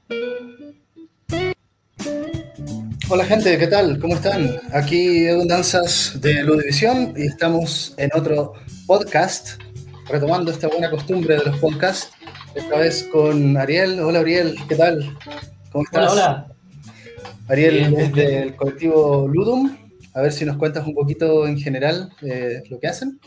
Hola gente, ¿qué tal? ¿Cómo están? Aquí Edu Danzas de Ludivisión y estamos en otro podcast, retomando esta buena costumbre de los podcasts, esta vez con Ariel. Hola Ariel, ¿qué tal? ¿Cómo Hola, estás? hola. Ariel Bien, bien, es bien. del colectivo Ludum. A ver si nos cuentas un poquito en general lo que hacen.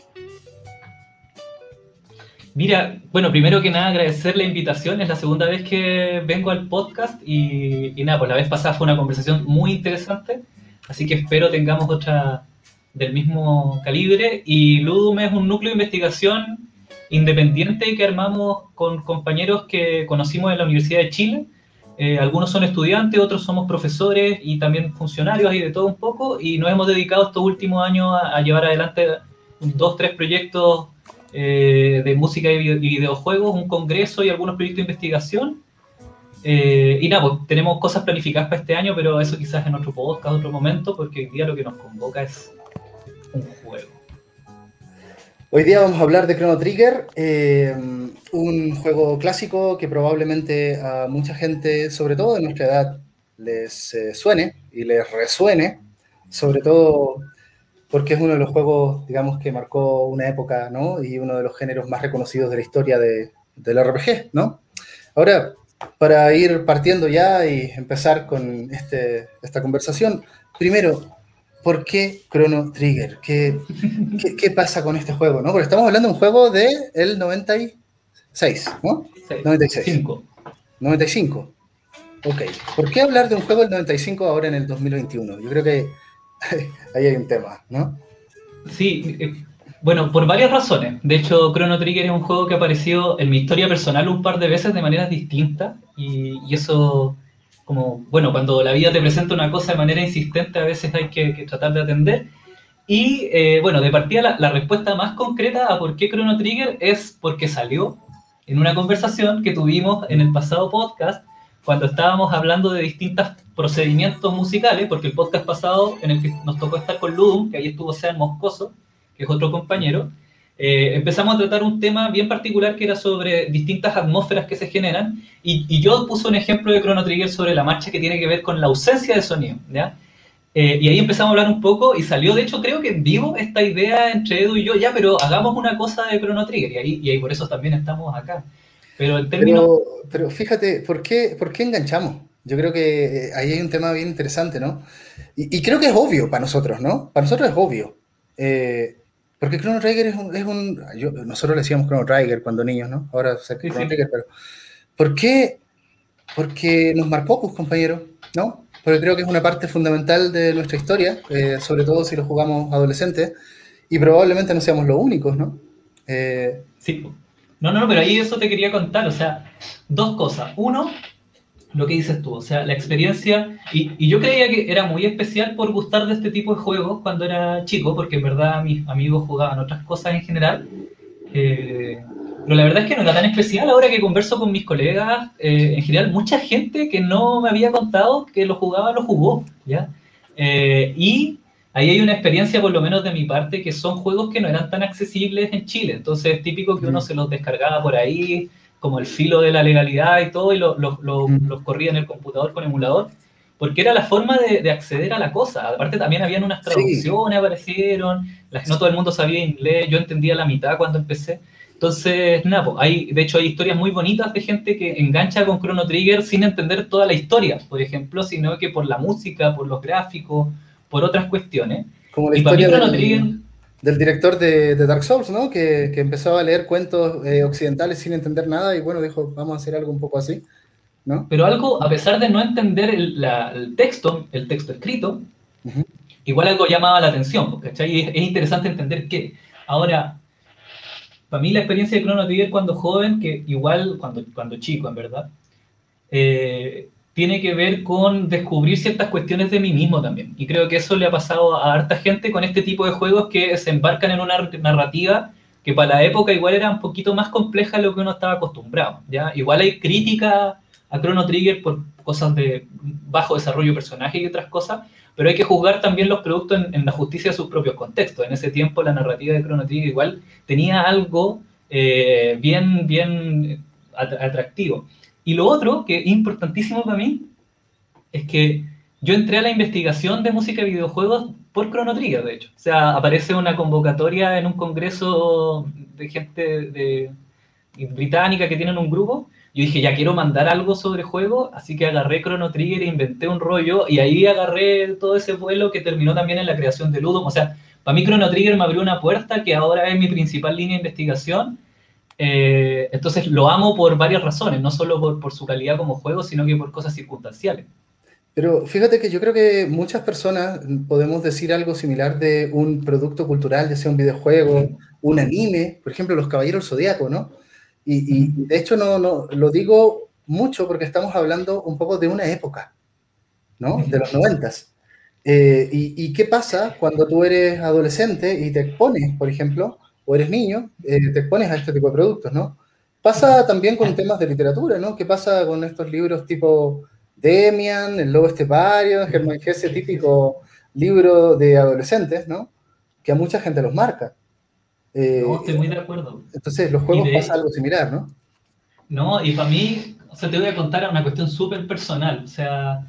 Mira, bueno, primero que nada agradecer la invitación. Es la segunda vez que vengo al podcast y nada, pues la vez pasada fue una conversación muy interesante, así que espero tengamos otra del mismo calibre. Y Ludum es un núcleo de investigación independiente que armamos con compañeros que conocimos en la Universidad de Chile. Algunos son estudiantes, otros somos profesores y también funcionarios y de todo un poco, y nos hemos dedicado estos últimos años a llevar adelante dos, tres proyectos de música y videojuegos, un congreso y algunos proyectos de investigación. Y nada, pues tenemos cosas planificadas para este año, pero eso quizás en otro podcast, otro momento, porque hoy día lo que nos convoca es un juego. Hoy día vamos a hablar de Chrono Trigger, un juego clásico que probablemente a mucha gente, sobre todo de nuestra edad, les suene y les resuene, sobre todo porque es uno de los juegos, digamos, que marcó una época, ¿no? Y uno de los géneros más reconocidos de la historia del RPG, ¿no? Ahora, para ir partiendo ya y empezar con esta conversación, primero, ¿por qué Chrono Trigger? ¿Qué pasa con este juego, no? Porque estamos hablando de un juego del 96, ¿no? 96, 5. 95. Ok. ¿Por qué hablar de un juego del 95 ahora en el 2021? Yo creo que ahí hay un tema, ¿no? Sí, bueno, por varias razones. De hecho, Chrono Trigger es un juego que ha aparecido en mi historia personal un par de veces de maneras distintas y eso, como, bueno, cuando la vida te presenta una cosa de manera insistente, a veces hay que tratar de atender. Y bueno, de partida la respuesta más concreta a por qué Chrono Trigger es porque salió en una conversación que tuvimos en el pasado podcast cuando estábamos hablando de distintos procedimientos musicales, porque el podcast pasado en el que nos tocó estar con Ludum, que ahí estuvo Sean Moscoso, que es otro compañero, empezamos a tratar un tema bien particular que era sobre distintas atmósferas que se generan y yo puse un ejemplo de Chrono Trigger sobre la marcha que tiene que ver con la ausencia de sonido, ¿ya? Y ahí empezamos a hablar un poco y salió, de hecho, creo que en vivo esta idea entre Edu y yo, ya, pero hagamos una cosa de Chrono Trigger y ahí por eso también estamos acá. Pero en términos, Pero fíjate, ¿por qué enganchamos? Yo creo que ahí hay un tema bien interesante, ¿no? Y creo que es obvio para nosotros, ¿no? Para nosotros es obvio. Eh, porque Chrono Trigger nosotros le decíamos Chrono Trigger cuando niños, ¿no? Ahora sé que es sí, Chrono sí, Trigger, pero ¿por qué? Porque nos marcó, pues, compañeros, ¿no? Porque creo que es una parte fundamental de nuestra historia, sobre todo si lo jugamos adolescentes, y probablemente no seamos los únicos, ¿no? Eh, sí. No, no, no, pero ahí eso te quería contar, o sea, dos cosas. Uno, lo que dices tú, o sea, la experiencia, y yo creía que era muy especial por gustar de este tipo de juegos cuando era chico, porque en verdad mis amigos jugaban otras cosas en general. Eh, pero la verdad es que no era tan especial ahora que converso con mis colegas. En general, mucha gente que no me había contado que lo jugaba, lo jugó, ¿ya? Y ahí hay una experiencia, por lo menos de mi parte, que son juegos que no eran tan accesibles en Chile. Entonces es típico que uno mm, se los descargaba por ahí, como el filo de la legalidad y todo, y los mm. corría en el computador con emulador, porque era la forma de acceder a la cosa. Aparte también habían unas Sí, traducciones, aparecieron, no todo el mundo sabía inglés, yo entendía la mitad cuando empecé. Entonces, nada, pues, de hecho hay historias muy bonitas de gente que engancha con Chrono Trigger sin entender toda la historia, por ejemplo, sino que por la música, por los gráficos, por otras cuestiones. como la Y para mí historia Chrono Trigger, del director de Dark Souls, ¿no? Que empezó a leer cuentos occidentales sin entender nada y bueno, dijo, vamos a hacer algo un poco así, ¿no? pero algo, a pesar de no entender el texto escrito, Ujú. igual algo llamaba la atención, ¿cachai? Y es interesante entender que ahora para mí la experiencia de Chrono Trigger cuando joven, que igual cuando chico, en verdad, tiene que ver con descubrir ciertas cuestiones de mí mismo también. Y creo que eso le ha pasado a harta gente con este tipo de juegos que se embarcan en una narrativa que para la época igual era un poquito más compleja de lo que uno estaba acostumbrado. ¿Ya? Igual hay crítica a Chrono Trigger por cosas de bajo desarrollo de personaje y otras cosas, pero hay que juzgar también los productos en la justicia de sus propios contextos. En ese tiempo la narrativa de Chrono Trigger igual tenía algo bien atractivo. Y lo otro, que es importantísimo para mí, es que yo entré a la investigación de música y videojuegos por Chrono Trigger, de hecho. O sea, aparece una convocatoria en un congreso de gente británica que tienen un grupo. Yo dije, ya quiero mandar algo sobre juegos, así que agarré Chrono Trigger e inventé un rollo, y ahí agarré todo ese vuelo que terminó también en la creación de Ludum. O sea, para mí Chrono Trigger me abrió una puerta que ahora es mi principal línea de investigación. Entonces lo amo por varias razones, no solo por su calidad como juego, sino que por cosas circunstanciales. Pero fíjate que yo creo que muchas personas podemos decir algo similar de un producto cultural, ya sea un videojuego, un anime, por ejemplo, Los Caballeros del Zodíaco, ¿no? Y de hecho no lo digo mucho porque estamos hablando un poco de una época, ¿no? De los noventas. Y qué pasa cuando tú eres adolescente y te expones, por ejemplo, o eres niño, te expones a este tipo de productos, ¿no? Pasa también con temas de literatura, ¿no? ¿Qué pasa con estos libros tipo Demian, El Lobo Estepario, Germán Hesse, típico libro de adolescentes, ¿no? Que a mucha gente los marca. No, Eh, estoy muy de acuerdo. entonces, los Y juegos pasa de, algo similar, ¿no? no, y para mí, o sea, te voy a contar una cuestión súper personal. O sea,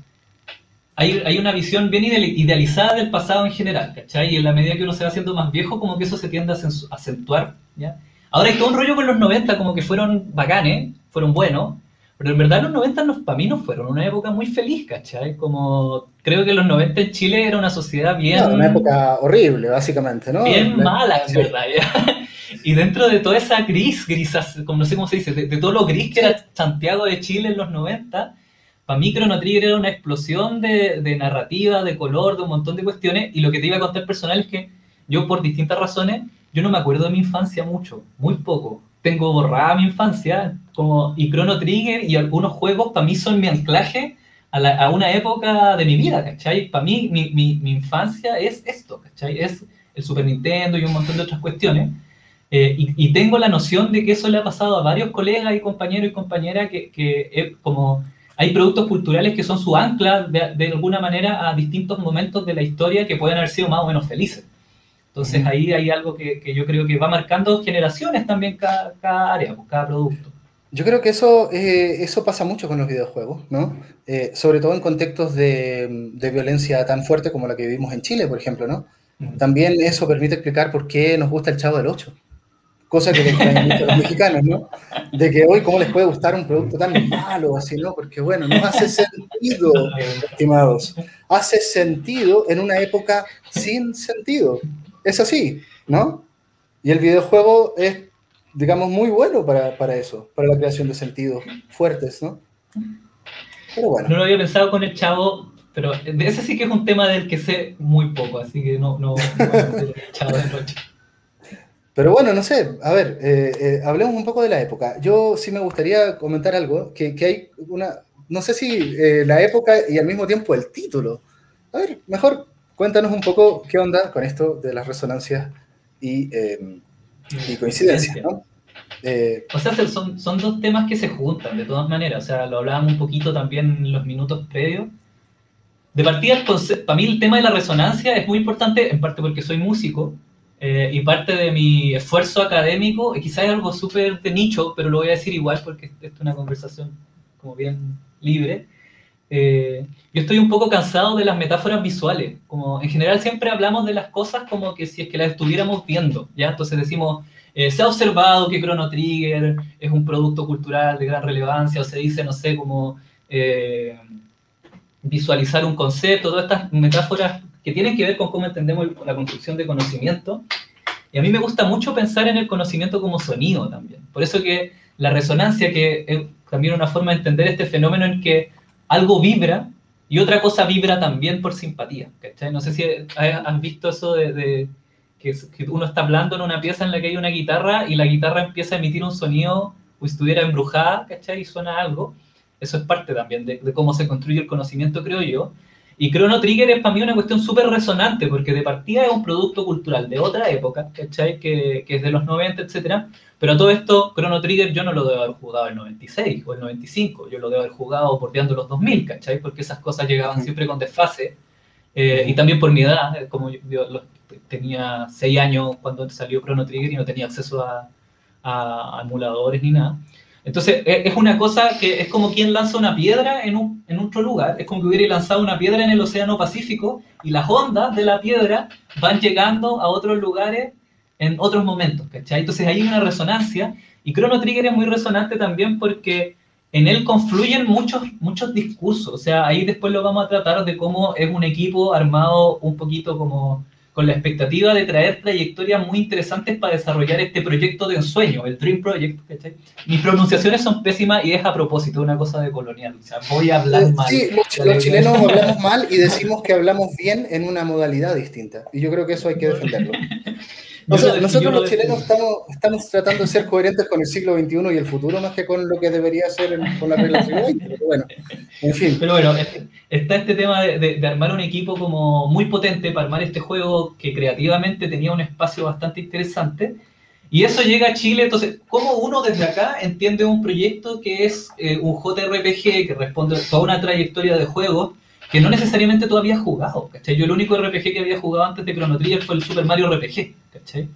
hay una visión bien idealizada del pasado en general, ¿cachai? Y en la medida que uno se va haciendo más viejo, como que eso se tiende a acentuar, ¿ya? Ahora hay todo un rollo con los 90 como que fueron bacanes, fueron buenos, pero en verdad los 90 para mí no fueron una época muy feliz, ¿cachai? Como creo que los 90 en Chile era una sociedad No, una bien, época horrible, básicamente, ¿no? bien mala, en Sí, verdad, ¿ya? Y dentro de toda esa grisas, como no sé cómo se dice, de todo lo gris que sí. era Santiago de Chile en los 90, para mí Chrono Trigger era una explosión de narrativa, de color, de un montón de cuestiones, y lo que te iba a contar personal es que yo por distintas razones, yo no me acuerdo de mi infancia mucho, muy poco. Tengo borrada mi infancia, como, y Chrono Trigger y algunos juegos para mí son mi anclaje a una época de mi vida, ¿cachai? Para mí mi infancia es esto, ¿cachai? Es el Super Nintendo y un montón de otras cuestiones. Y tengo la noción de que eso le ha pasado a varios colegas y compañeros y compañeras que como hay productos culturales que son su ancla de alguna manera a distintos momentos de la historia que pueden haber sido más o menos felices. Entonces Ujú. ahí hay algo que yo creo que va marcando generaciones también cada área, pues, cada producto. Yo creo que eso pasa mucho con los videojuegos, ¿no? Sobre todo en contextos de violencia tan fuerte como la que vivimos en Chile, por ejemplo, ¿no? También eso permite explicar por qué nos gusta el Chavo del Ocho, cosa que le extraña mucho a los mexicanos, ¿no? De que hoy, ¿cómo les puede gustar un producto tan malo así, ¿no? Porque, bueno, nos hace sentido, estimados. Hace sentido en una época sin sentido. Es así, ¿no? Y el videojuego es, digamos, muy bueno para eso, para la creación de sentidos fuertes, ¿no? Pero No bueno, lo había pensado con el chavo, pero de ese sí que es un tema del que sé muy poco, así que no me meteré en el chavo del 8. pero bueno, no sé, a ver, hablemos un poco de la época. Yo sí me gustaría comentar algo, que hay una, no sé si la época y al mismo tiempo el título. A ver, mejor cuéntanos un poco qué onda con esto de las resonancias y, eh, y coincidencias, Coincidencia. ¿no? Eh, O sea, son dos temas que se juntan de todas maneras. O sea, lo hablábamos un poquito también en los minutos previos. De partida, para mí el tema de la resonancia es muy importante, en parte porque soy músico, y parte de mi esfuerzo académico, quizás es algo súper de nicho, pero lo voy a decir igual porque esto es una conversación como bien libre. Yo estoy un poco cansado de las metáforas visuales. Como en general siempre hablamos de las cosas como que si es que las estuviéramos viendo, ¿ya? Entonces decimos, se ha observado que Chrono Trigger es un producto cultural de gran relevancia, o se dice, no sé, como eh, visualizar un concepto, todas estas metáforas que tienen que ver con cómo entendemos la construcción de conocimiento. Y a mí me gusta mucho pensar en el conocimiento como sonido también. Por eso que la resonancia, que es también una forma de entender este fenómeno en que algo vibra y otra cosa vibra también por simpatía. ¿Cachai? No sé si has visto eso que uno está hablando en una pieza en la que hay una guitarra y la guitarra empieza a emitir un sonido o estuviera embrujada, ¿cachai? Y suena algo. Eso es parte también de cómo se construye el conocimiento, creo yo. Y Chrono Trigger es para mí una cuestión súper resonante, porque de partida es un producto cultural de otra época, ¿cachai? Que es de los 90, etcétera. Pero a todo esto, Chrono Trigger yo no lo debo haber jugado el 96 o el 95, yo lo debo haber jugado porteando los 2000, ¿cachai? Porque esas cosas llegaban ujú, siempre con desfase. Y ujú. también por mi edad, como tenía 6 años cuando salió Chrono Trigger y no tenía acceso a emuladores ni nada. Entonces, es una cosa que es como quien lanza una piedra en otro lugar, es como que hubiera lanzado una piedra en el Océano Pacífico y las ondas de la piedra van llegando a otros lugares en otros momentos, ¿cachai? Entonces hay una resonancia y Chrono Trigger es muy resonante también porque en él confluyen muchos discursos, o sea, ahí después lo vamos a tratar de cómo es un equipo armado un poquito como con la expectativa de traer trayectorias muy interesantes para desarrollar este proyecto de ensueño, el Dream Project, ¿cachai? Mis pronunciaciones son pésimas y es a propósito, una cosa de colonial, o sea, voy a hablar mal. Sí, los chilenos hablamos mal y decimos que hablamos bien en una modalidad distinta. Y yo creo que eso hay que defenderlo. O sea, nosotros los chilenos estamos tratando de ser coherentes con el siglo XXI y el futuro más que con lo que debería ser con las reglas del siglo XX. Pero bueno, en fin. Pero bueno, está este tema de armar un equipo como muy potente para armar este juego que creativamente tenía un espacio bastante interesante. Y eso llega a Chile, entonces, ¿cómo uno desde acá entiende un proyecto que es un JRPG que responde a toda una trayectoria de juegos que no necesariamente tú habías jugado? ¿Cachai? Yo el único RPG que había jugado antes de Chrono Trigger fue el Super Mario RPG, ¿cachai?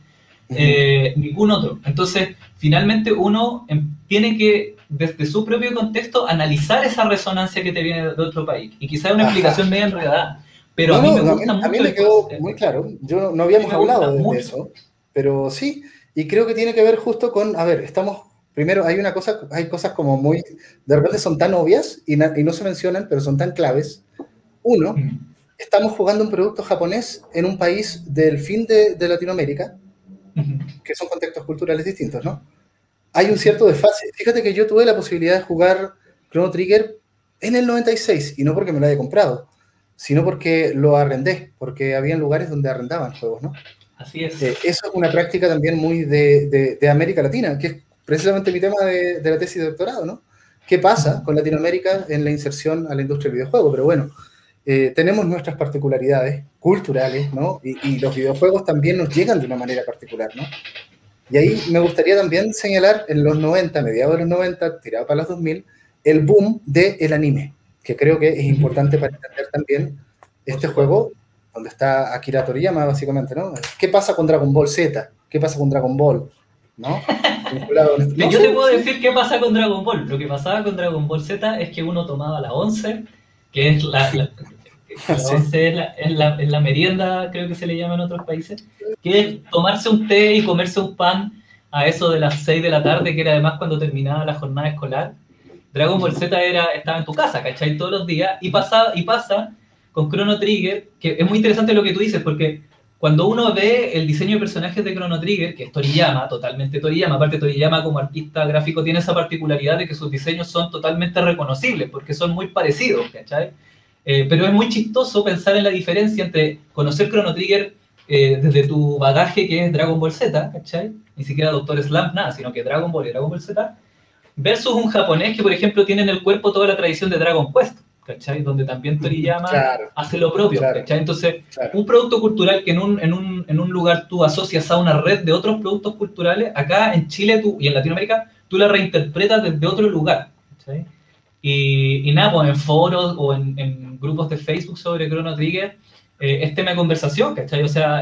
Ningún otro. Entonces, finalmente uno tiene que, desde su propio contexto, analizar esa resonancia que te viene de otro país. Y quizás es una explicación media enredada, pero a mí me gusta a mí mucho. me quedó muy claro. Yo no habíamos hablado de eso, pero sí, y creo que tiene que ver justo con, a ver, primero hay una cosa, hay cosas como muy, de repente son tan obvias y no se mencionan, pero son tan claves. Uno, estamos jugando un producto japonés en un país del fin de Latinoamérica, que son contextos culturales distintos, ¿no? Hay un cierto desfase. Fíjate que yo tuve la posibilidad de jugar Chrono Trigger en el 96, y no porque me lo haya comprado, sino porque lo arrendé, porque había lugares donde arrendaban juegos, ¿no? Así es. Eso es una práctica también muy de América Latina, que es precisamente mi tema de la tesis de doctorado, ¿no? ¿Qué pasa con Latinoamérica en la inserción a la industria del videojuego? Pero bueno, tenemos nuestras particularidades culturales, ¿no? Y los videojuegos también nos llegan de una manera particular, ¿no? Y ahí me gustaría también señalar en los 90, mediados de los 90, tirado para los 2000, el boom del anime, que creo que es importante para entender también este juego, donde está Akira Toriyama, básicamente, ¿no? ¿Qué pasa con Dragon Ball Z? ¿Qué pasa con Dragon Ball? ¿No? No, yo te puedo decir qué pasa con Dragon Ball. Lo que pasaba con Dragon Ball Z es que uno tomaba la 11, que es la 11 es la merienda, creo que se le llama en otros países, que es tomarse un té y comerse un pan a eso de las 6 de la tarde, que era además cuando terminaba la jornada escolar. Dragon Ball Z estaba en tu casa, ¿cachai? Todos los días, y pasa con Chrono Trigger, que es muy interesante lo que tú dices, porque cuando uno ve el diseño de personajes de Chrono Trigger, que es Toriyama, totalmente Toriyama, aparte Toriyama como artista gráfico tiene esa particularidad de que sus diseños son totalmente reconocibles, porque son muy parecidos, ¿cachai? Pero es muy chistoso pensar en la diferencia entre conocer Chrono Trigger desde tu bagaje que es Dragon Ball Z, ¿cachai? Ni siquiera Doctor Slump, nada, sino que Dragon Ball y Dragon Ball Z, versus un japonés que, por ejemplo, tiene en el cuerpo toda la tradición de Dragon Quest, ¿cachai? Donde también Toriyama hace lo propio, ¿cachai? Entonces, un producto cultural que en un lugar tú asocias a una red de otros productos culturales, acá en Chile y en Latinoamérica, tú la reinterpretas desde otro lugar, ¿cachai? Y nada, pues en foros o en grupos de Facebook sobre Chrono Trigger, es tema de conversación, ¿cachai? O sea,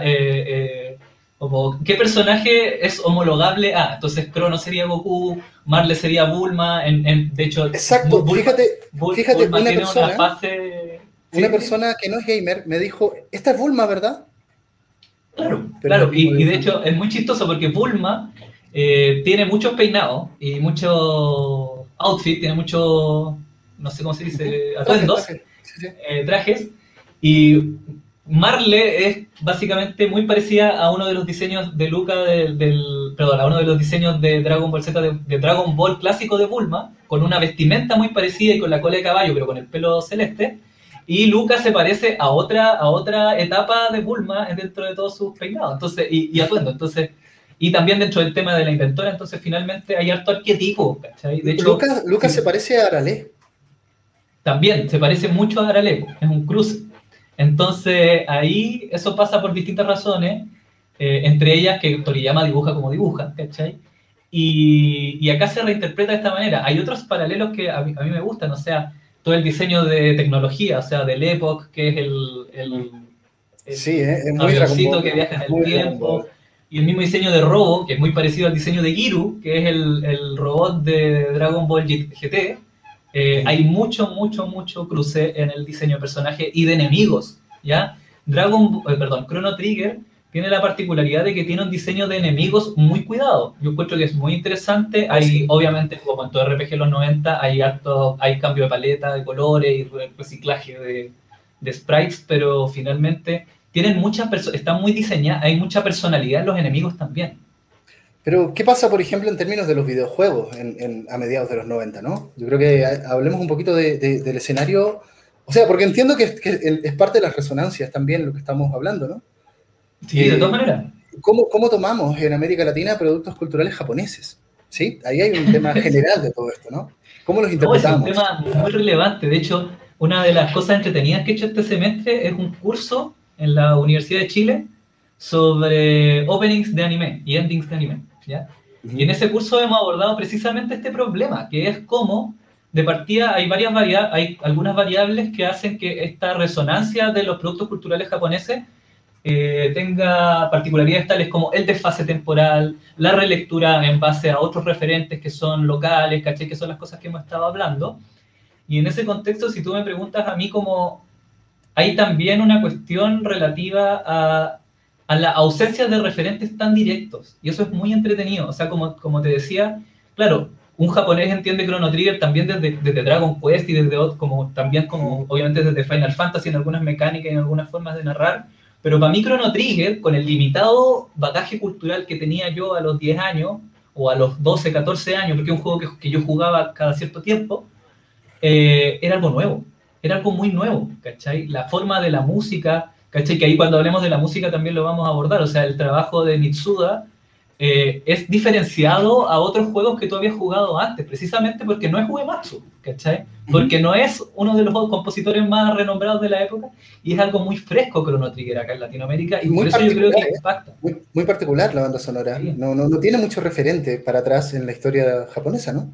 como, ¿qué personaje es homologable a? Entonces, Chrono sería Goku, Marle sería Bulma, de hecho, exacto, Bulma, fíjate Bulma tiene una fase... Una persona que no es gamer me dijo, esta es Bulma, ¿verdad? Claro, claro, y de hecho es muy chistoso porque Bulma tiene muchos peinados y mucho outfit, tiene mucho, no sé cómo se dice, atuendos, trajes, y Marle es básicamente muy parecida a uno de los diseños de Luca perdón, a uno de los diseños de Dragon Ball Z, de Dragon Ball clásico de Bulma, con una vestimenta muy parecida y con la cola de caballo, pero con el pelo celeste. Y Luca se parece a otra etapa de Bulma dentro de todos sus peinados, entonces, y atuendo, entonces, y también dentro del tema de la inventora, entonces finalmente hay harto arquetipo, ¿cachai? De hecho, Lucas se parece a Arale. También se parece mucho a Arale, es un cruce. Entonces ahí eso pasa por distintas razones, entre ellas que Toriyama dibuja como dibuja, ¿cachai? Y acá se reinterpreta de esta manera. Hay otros paralelos que a mí me gustan, o sea, todo el diseño de tecnología, o sea, del Epoch, que es Sí, es muy avioncito que viaja en el tiempo, y el mismo diseño de Robo, que es muy parecido al diseño de Giru, que es el robot de Dragon Ball GT. Hay mucho, mucho, mucho cruce en el diseño de personaje y de enemigos, ¿ya? Chrono Trigger tiene la particularidad de que tiene un diseño de enemigos muy cuidado. Yo encuentro que es muy interesante. Oh, Hay, sí. obviamente, como en todo RPG de los 90, hay cambio de paleta, de colores y reciclaje de sprites, pero finalmente tienen están muy diseñadas, hay mucha personalidad en los enemigos también. Pero, ¿qué pasa, por ejemplo, en términos de los videojuegos a mediados de los 90, ¿no? Yo creo que hablemos un poquito del escenario, o sea, porque entiendo que es parte de las resonancias también lo que estamos hablando, ¿no? Sí, de todas Eh, maneras. ¿cómo tomamos en América Latina productos culturales japoneses? ¿Sí? Ahí hay un tema general de todo esto, ¿no? ¿Cómo los No, es un interpretamos? tema muy relevante. De hecho, una de las cosas entretenidas que he hecho este semestre es un curso en la Universidad de Chile sobre openings de anime y endings de anime, ¿ya? Y en Ujú. ese curso hemos abordado precisamente este problema, que es cómo, de partida, hay algunas variables que hacen que esta resonancia de los productos culturales japoneses tenga particularidades tales como el desfase temporal, la relectura en base a otros referentes que son locales, ¿caché? Que son las cosas que hemos estado hablando. Y en ese contexto, si tú me preguntas a mí como hay también una cuestión relativa a la ausencia de referentes tan directos. Y eso es muy entretenido. O sea, como te decía, claro, un japonés entiende Chrono Trigger también desde Dragon Quest y también como obviamente desde Final Fantasy en algunas mecánicas y en algunas formas de narrar. Pero para mí Chrono Trigger, con el limitado bagaje cultural que tenía yo a los 10 años, o a los 12, 14 años, porque es un juego que yo jugaba cada cierto tiempo, era algo nuevo, era algo muy nuevo, ¿cachai? La forma de la música, ¿cachai? Que ahí cuando hablemos de la música también lo vamos a abordar, o sea, el trabajo de Mitsuda es diferenciado a otros juegos que tú habías jugado antes, precisamente porque no es Uematsu, ¿cachai? Porque Ujú. no es uno de los compositores más renombrados de la época y es algo muy fresco Chrono Trigger acá en Latinoamérica y por Muy eso yo creo particular, que ¿eh? impacta. Muy particular la banda sonora. ¿Sí? No tiene mucho referente para atrás en la historia japonesa, ¿no?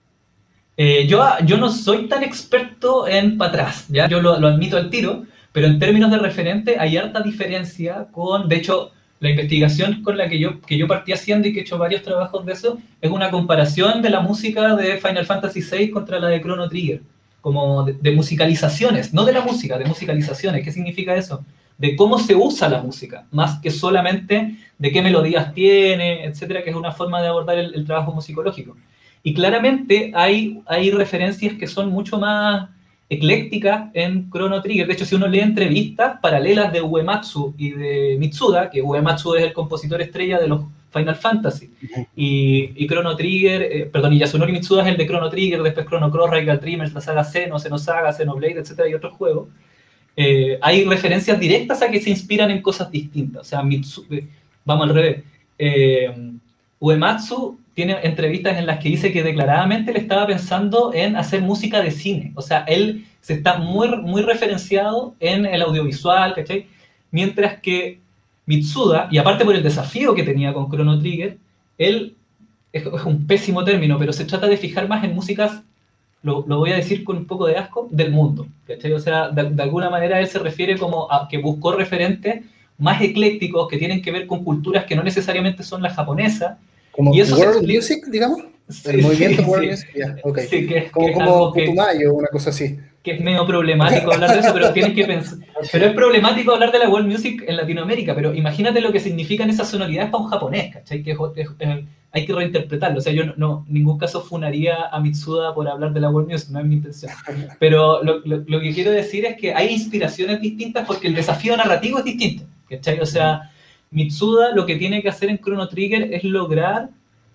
Yo no soy tan experto en para atrás, ¿ya? Yo lo admito al tiro, pero en términos de referente hay harta diferencia de hecho, la investigación con la que yo partí haciendo y que he hecho varios trabajos de eso, es una comparación de la música de Final Fantasy VI contra la de Chrono Trigger, como de musicalizaciones, no de la música, de musicalizaciones. ¿Qué significa eso? De cómo se usa la música, más que solamente de qué melodías tiene, etcétera, que es una forma de abordar el trabajo musicológico. Y claramente hay referencias que son mucho más eclécticas en Chrono Trigger. De hecho, si uno lee entrevistas paralelas de Uematsu y de Mitsuda, que Uematsu es el compositor estrella de los Final Fantasy, y Chrono Trigger, y Yasunori Mitsuda es el de Chrono Trigger, después Chrono Cross, Radical Dreamers, la saga Xenosaga, Xenoblade, etcétera, y otros juegos. Hay referencias directas a que se inspiran en cosas distintas. O sea, vamos al revés. Uematsu tiene entrevistas en las que dice que declaradamente le estaba pensando en hacer música de cine. O sea, él se está muy, muy referenciado en el audiovisual, ¿cachai? Mientras que Mitsuda, y aparte por el desafío que tenía con Chrono Trigger, él es un pésimo término, pero se trata de fijar más en músicas, lo voy a decir con un poco de asco, del mundo. ¿Cachai? O sea, de alguna manera él se refiere como a que buscó referentes más eclécticos que tienen que ver con culturas que no necesariamente son la japonesa, y Como eso se world explica. music, digamos. El Sí, movimiento sí, world sí. music, ya, ok. Sí, que Como, es como algo que, Putumayo, una cosa así. que es medio problemático hablar de eso, pero tienes que pensar. Pero es problemático hablar de la world music en Latinoamérica, pero imagínate lo que significan esas sonoridades para un japonés, ¿cachai? Hay que reinterpretarlo. O sea, yo en ningún caso funaría a Mitsuda por hablar de la world music, no es mi intención. Pero lo que quiero decir es que hay inspiraciones distintas porque el desafío narrativo es distinto, ¿cachai? O sea, Mitsuda lo que tiene que hacer en Chrono Trigger es lograr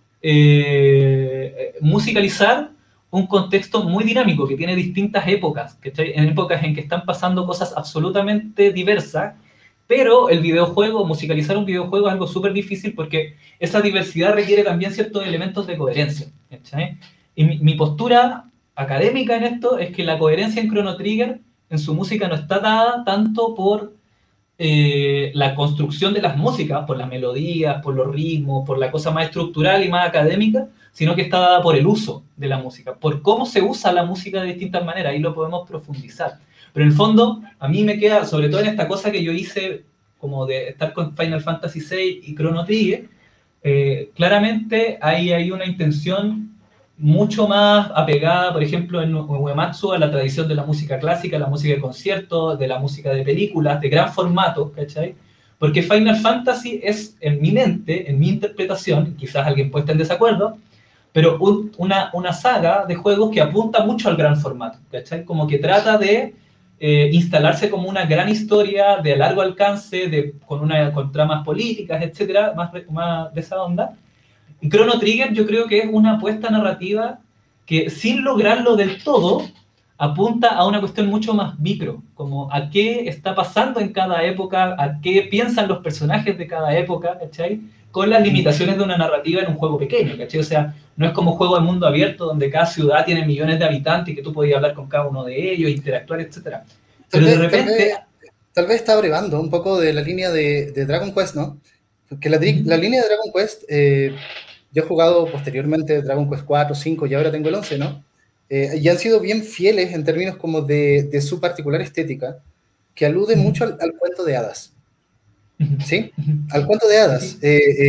musicalizar un contexto muy dinámico que tiene distintas épocas, en épocas en que están pasando cosas absolutamente diversas, pero el videojuego, musicalizar un videojuego es algo súper difícil porque esa diversidad requiere también ciertos elementos de coherencia. ¿Cachai? Y mi postura académica en esto es que la coherencia en Chrono Trigger en su música no está dada tanto por la construcción de las músicas, por las melodías, por los ritmos, por la cosa más estructural y más académica, sino que está dada por el uso de la música, por cómo se usa la música de distintas maneras, ahí lo podemos profundizar. Pero en el fondo, a mí me queda, sobre todo en esta cosa que yo hice como de estar con Final Fantasy VI y Chrono Trigger, claramente hay una intención mucho más apegada, por ejemplo, en Uematsu a la tradición de la música clásica, la música de conciertos, de la música de películas, de gran formato, ¿cachai? Porque Final Fantasy es, en mi mente, en mi interpretación, quizás alguien pueda estar en desacuerdo, pero una saga de juegos que apunta mucho al gran formato, ¿cachai? Como que trata de instalarse como una gran historia de largo alcance, con tramas políticas, etcétera, más de esa onda. Y Chrono Trigger yo creo que es una apuesta narrativa que sin lograrlo del todo apunta a una cuestión mucho más micro, como a qué está pasando en cada época, a qué piensan los personajes de cada época, ¿cachai? Con las limitaciones de una narrativa en un juego pequeño, ¿cachai? O sea, no es como un juego de mundo abierto donde cada ciudad tiene millones de habitantes y que tú podías hablar con cada uno de ellos, interactuar, etcétera. Tal Pero de vez, tal repente... vez, tal vez está brevando un poco de la línea de Dragon Quest, ¿no? Porque la Uh-huh, línea de Dragon Quest, yo he jugado posteriormente Dragon Quest 4, 5 y ahora tengo el 11, ¿no? Y han sido bien fieles en términos como de su particular estética, que alude uh-huh, mucho al cuento de hadas, uh-huh, ¿sí? uh-huh. Al cuento de Sí, hadas. sí.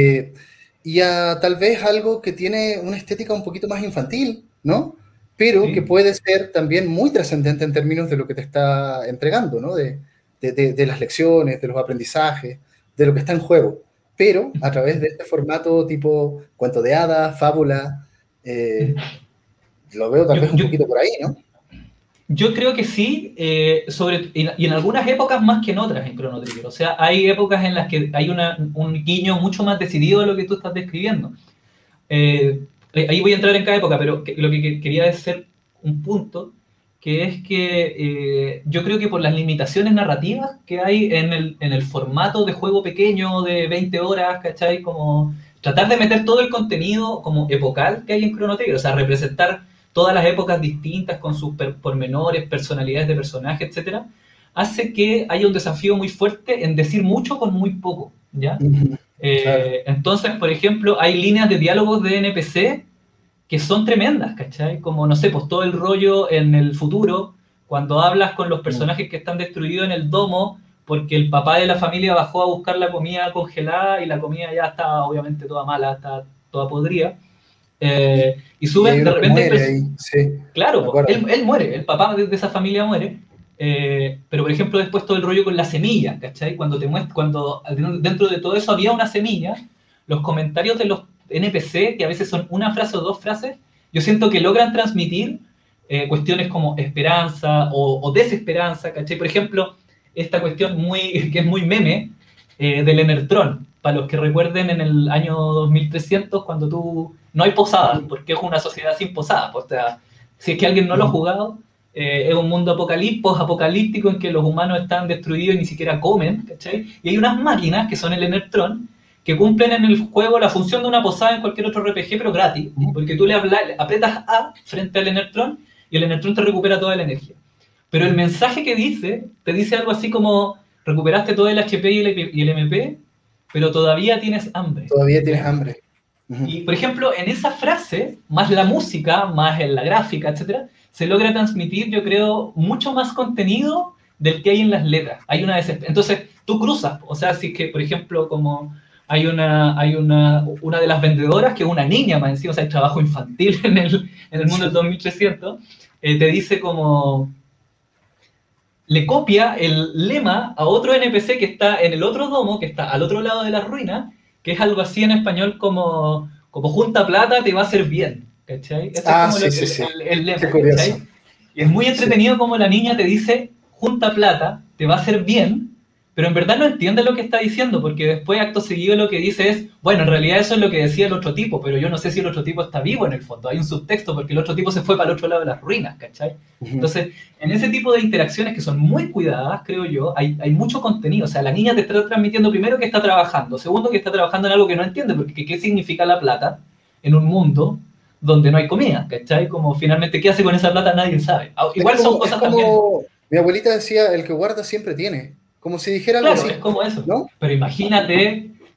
Y a tal vez algo que tiene una estética un poquito más infantil, ¿no? Pero que Sí. puede ser también muy trascendente en términos de lo que te está entregando, ¿no? De las lecciones, de los aprendizajes, de lo que está en juego. Pero a través de este formato tipo cuento de hadas, fábula, eh, lo veo tal Yo, vez un yo, poquito por ahí, ¿no? Yo creo que sí, y en algunas épocas más que en otras en Chrono Trigger. O sea, hay épocas en las que hay un guiño mucho más decidido de lo que tú estás describiendo. Ahí voy a entrar en cada época, pero lo que quería es hacer un punto, que es que yo creo que por las limitaciones narrativas que hay en el formato de juego pequeño de 20 horas, ¿cachai? Como tratar de meter todo el contenido como epocal que hay en Chrono Trigger, o sea, representar todas las épocas distintas con sus pormenores, personalidades de personajes, etcétera, hace que haya un desafío muy fuerte en decir mucho con muy poco, ¿ya? Ujú, claro. Entonces, por ejemplo, hay líneas de diálogos de NPC que son tremendas, ¿cachai? Como, no sé, pues todo el rollo en el futuro, cuando hablas con los Mm. personajes que están destruidos en el domo, porque el papá de la familia bajó a buscar la comida congelada y la comida ya está obviamente toda mala, está toda podrida. Y Y hay suben, de uno que repente hay muere ahí, sí, claro, me po, acuerdo. él muere, el papá de esa familia muere, pero por ejemplo después todo el rollo con la semilla, ¿cachai? Cuando cuando dentro de todo eso había una semilla, los comentarios de los NPC, que a veces son una frase o dos frases, yo siento que logran transmitir cuestiones como esperanza o desesperanza, ¿cachai? Por ejemplo, esta cuestión que es muy meme del Enertron, para los que recuerden en el año 2300, cuando tú no hay posadas, Ujú, porque es una sociedad sin posadas, o sea, si es que alguien no lo ha ujú. jugado, es un mundo apocalíptico en que los humanos están destruidos y ni siquiera comen, ¿cachai? Y hay unas máquinas que son el Enertron, que cumplen en el juego la función de una posada en cualquier otro RPG, pero gratis, Ujú. porque tú apretas A frente al Enertron y el Enertron te recupera toda la energía. Pero el mensaje que dice, te dice algo así como, recuperaste todo el HP y el MP, pero todavía tienes hambre, Todavía tienes ¿ya? hambre. Ujú. Y, por ejemplo, en esa frase, más la música, más en la gráfica, etcétera, se logra transmitir, yo creo, mucho más contenido del que hay en las letras. Entonces, tú cruzas, o sea, si es que, por ejemplo, como hay una de las vendedoras, que es una niña más encima, o sea, hay trabajo infantil en el mundo del 2300, te dice como, le copia el lema a otro NPC que está en el otro domo, que está al otro lado de la ruina, que es algo así en español como junta plata, te va a hacer bien, ¿cachai? Ese es Ah, como sí, sí, sí. el Qué lema, curioso. ¿cachai? Y es muy Sí. entretenido como la niña te dice, junta plata, te va a hacer bien, pero en verdad no entiende lo que está diciendo, porque después acto seguido lo que dice es, bueno, en realidad eso es lo que decía el otro tipo, pero yo no sé si el otro tipo está vivo en el fondo, hay un subtexto porque el otro tipo se fue para el otro lado de las ruinas, ¿cachai? Ujú. Entonces, en ese tipo de interacciones que son muy cuidadas, creo yo, hay mucho contenido. O sea, la niña te está transmitiendo primero que está trabajando, segundo que está trabajando en algo que no entiende, porque ¿qué significa la plata en un mundo donde no hay comida? ¿Cachai? Como finalmente, ¿qué hace con esa plata? Nadie sabe. Igual son Es cosas también. como mi abuelita decía, el que guarda siempre tiene. Como si dijera algo Claro, es así, como eso. ¿no? Pero imagínate,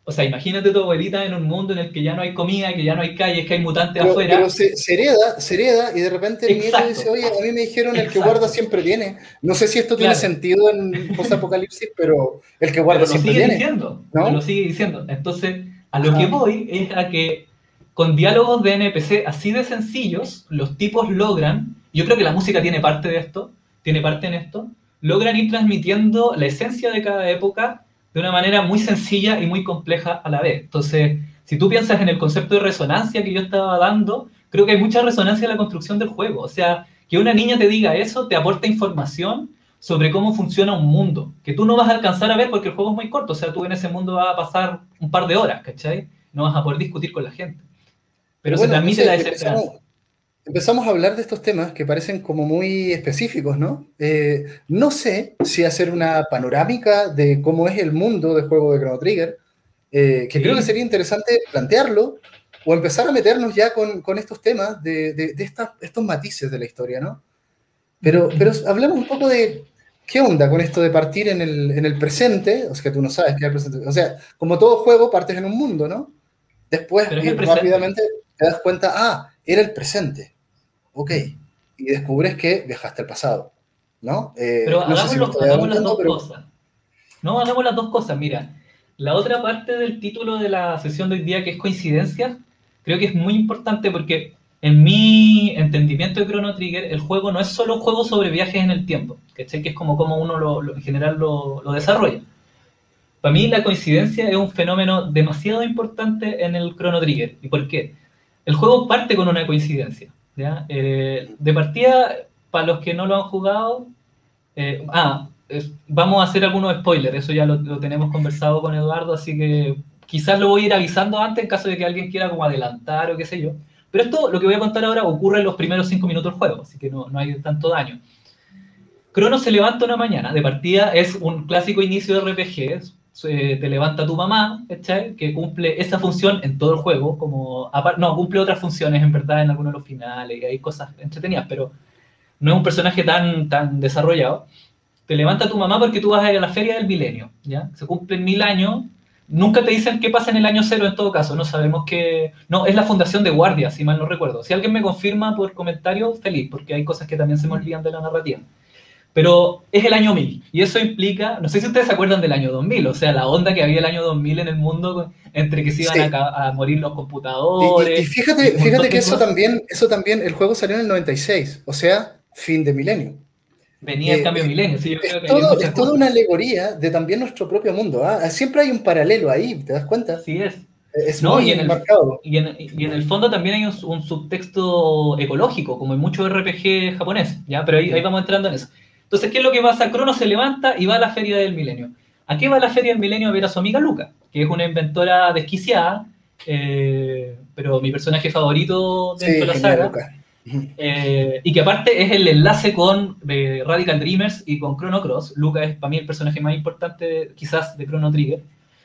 O sea, imagínate tu abuelita en un mundo en el que ya no hay comida, que ya no hay calles, que hay mutantes Pero afuera. se hereda y de repente el nieto dice, Exacto, oye, a mí me dijeron el que guarda exacto. siempre tiene. No sé si esto tiene Claro, sentido en post-apocalipsis, pero el que guarda pero siempre tiene, pero lo ¿no? sigue diciendo. Entonces, a lo que Ajá. voy es a que con diálogos de NPC así de sencillos, los tipos logran, yo creo que la música tiene parte de esto, tiene parte en esto, logran ir transmitiendo la esencia de cada época de una manera muy sencilla y muy compleja a la vez. Entonces, si tú piensas en el concepto de resonancia que yo estaba dando, creo que hay mucha resonancia en la construcción del juego. O sea, que una niña te diga eso te aporta información sobre cómo funciona un mundo, que tú no vas a alcanzar a ver porque el juego es muy corto, o sea, tú en ese mundo vas a pasar un par de horas, ¿cachai? No vas a poder discutir con la gente, pero Pero se bueno, no transmite la sé, desesperanza. empezamos a hablar de estos temas que parecen como muy específicos, ¿no? No sé si hacer una panorámica de cómo es el mundo de juego de Chrono Trigger, que creo que Sí, sería interesante plantearlo, o empezar a meternos ya con estos temas de estos matices de la historia, ¿no? Pero hablemos un poco de qué onda con esto de partir en el presente, o sea, que tú no sabes qué es el presente. O sea, como todo juego, partes en un mundo, ¿no? Después, pero es y el presente. rápidamente te das cuenta, ah, era el presente, ok. Y descubres que viajaste al pasado, ¿no? Pero No sé si me estoy hagamos las adelantando, dos pero cosas. No, hagamos las dos cosas. Mira, la otra parte del título de la sesión de hoy día, que es coincidencia, creo que es muy importante porque en mi entendimiento de Chrono Trigger, el juego no es solo un juego sobre viajes en el tiempo, ¿cachai? Que es como uno en general lo desarrolla. Para mí la coincidencia es un fenómeno demasiado importante en el Chrono Trigger. ¿Y por qué? El juego parte con una coincidencia. ¿Ya? De partida, para los que no lo han jugado, vamos a hacer algunos spoilers, eso ya lo tenemos conversado con Eduardo, así que quizás lo voy a ir avisando antes en caso de que alguien quiera como adelantar o qué sé yo. Pero esto, lo que voy a contar ahora, ocurre en los primeros 5 minutos del juego, así que no hay tanto daño. Crono se levanta una mañana, de partida es un clásico inicio de RPG, te levanta tu mamá, ¿cachai? Que cumple esa función en todo el juego, no, cumple otras funciones en verdad en algunos de los finales, y hay cosas entretenidas, pero no es un personaje tan desarrollado. Te levanta tu mamá porque tú vas a ir a la feria del milenio, ¿ya? Se cumplen 1000 años, nunca te dicen qué pasa en el año cero en todo caso, no sabemos qué... No, es la fundación de guardia, si mal no recuerdo. Si alguien me confirma por comentario, feliz, porque hay cosas que también se me olvidan de la narrativa. Pero es el año 1000 y eso implica, no sé si ustedes se acuerdan del año 2000, o sea, la onda que había el año 2000 en el mundo entre que se iban sí. a morir los Y computadores y fíjate, un fíjate montón que de cosas. eso también, el juego salió en el 96, o sea, fin de milenio. Venía el Eh, cambio de milenio, sí, yo creo es que ahí hay muchas es toda una cosas. alegoría de también nuestro propio mundo. ¿Ah? Siempre hay un paralelo ahí, ¿te das cuenta? Así es. Es No, muy marcado. y en el fondo también hay un subtexto ecológico, como en muchos RPG japonés, ¿ya? Pero ahí vamos entrando en eso. Entonces, ¿qué es lo que pasa? Crono se levanta y va a la Feria del Milenio. ¿A qué va a la Feria del Milenio? A ver a su amiga Luca, que es una inventora desquiciada, pero mi personaje favorito dentro Sí, de la genial, saga, Lucas. y que aparte es el enlace con Radical Dreamers y con Chrono Cross. Luca es para mí el personaje más importante quizás de Chrono Trigger.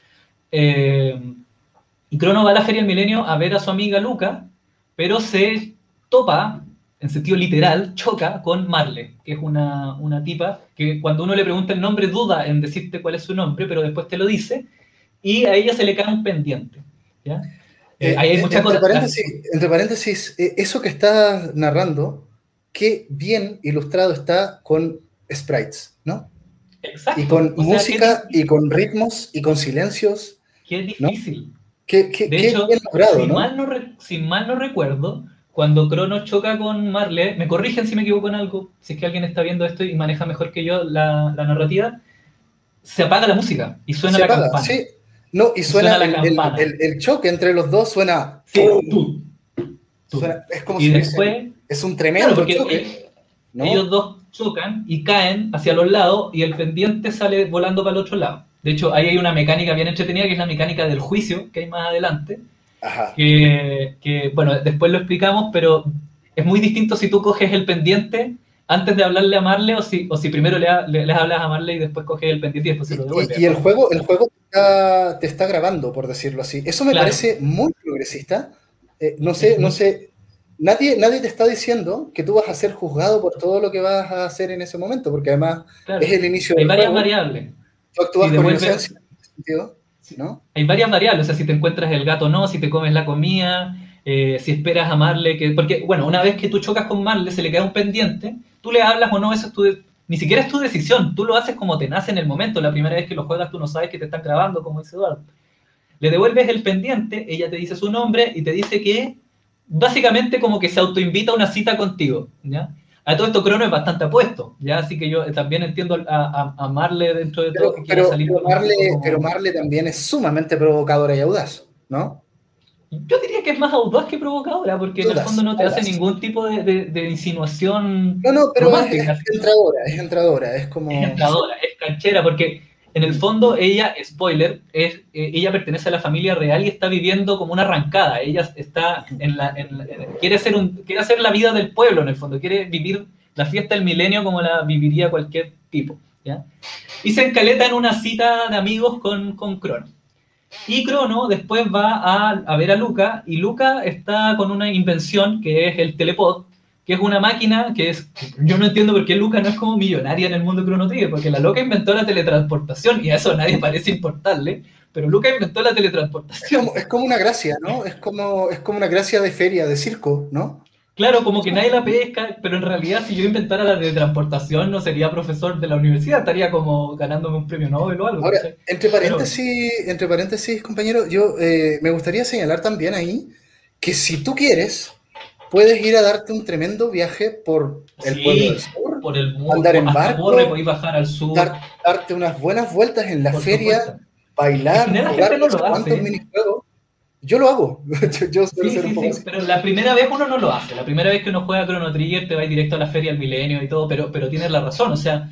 Eh, y Crono va a la Feria del Milenio a ver a su amiga Luca, pero se topa, en sentido literal, choca con Marle, que es una tipa que cuando uno le pregunta el nombre duda en decirte cuál es su nombre, pero después te lo dice, y a ella se le cae un pendiente. ¿Ya? Ahí hay muchas cosas. Entre paréntesis, eso que estás narrando, qué bien ilustrado está con sprites, ¿no? Y Exacto. con O sea, música, y con ritmos, y con silencios, qué ¿no? difícil. De Qué bien hecho, logrado, ¿no? si mal no recuerdo, cuando Crono choca con Marle, me corrigen si me equivoco en algo, si es que alguien está viendo esto y maneja mejor que yo la narrativa, se apaga la música y suena Se la apaga, campana. sí. No, y Y suena suena la campana. el choque entre los dos, suena Sí, ¡pum! Suena, es como Y si hubiesen, después, es un claro, tremendo porque choque, ellos ¿no? dos chocan y caen hacia los lados y el pendiente sale volando para el otro lado. De hecho, ahí hay una mecánica bien entretenida que es la mecánica del juicio que hay más adelante, Ajá. bueno, después lo explicamos, pero es muy distinto si tú coges el pendiente antes de hablarle a Marley o si primero les hablas a Marley y después coges el pendiente y después se lo devuelve. Y el juego te está grabando, por decirlo así. Eso me Claro, parece muy progresista. es No muy... sé, nadie te está diciendo que tú vas a ser juzgado por todo lo que vas a hacer en ese momento, porque además es Claro, el inicio hay del varias juego, variables. tú Si actúas con devuelve, inocencia en ese sentido. ¿no? Hay varias variables, o sea, si te encuentras el gato o no, si te comes la comida, si esperas a Marle, porque, bueno, una vez que tú chocas con Marle, se le queda un pendiente, tú le hablas o no, eso es ni siquiera es tu decisión, tú lo haces como te nace en el momento, la primera vez que lo juegas tú no sabes que te están grabando, como dice Eduardo. Le devuelves el pendiente, ella te dice su nombre y te dice que básicamente como que se autoinvita a una cita contigo, ¿ya? A todo esto Crono es bastante apuesto, ¿ya? Así que yo también entiendo a Marle dentro de todo que quiera salir con un tipo Pero como... Marle también es sumamente provocadora y audaz, ¿no? Yo diría que es más audaz que provocadora, porque en el fondo Audaz, no te hace audaz. ningún tipo de insinuación No, no, pero romántica. es entradora, es Es como, sí, entradora, es canchera, porque en el mm, fondo ella, spoiler, ella pertenece a la familia real y está viviendo como una arrancada. Ella está quiere hacer la vida del pueblo en el fondo, quiere vivir la fiesta del milenio como la viviría cualquier tipo. ¿Ya? Y se encaleta en una cita de amigos con Crono. Y Crono después va a ver a Luca y Luca está con una invención que es el telepod, que es una máquina que es... Yo no entiendo por qué Luca no es como millonaria en el mundo Chrono Trigger, porque la loca inventó la teletransportación y a eso a nadie parece importarle, pero Luca inventó la teletransportación. es como una gracia, ¿no? Es como una gracia de feria, de circo, ¿no? Claro, como que nadie la pesca, pero en realidad si yo inventara la teletransportación no sería profesor de la universidad, estaría como ganándome un premio Nobel o algo, Ahora, ¿cachai? Pero entre paréntesis, compañero, yo me gustaría señalar también ahí que si tú quieres, puedes ir a darte un tremendo viaje por el pueblo del sí, sur, por el andar en hasta Borre barco, podéis bajar al sur, darte unas buenas vueltas en la por feria, supuesto. En bailar, general la jugar gente no no sé lo cuántos hace. minijuegos. Yo lo hago, yo suelo Sí, ser un sí, poco sí, así. pero la primera vez uno no lo hace. La primera vez que uno juega Chrono Trigger te va directo a la Feria del Milenio y todo, pero tienes la razón. O sea,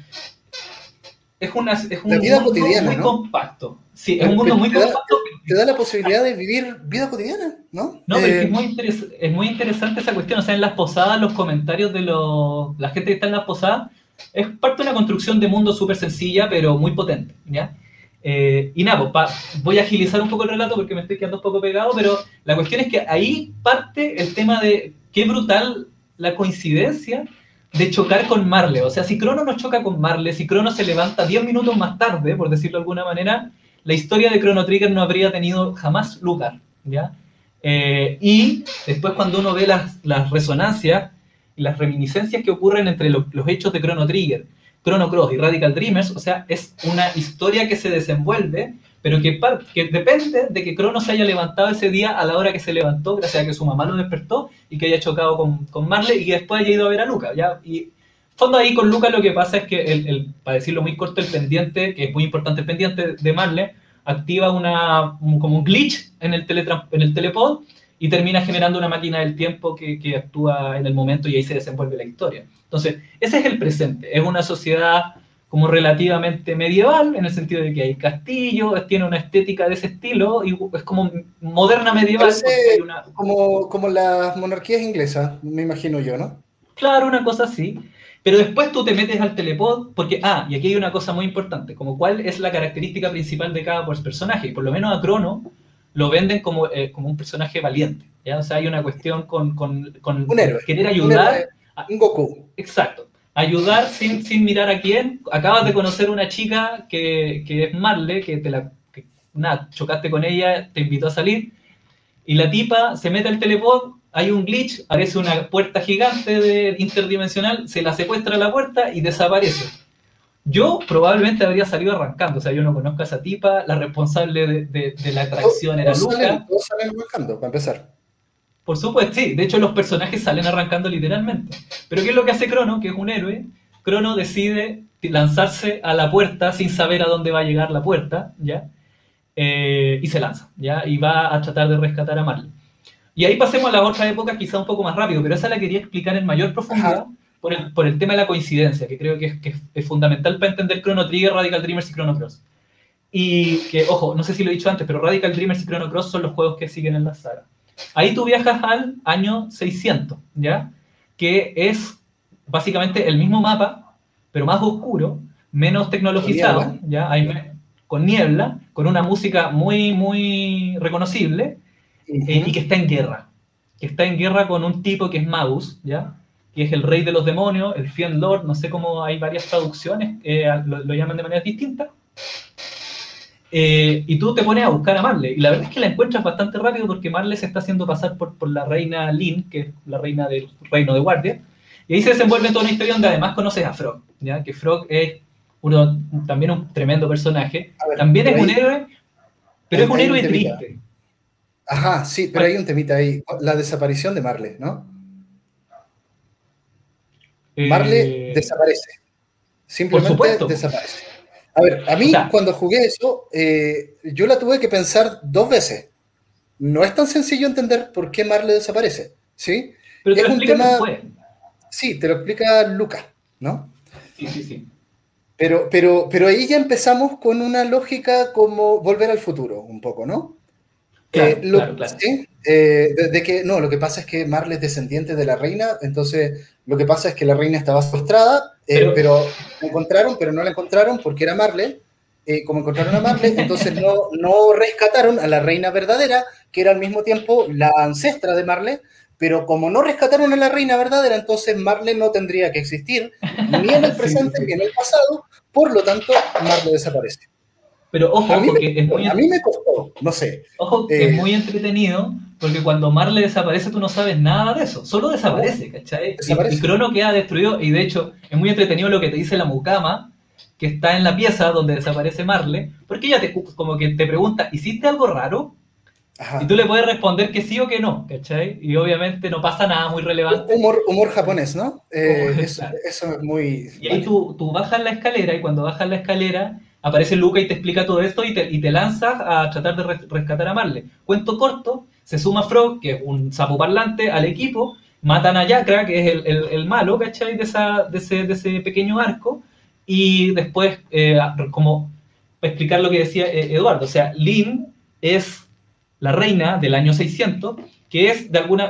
es La un vida mundo cotidiana, muy ¿no? compacto. Sí, es un mundo muy compacto. Te da la posibilidad de vivir vida cotidiana, ¿no? No, pero es que es muy interesante esa cuestión. O sea, en las posadas, los comentarios de la gente que está en las posadas, es parte de una construcción de mundo súper sencilla, pero muy potente, ¿ya? Y nada, pues, voy a agilizar un poco el relato porque me estoy quedando un poco pegado, pero la cuestión es que ahí parte el tema de qué brutal la coincidencia de chocar con Marle. O sea, si Crono no choca con Marle, si Crono se levanta 10 minutos más tarde, por decirlo de alguna manera, la historia de Chrono Trigger no habría tenido jamás lugar, ¿ya? Y después cuando uno ve las resonancias y las reminiscencias que ocurren entre los hechos de Chrono Trigger, Chrono Cross y Radical Dreamers, o sea, es una historia que se desenvuelve, pero que depende de que Chrono se haya levantado ese día a la hora que se levantó, gracias a que su mamá lo despertó y que haya chocado con Marley y que después haya ido a ver a Luca, ¿ya? Y fondo ahí con Luca lo que pasa es que, para decirlo muy corto, el pendiente, que es muy importante el pendiente de Marley, activa como un glitch en el telepod y termina generando una máquina del tiempo que actúa en el momento y ahí se desenvuelve la historia. Entonces, ese es el presente. Es una sociedad como relativamente medieval, en el sentido de que hay castillos, tiene una estética de ese estilo, y es como moderna medieval, Parece porque hay una, como las monarquías inglesas, me imagino yo, ¿no? claro, una cosa así, pero después tú te metes al telepod, porque, y aquí hay una cosa muy importante, como cuál es la característica principal de cada personaje, y por lo menos a Crono lo venden como un personaje valiente, ¿ya? O sea, hay una cuestión Un héroe, querer un héroe, ayudar, un Goku. exacto, ayudar sin mirar a quién. Acabas de conocer una chica que es Marle, nada, chocaste con ella, te invitó a salir, y la tipa se mete al telepod, hay un glitch, aparece una puerta gigante interdimensional, se la secuestra la puerta y desaparece. Yo probablemente habría salido arrancando, o sea, yo no conozco a esa tipa, la responsable de la atracción era Luca. Todos salen marcando, para empezar. Por supuesto, sí, de hecho los personajes salen arrancando literalmente. Pero ¿qué es lo que hace Crono, que es un héroe? Crono decide lanzarse a la puerta sin saber a dónde va a llegar la puerta, ¿ya? Y se lanza, ¿ya? Y va a tratar de rescatar a Marley. Y ahí pasemos a la otra época quizá un poco más rápido, pero esa la quería explicar en mayor Ajá. profundidad por el tema de la coincidencia, que creo que es fundamental para entender Chrono Trigger, Radical Dreamers y Chrono Cross. Y que, ojo, no sé si lo he dicho antes, pero Radical Dreamers y Chrono Cross son los juegos que siguen en la saga. Ahí tú viajas al año 600, ¿ya? Que es básicamente el mismo mapa, pero más oscuro, menos Con niebla. tecnologizado, ¿ya? Con niebla, con una música muy, muy reconocible, y que Ujú. está en guerra. Que está en guerra con un tipo que es Magus, ¿ya? Que es el rey de los demonios, el Fiend Lord, no sé cómo hay varias traducciones, lo llaman de manera distinta. Y tú te pones a buscar a Marle. Y la verdad es que la encuentras bastante rápido porque Marle se está haciendo pasar por la reina Lynn, que es la reina del reino de Guardia. Y ahí se desenvuelve toda una historia donde además conoces a Frog, ¿ya? Que Frog es también un tremendo personaje. A ver, También es pero un ahí héroe, pero es un hay un héroe temita. triste. Ajá, sí, pero hay un temita ahí. La desaparición de Marle, ¿no? Marle Eh, desaparece. por Simplemente supuesto. desaparece. A ver, a O mí sea, cuando jugué eso, yo la tuve que pensar dos veces. No es tan sencillo entender por qué Marle desaparece, ¿sí? pero te Es lo un explican tema, después. sí, te lo explica Lucas, ¿no? Sí, sí, sí. Pero ahí ya empezamos con una lógica como volver al futuro, un poco, ¿no? Claro, claro, claro. Sí, de que no, lo que pasa es que Marle es descendiente de la reina, entonces lo que pasa es que la reina estaba secuestrada, Pero pero la encontraron, pero no la encontraron porque era Marle. Como encontraron a Marle, entonces no rescataron a la reina verdadera, que era al mismo tiempo la ancestra de Marle, pero como no rescataron a la reina verdadera, entonces Marle no tendría que existir, ni en el sí, sí, presente ni sí. en el pasado, por lo tanto, Marle desaparece. Pero A mí a mí me costó, no sé. ojo que es Eh, muy entretenido, porque cuando Marle desaparece tú no sabes nada de eso, solo no, desaparece, ¿cachai? Y desaparece. Crono queda destruido, y de hecho es muy entretenido lo que te dice la mucama, que está en la pieza donde desaparece Marle, porque ella como que te pregunta, ¿hiciste algo raro? Y tú Ajá. le puedes responder que sí o que no, ¿cachai? Y obviamente no pasa nada muy relevante. Humor japonés, ¿no? Como, Eso, claro. eso es muy... Y ahí Vale. tú bajas la escalera y cuando bajas la escalera aparece Luca y te explica todo esto y te lanzas a tratar de rescatar a Marley. Cuento corto, se suma Frog, que es un sapo parlante, al equipo, matan a Yakra, que es el malo, ¿cachai? De ese pequeño arco, y después, como explicar lo que decía Eduardo, o sea, Lynn es la reina del año 600, que es de alguna...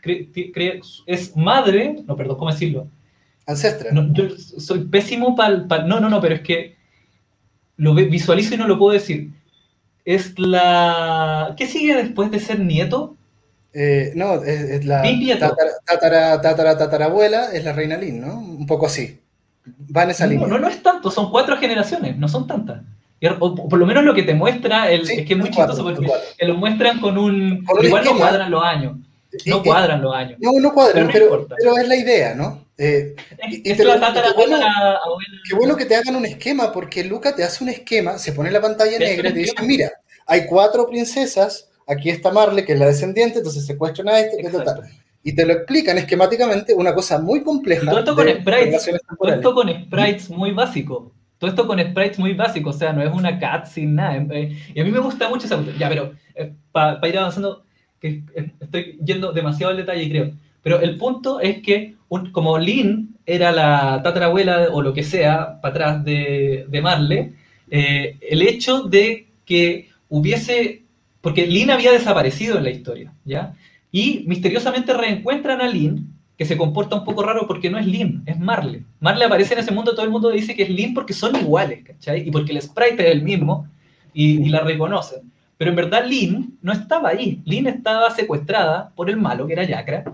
es madre, no, perdón, ¿cómo decirlo? Ancestra. No, yo soy pésimo para... no, pero es que lo visualizo y no lo puedo decir. Es la... ¿Qué sigue después de ser nieto? No, es la Bisnieto. tatarabuela, es la reina Lin, ¿no? Un poco así. Va en esa No, línea. no, no es tanto, son 4 generaciones, no son tantas. O por lo menos lo que te muestra, es Sí, que es muy chistoso son porque cuatro. lo muestran con un... Con un Pero igual no esquema, cuadran los años, eh, no eh, cuadran los años, no pero cuadran, no importa. pero es la idea, ¿no? Es la Y tatara, tatara abuela. qué bueno que te hagan un esquema, porque Luca te hace un esquema, se pone la pantalla Te hace un negra y te dice, esquema. mira, hay cuatro princesas, aquí está Marle, que es la descendiente, entonces secuestran a este, Exacto. y te lo explican esquemáticamente, una cosa muy Y todo compleja esto con de sprites, relaciones todo temporales. esto con ¿Mm? sprites muy básicos. Todo esto con sprites muy básicos, o sea, no es una cat sin nada. Y a mí me gusta mucho esa cuestión. Ya, pero para ir avanzando, que estoy yendo demasiado al detalle, creo. Pero el punto es que, como Lynn era la tatarabuela o lo que sea para atrás de Marle, el hecho de que hubiese. Porque Lynn había desaparecido en la historia, ¿ya? Y misteriosamente reencuentran a Lynn, que se comporta un poco raro porque no es Lynn, es Marle. Marle aparece en ese mundo, todo el mundo dice que es Lynn porque son iguales, ¿cachai? Y porque el sprite es el mismo y la reconocen. Pero en verdad Lynn no estaba ahí. Lynn estaba secuestrada por el malo, que era Yakra.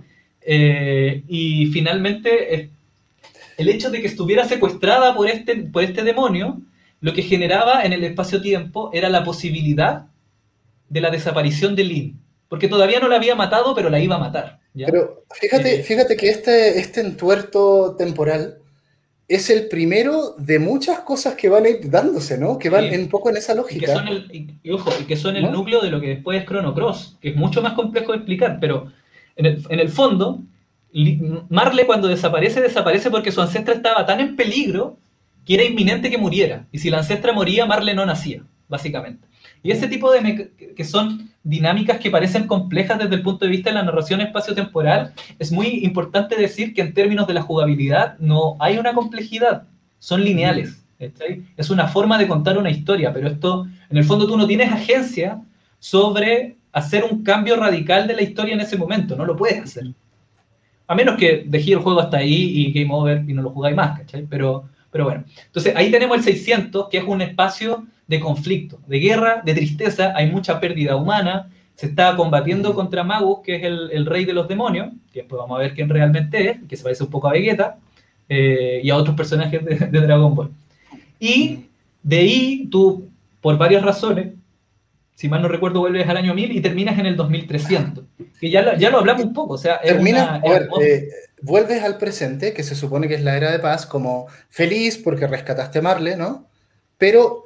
Y finalmente el hecho de que estuviera secuestrada por este demonio, lo que generaba en el espacio-tiempo era la posibilidad de la desaparición de Lynn. Porque todavía no la había matado, pero la iba a matar. ¿Ya? Pero Eh, fíjate que este entuerto temporal es el primero de muchas cosas que van a ir dándose, ¿no? Que van un sí. poco en esa Y que son lógica, ojo, y que son el ¿no? núcleo de lo que después es Chrono Cross, que es mucho más complejo de explicar, pero en el fondo, Marle cuando desaparece, desaparece porque su ancestra estaba tan en peligro que era inminente que muriera. Y si la ancestra moría, Marle no nacía, básicamente. Y ese tipo de que son dinámicas que parecen complejas desde el punto de vista de la narración espacio-temporal, es muy importante decir que en términos de la jugabilidad no hay una complejidad, son Ujú. lineales. ¿Cachai? Es una forma de contar una historia, pero esto, en el fondo tú no tienes agencia sobre hacer un cambio radical de la historia en ese momento, no lo puedes hacer. A menos que dejé el juego hasta ahí y game over y no lo jugáis más, ¿cachai? Pero bueno. Entonces ahí tenemos el 600, que es un espacio de conflicto, de guerra, de tristeza, hay mucha pérdida humana, se está combatiendo Ujú. contra Magus, que es el rey de los demonios, que después vamos a ver quién realmente es, que se parece un poco a Vegeta, y a otros personajes de Dragon Ball. Ujú. Y de ahí tú por varias razones. Si mal no recuerdo, vuelves al año 1000 y terminas en el 2300. Que ya lo hablamos un poco, o sea, es Terminas, una a ver, hermosa. vuelves al presente, que se supone que es la era de paz, como feliz porque rescataste a Marle, ¿no? Pero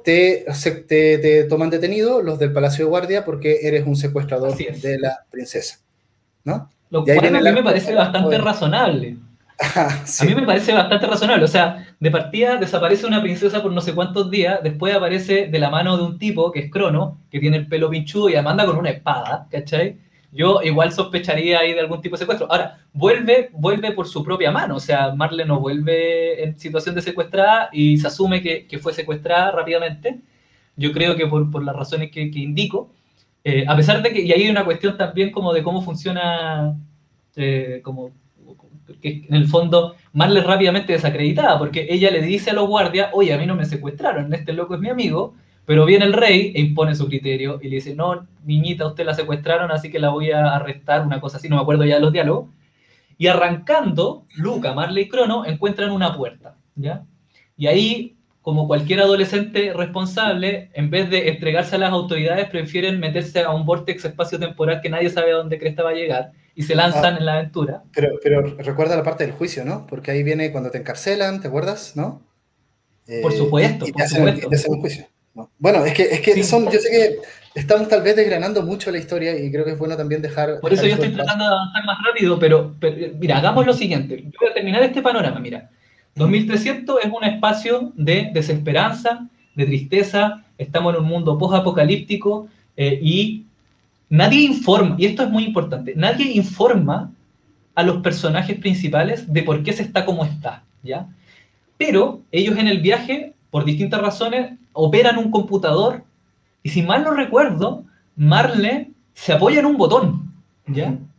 te toman detenido los del Palacio de Guardia porque eres un Así secuestrador es. de la princesa, ¿no? Y Lo ahí cual viene a el mí me arco parece bastante razonable. Ajá, A mí me sí. parece bastante razonable. O sea, de partida desaparece una princesa por no sé cuántos días, después aparece de la mano de un tipo que es Crono, que tiene el pelo pinchudo y anda con una espada, ¿cachai? Yo igual sospecharía ahí de algún tipo de secuestro. Ahora, vuelve por su propia mano. O sea, Marle no vuelve en situación de secuestrada y se asume que fue secuestrada rápidamente. Yo creo que por las razones que indico. A pesar de que, y ahí hay una cuestión también como de cómo funciona, como que en el fondo Marle es rápidamente desacreditada, porque ella le dice a los guardias, oye, a mí no me secuestraron, este loco es mi amigo, pero viene el rey e impone su criterio y le dice, no, niñita, usted la secuestraron, así que la voy a arrestar, una cosa así, no me acuerdo ya de los diálogos. Y arrancando, Luca, Marle y Crono encuentran una puerta, ¿ya? Y ahí, como cualquier adolescente responsable, en vez de entregarse a las autoridades, prefieren meterse a un vortex espacio-temporal que nadie sabe a dónde cresta va a llegar y se Ah, lanzan en la aventura. pero recuerda la parte del juicio, ¿no? Porque ahí viene cuando te encarcelan, ¿te acuerdas? ¿No? Por Y supuesto, te por hacen, y te supuesto. hacen un juicio, ¿no? Bueno, Sí, yo sé que estamos tal vez desgranando mucho la historia y creo que es bueno también por eso dejar yo su estoy espacio. tratando de avanzar más rápido, pero mira, hagamos lo siguiente. Yo voy a terminar este panorama, mira. Ujú. 2300 es un espacio de desesperanza, de tristeza, estamos en un mundo post-apocalíptico y nadie informa, y esto es muy importante, nadie informa a los personajes principales de por qué se está como está, ¿ya? Pero ellos en el viaje, por distintas razones, operan un computador y si mal no recuerdo, Marle se apoya en un botón, ¿ya? Ujú.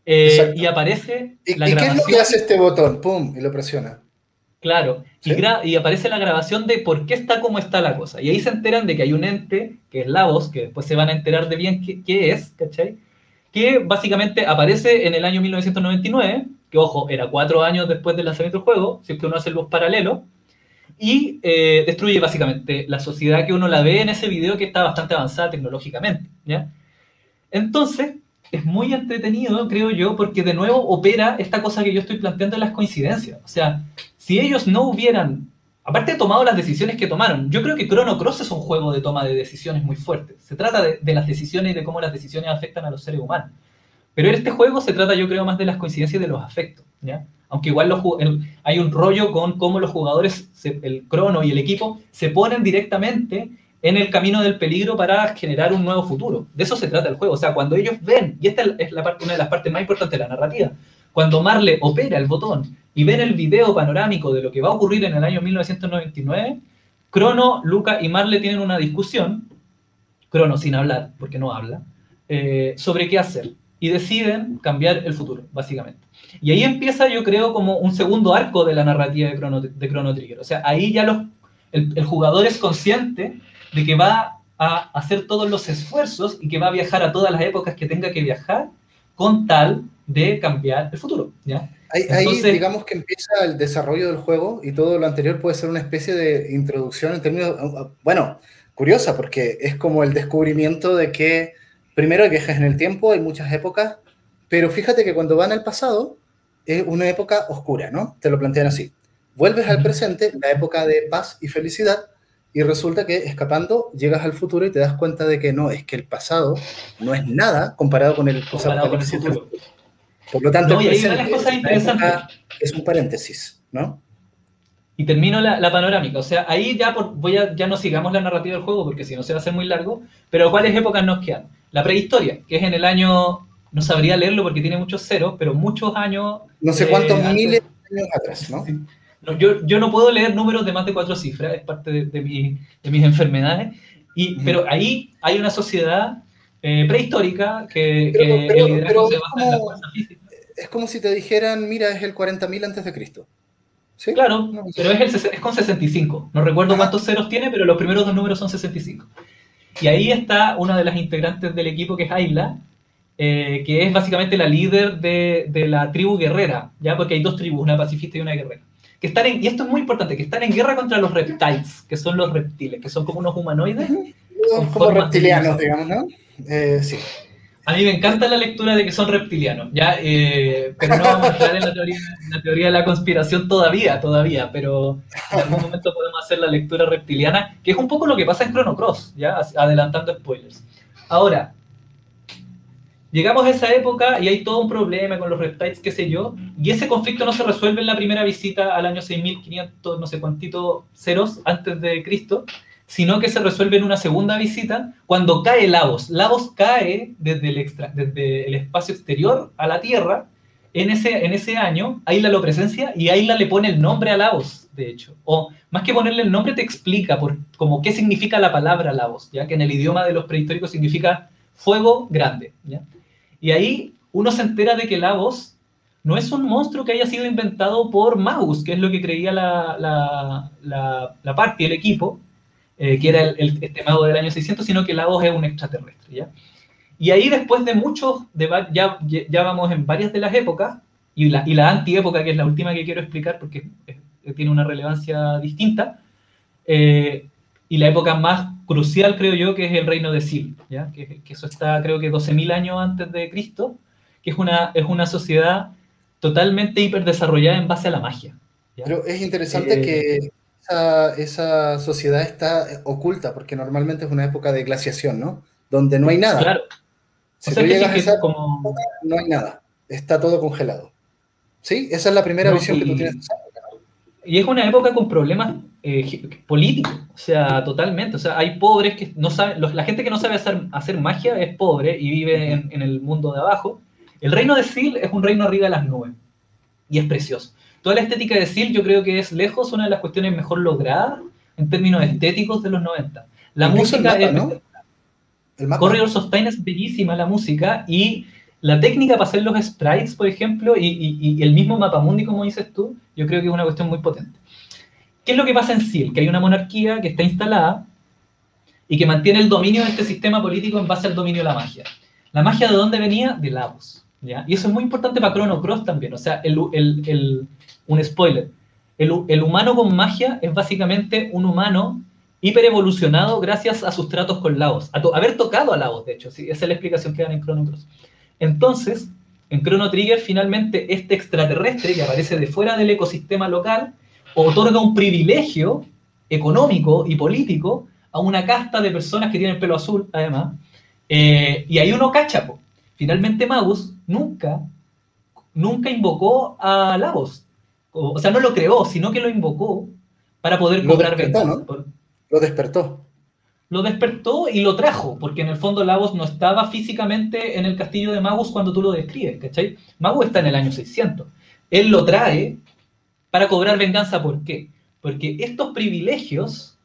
Y Exacto. aparece la Y qué es lo que hace grabación. este botón? ¡Pum! Y lo presiona. Claro, ¿Sí? y aparece la grabación de por qué está como está la cosa. Y ahí se enteran de que hay un ente, que es Lavos, que después se van a enterar de bien qué es, ¿cachai? Que básicamente aparece en el año 1999, que ojo, era 4 años después del lanzamiento del juego, si es que uno hace los paralelos, y destruye básicamente la sociedad que uno la ve en ese video que está bastante avanzada tecnológicamente, ¿ya? Entonces, es muy entretenido, creo yo, porque de nuevo opera esta cosa que yo estoy planteando en las coincidencias. O sea, si ellos no hubieran, aparte de tomado las decisiones que tomaron, yo creo que Chrono Cross es un juego de toma de decisiones muy fuerte. Se trata de las decisiones y de cómo las decisiones afectan a los seres humanos. Pero en este juego se trata, yo creo, más de las coincidencias y de los afectos, ¿ya? Aunque igual hay un rollo con cómo los jugadores, el crono y el equipo, se ponen directamente en el camino del peligro para generar un nuevo futuro. De eso se trata el juego. O sea, cuando ellos ven, y esta es una de las partes más importantes de la narrativa, cuando Marle opera el botón y ven el video panorámico de lo que va a ocurrir en el año 1999, Crono, Luca y Marle tienen una discusión, Crono sin hablar, porque no habla, sobre qué hacer. Y deciden cambiar el futuro, básicamente. Y ahí empieza, yo creo, como un segundo arco de la narrativa de Chrono Trigger. O sea, ahí ya el jugador es consciente de que va a hacer todos los esfuerzos y que va a viajar a todas las épocas que tenga que viajar con tal de cambiar el futuro, ¿ya? Ahí, Entonces, digamos que empieza el desarrollo del juego y todo lo anterior puede ser una especie de introducción en términos, bueno, curiosa, porque es como el descubrimiento de que primero hay viajes en el tiempo, hay muchas épocas, pero fíjate que cuando van al pasado es una época oscura, ¿no? Te lo plantean así. Vuelves al presente, la época de paz y felicidad, y resulta que escapando llegas al futuro y te das cuenta de que no, es que el pasado no es nada comparado con el comparado con el posapocalipsis del futuro. futuro. Por lo tanto, No, el y hay varias presente, cosas la interesantes. época, es un paréntesis, ¿no? Y termino la panorámica. O sea, ahí ya no sigamos la narrativa del juego porque si no se va a hacer muy largo. Pero ¿cuáles épocas nos quedan? La prehistoria, que es en el año, no sabría leerlo porque tiene muchos ceros, pero muchos años No sé cuántos antes. miles de años atrás, ¿no? Sí. No, yo no puedo leer números de más de 4 cifras, es parte de mis enfermedades. Ujú. Pero ahí hay una sociedad prehistórica que el liderazgo Pero se basa en la fuerza física. es como si te dijeran, mira, es el 40.000 antes de Cristo. ¿Sí? Claro, No, pero es con 65. No recuerdo ajá. cuántos ceros tiene, pero los primeros dos números son 65. Y ahí está una de las integrantes del equipo que es Ayla, que es básicamente la líder de la tribu guerrera, ¿ya? Porque hay dos tribus, una pacifista y una guerrera. que están y esto es muy importante, que están en guerra contra los reptiles, que son los reptiles, que son como unos humanoides con Como formas de reptilianos, dinosaurio. digamos, ¿no? Sí. A mí me encanta la lectura de que son reptilianos, ¿ya? Pero no vamos a entrar en la teoría de la conspiración todavía, pero en algún momento podemos hacer la lectura reptiliana, que es un poco lo que pasa en Chrono Cross, ¿ya? Adelantando spoilers. Ahora, llegamos a esa época y hay todo un problema con los reptiles, qué sé yo, y ese conflicto no se resuelve en la primera visita al año 6500, no sé cuántito ceros antes de Cristo, sino que se resuelve en una segunda visita cuando cae Lavos. Lavos cae desde el espacio exterior a la Tierra en ese año, Ayla lo presencia y Ayla le pone el nombre a Lavos, de hecho. O más que ponerle el nombre, te explica como qué significa la palabra Lavos, ¿ya? Que en el idioma de los prehistóricos significa fuego grande, ¿ya? Y ahí uno se entera de que Lavos no es un monstruo que haya sido inventado por Magus, que es lo que creía la party, el equipo, que era este mago del año 600, sino que Lavos es un extraterrestre, ¿ya? Y ahí después de muchos, ya vamos en varias de las épocas, y la antiépoca, que es la última que quiero explicar porque tiene una relevancia distinta, y la época más crucial, creo yo, que es el reino de Sil, ¿ya? Que eso está, creo que 12.000 años antes de Cristo, que es una sociedad totalmente hiperdesarrollada en base a la magia, ¿ya? Pero es interesante Eh, que esa sociedad está oculta, porque normalmente es una época de glaciación, ¿no? Donde no hay nada. claro, o Si tú sea que sí llegas a esa que época, como... no hay nada. Está todo congelado. ¿Sí? Esa es la primera No, visión que tú tienes de esa época. y es una época con problemas políticos, o sea, totalmente. O sea, hay pobres que no saben, la gente que no sabe hacer magia es pobre y vive Ujú. en el mundo de abajo. El reino de Sil es un reino arriba de las nubes y es precioso. Toda la estética de Sil yo creo que es lejos una de las cuestiones mejor logradas en términos estéticos de los 90. La Incluso el música mapa, es ¿no? El mapa. Corridors of Time es bellísima la música y la técnica para hacer los sprites, por ejemplo, y el mismo mapamundi, como dices tú, yo creo que es una cuestión muy potente. ¿Qué es lo que pasa en Sil? Que hay una monarquía que está instalada y que mantiene el dominio de este sistema político en base al dominio de la magia. ¿La magia de dónde venía? De Lavos. ¿Ya? Y eso es muy importante para Chrono Cross también. O sea, un spoiler. El humano con magia es básicamente un humano hiperevolucionado gracias a sus tratos con Lavos. Haber tocado a Lavos, de hecho. ¿Sí? Esa es la explicación que dan en Chrono Cross. Entonces, en Chrono Trigger, finalmente, este extraterrestre que aparece de fuera del ecosistema local otorga un privilegio económico y político a una casta de personas que tienen pelo azul, además, y ahí uno cacha, po. Finalmente Magus nunca invocó a Lavos. O sea, no lo creó, sino que lo invocó para poder Lo cobrar despertó, venganza. ¿no? Lo despertó. Lo despertó y lo trajo, porque en el fondo Lavos no estaba físicamente en el castillo de Magus cuando tú lo describes, ¿cachai? Magus está en el año 600. Él lo trae para cobrar venganza, ¿por qué? Porque estos privilegios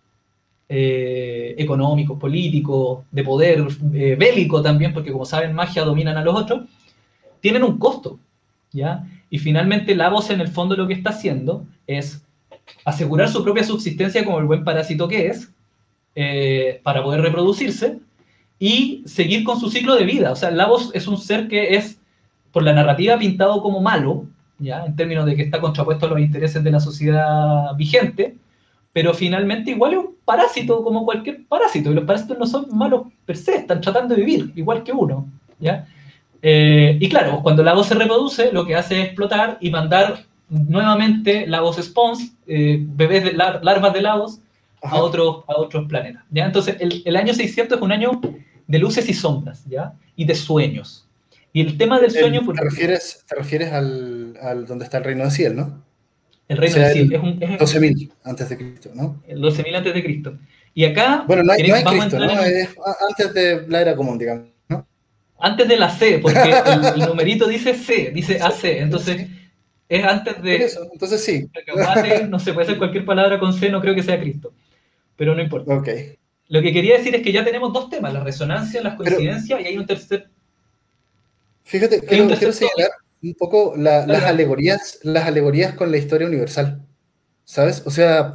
económicos, políticos, de poder, bélico también, porque como saben, magia dominan a los otros, tienen un costo, ¿ya? Y finalmente Lavos en el fondo lo que está haciendo es asegurar su propia subsistencia como el buen parásito que es, para poder reproducirse y seguir con su ciclo de vida. O sea, Lavos es un ser que es, por la narrativa, pintado como malo, ¿ya? En términos de que está contrapuesto a los intereses de la sociedad vigente, pero finalmente igual es un parásito como cualquier parásito, y los parásitos no son malos per se, están tratando de vivir igual que uno, ¿ya? Y claro, cuando la voz se reproduce, lo que hace es explotar y mandar nuevamente la voz spawns, bebés de larvas de Lavos, Ajá. a otros planetas, ¿ya? Entonces, el año 600 es un año de luces y sombras, ¿ya? Y de sueños. Y el tema del sueño, Te refieres al donde está el reino de Ciel, ¿no? el O reino de sea, Sil, el es 12.000 antes de Cristo, ¿no? el 12.000 antes de Cristo. Y acá Bueno, no hay vamos a Cristo, entrar ¿no? en un... Es antes de la era común, digamos, ¿no? Antes de la C, porque el numerito dice C, dice Sí, AC, entonces sí, es antes por de eso. Entonces sí. cacahuate, no sé, puede ser cualquier palabra con C, no creo que sea Cristo, pero no importa. Ok. Lo que quería decir es que ya tenemos dos temas, la resonancia, las Pero coincidencias, y fíjate, hay un quiero tercer señalar un poco dale, dale. las alegorías con la historia universal, ¿sabes? O sea,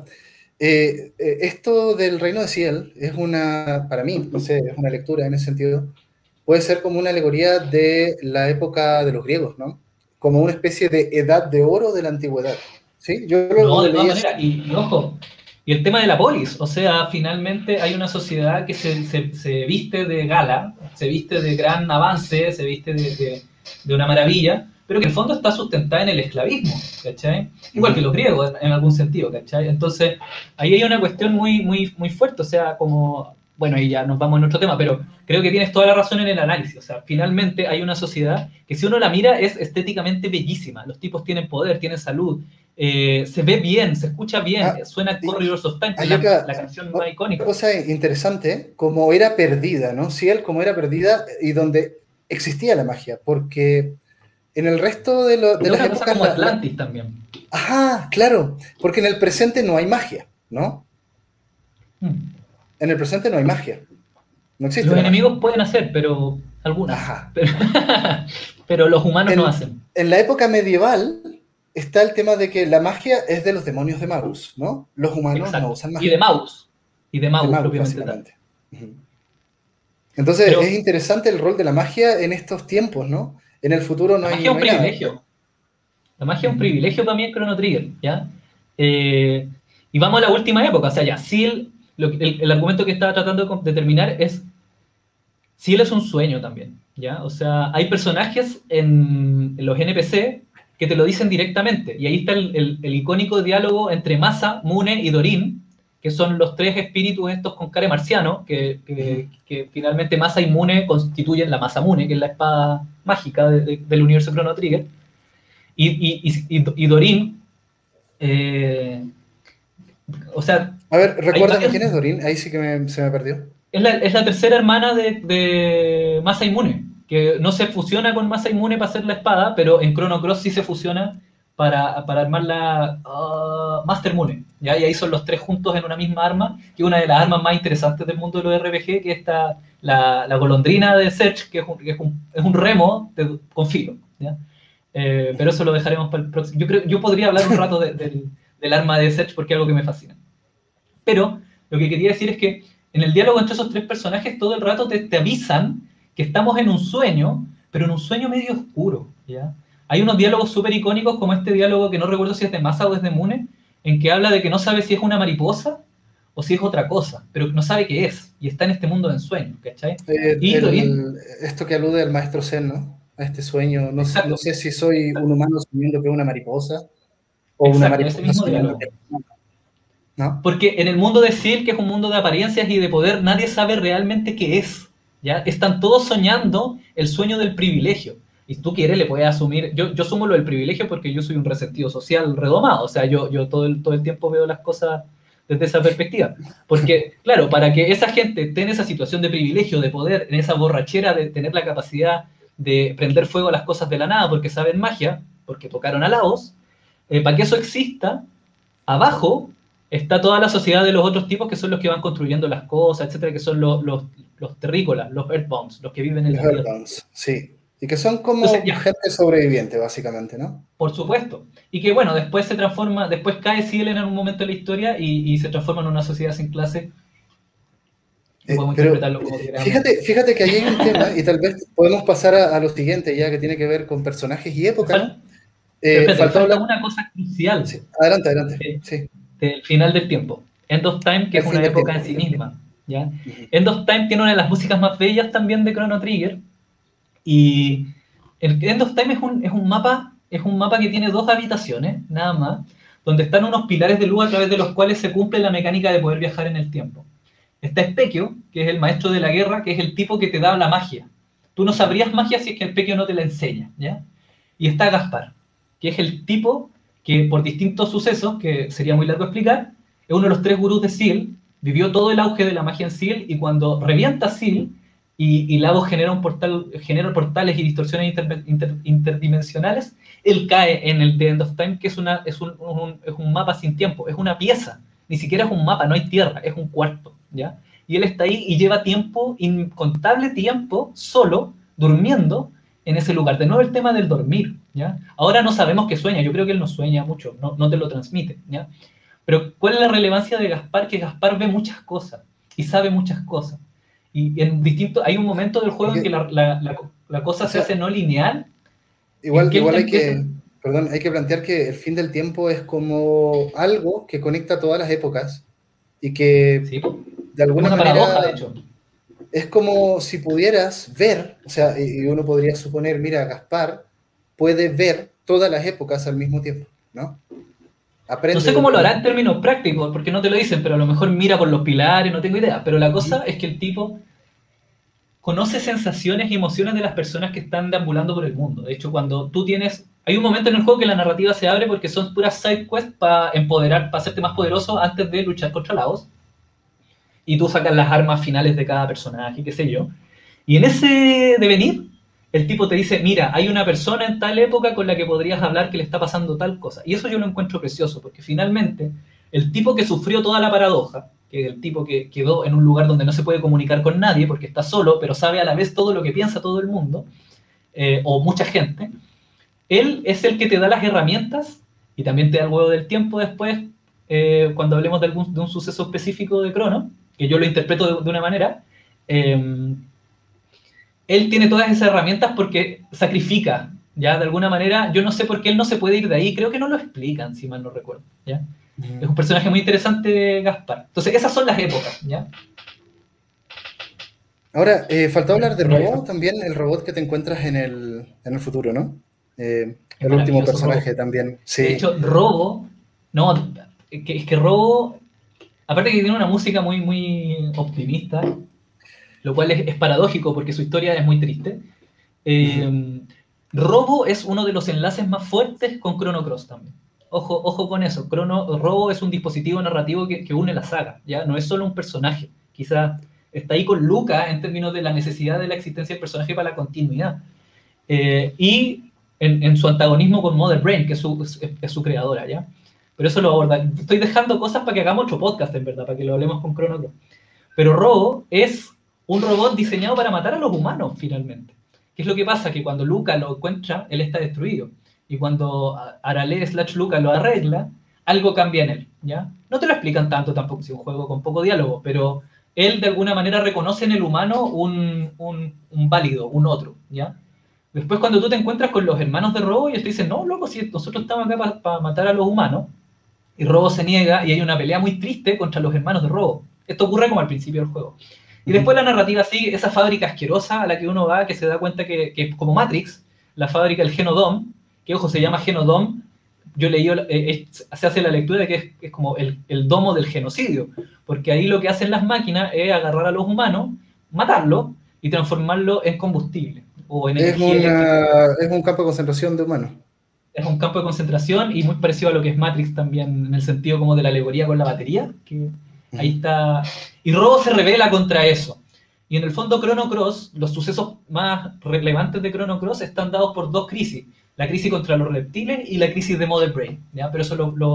esto del reino de Ciel es para mí, no sé, es una lectura en ese sentido, puede ser como una alegoría de la época de los griegos, ¿no? Como una especie de edad de oro de la antigüedad, Sí, yo No, lo de todas leí así. maneras. Y ojo, y el tema de la polis, o sea, finalmente hay una sociedad que se viste de gala, se viste de gran avance, se viste de una maravilla, pero que en el fondo está sustentada en el esclavismo, ¿cachai? Igual que Ujú. los griegos en algún sentido, ¿cachai? Entonces, ahí hay una cuestión muy fuerte, o sea, como, bueno, y ya nos vamos en otro tema, pero creo que tienes toda la razón en el análisis, o sea, finalmente hay una sociedad que si uno la mira es estéticamente bellísima, los tipos tienen poder, tienen salud, se ve bien, se escucha bien, Ah, suena y Corridors of Time, que es hay otra, la canción más otra icónica. cosa interesante, como era perdida, ¿no? Ciel como era perdida y donde existía la magia, porque en el resto de Es las una cosa épocas, como Atlantis también. Ajá, claro, porque en el presente no hay magia, ¿no? Mm. En el presente no hay magia, no existe Los la magia. enemigos pueden hacer, pero algunas. Ajá. Pero los humanos no En, hacen. en la época medieval está el tema de que la magia es de los demonios de Magus, ¿no? Los humanos no Exacto. usan Y de magia, Magus. Y de de Magus Magus propiamente tal. básicamente. Ujú. Entonces es Pero interesante el rol de la magia en estos tiempos, ¿no? En el futuro la magia es no un hay nada. privilegio. La magia es un Ujú. privilegio para mí en Chrono Trigger, ¿ya? Eh, y vamos a la última época, o sea, ya, Seal, el argumento que estaba tratando de terminar es si él es un sueño también, ¿ya? O sea, hay personajes en los NPC que te lo dicen directamente, y ahí está el icónico diálogo entre Masa, Mune y Dorin, que son los tres espíritus estos con cara de marciano, Ujú. que finalmente Masa y Mune constituyen la Masa Mune, que es la espada mágica del universo Chrono Trigger, y Dorin, eh, o sea, A ver, hay recuérdame varios quién es Dorin, ahí sí que se me perdió. es la tercera hermana de Masa Inmune, que no se fusiona con Masa Inmune para hacer la espada, pero en Chrono Cross sí se fusiona para armar la Master Mune. ¿Ya? Y ahí son los tres juntos en una misma arma, que es una de las armas más interesantes del mundo de los RPG, que está la golondrina de Search, es un remo con filo. ¿Ya? Pero eso lo dejaremos para el próximo. Yo podría hablar un rato del arma de Search porque es algo que me fascina. Pero lo que quería decir es que en el diálogo entre esos tres personajes todo el rato te avisan que estamos en un sueño, pero en un sueño medio oscuro, ¿ya? Hay unos diálogos súper icónicos como este diálogo que no recuerdo si es de Masa o es de Mune, en que habla de que no sabe si es una mariposa o si es otra cosa, pero no sabe qué es, y está en este mundo de ensueño, ¿cachai? Y Dorin, Esto que alude al maestro Zen, ¿no? A este sueño, no exacto, sé si soy un humano soñando que es una mariposa o una exacto, ese mariposa mismo soñando diálogo. que es un humano, ¿no? Porque en el mundo de Seal, que es un mundo de apariencias y de poder, nadie sabe realmente qué es. ¿Ya? Están todos soñando el sueño del privilegio. Y si tú quieres, le puedes asumir. Yo sumo lo del privilegio porque yo soy un resentido social redomado. O sea, yo todo el tiempo veo las cosas desde esa perspectiva. Porque, claro, para que esa gente esté en esa situación de privilegio, de poder, en esa borrachera de tener la capacidad de prender fuego a las cosas de la nada porque saben magia, porque tocaron a Laos, para que eso exista, abajo está toda la sociedad de los otros tipos que son los que van construyendo las cosas, etcétera, que son los terrícolas, los earthbounds, los que viven en Los la tierra. Earthbounds, sí. Y que son Entonces, como ya, gente sobreviviente, básicamente, ¿no? por supuesto. Y que bueno, después se transforma, después cae Ciel en un momento de la historia y se transforma en una sociedad sin clase, que podemos Pero interpretarlo como queramos. fíjate que ahí hay un tema, y tal vez podemos pasar a lo siguiente, ya que tiene que ver con personajes y Me época, falta, ¿no? pero espérate, me Faltó falta hablar. una cosa crucial Sí, adelante, adelante. de- Sí, del final del tiempo. End of Time, que el es fin una del época en tiempo. sí misma. ¿Ya? Ujú. End of Time tiene una de las músicas más bellas también de Chrono Trigger. Y el End of Time es un mapa que tiene dos habitaciones, nada más, donde están unos pilares de luz a través de los cuales se cumple la mecánica de poder viajar en el tiempo. Está Specchio, que es el maestro de la guerra, que es el tipo que te da la magia. Tú no Ujú. sabrías magia si es que Specchio no te la enseña, ¿ya? Y está Gaspar, que es el tipo que por distintos sucesos, que sería muy largo explicar, es uno de los tres gurús de Seal, vivió todo el auge de la magia en Seal y cuando revienta Seal y Lavos genera portales y distorsiones interdimensionales, él cae en el The End of Time, que es un mapa sin tiempo, es una pieza, ni siquiera es un mapa, no hay tierra, es un cuarto, ¿ya? Y él está ahí y lleva tiempo, incontable tiempo, solo, durmiendo en ese lugar. De nuevo el tema del dormir, ¿ya? Ahora no sabemos qué sueña, yo creo que él no sueña mucho, no te lo transmite, ¿ya? Pero ¿cuál es la relevancia de Gaspar? Que Gaspar ve muchas cosas y sabe muchas cosas. Y en distinto, hay un momento del juego en que Porque, la cosa o se hace sea, no lineal, en que él igual te hay empieza... perdón, hay que plantear que el fin del tiempo es como algo que conecta todas las épocas y que ¿Sí? de Es alguna una manera paradoja, de hecho. es como si pudieras ver, o sea, y uno podría suponer, mira, Gaspar puede ver todas las épocas al mismo tiempo, ¿no? No Aprende sé de cómo lo todo el hará en mundo. términos prácticos, porque no te lo dicen, pero a lo mejor mira por los pilares, no tengo idea. Pero la cosa Ujú. es que el tipo conoce sensaciones y emociones de las personas que están deambulando por el mundo. De hecho, cuando tú tienes... Hay un momento en el juego que la narrativa se abre porque son puras side quests para empoderar, para hacerte más poderoso antes de luchar contra Laos. Y tú sacas las armas finales de cada personaje, qué sé yo. Y en ese devenir, el tipo te dice, mira, hay una persona en tal época con la que podrías hablar que le está pasando tal cosa. Y eso yo lo encuentro precioso, porque finalmente el tipo que sufrió toda la paradoja, que es el tipo que quedó en un lugar donde no se puede comunicar con nadie porque está solo, pero sabe a la vez todo lo que piensa todo el mundo, o mucha gente, él es el que te da las herramientas y también te da el huevo del tiempo después, cuando hablemos de un suceso específico de Crono, que yo lo interpreto de una manera. eh, Él tiene todas esas herramientas porque sacrifica, ¿ya? De alguna manera, yo no sé por qué él no se puede ir de ahí, creo que no lo explican, si mal no recuerdo, ¿ya? Es Ujú. un personaje muy interesante, Gaspar. Entonces, esas son las épocas, ¿ya? Ahora, faltó hablar de Uno Robo, dice, también el robot que te encuentras en el futuro, ¿no? es El último maravilloso Robo. personaje también, De sí. hecho, Robo, no, es que Robo, aparte que tiene una música muy, muy optimista, lo cual es paradójico porque su historia es muy triste. Ujú. Eh, Robo es uno de los enlaces más fuertes con Chrono Cross también. Ojo, ojo con eso. Robo es un dispositivo narrativo que une la saga, ¿ya? No es solo un personaje. Quizá está ahí con Luca en términos de la necesidad de la existencia del personaje para la continuidad. Y en su antagonismo con Mother Brain, que es su creadora, ¿ya? Pero eso lo aborda. Estoy dejando cosas para que hagamos otro podcast, en verdad, para que lo hablemos con Chrono Cross. Pero Robo es un robot diseñado para matar a los humanos, finalmente. ¿Qué es lo que pasa? Que cuando Luca lo encuentra, él está destruido. Y cuando Arale/Luca lo arregla, algo cambia en él, ¿ya? No te lo explican tanto tampoco, si es un juego con poco diálogo, pero él de alguna manera reconoce en el humano un válido, un otro, ¿ya? Después cuando tú te encuentras con los hermanos de Robo, ellos te dicen, no, loco, si nosotros estamos acá para matar a los humanos, y Robo se niega y hay una pelea muy triste contra los hermanos de Robo. Esto ocurre como al principio del juego. Y después Ujú. la narrativa sigue, esa fábrica asquerosa a la que uno va, que se da cuenta que es como Matrix, la fábrica del Genodome, que ojo, se llama Genodome. Yo leí, se hace la lectura de que es como el domo del genocidio, porque ahí lo que hacen las máquinas es agarrar a los humanos, matarlos y transformarlo en combustible o en energía eléctrica. Es un campo de concentración de humanos. Es un campo de concentración y muy parecido a lo que es Matrix también, en el sentido como de la alegoría con la batería, que ahí Ujú. está. Y Robo se revela contra eso. Y en el fondo Chrono Cross, los sucesos más relevantes de Chrono Cross están dados por dos crisis. La crisis contra los reptiles y la crisis de Mother Brain, ¿ya? Pero eso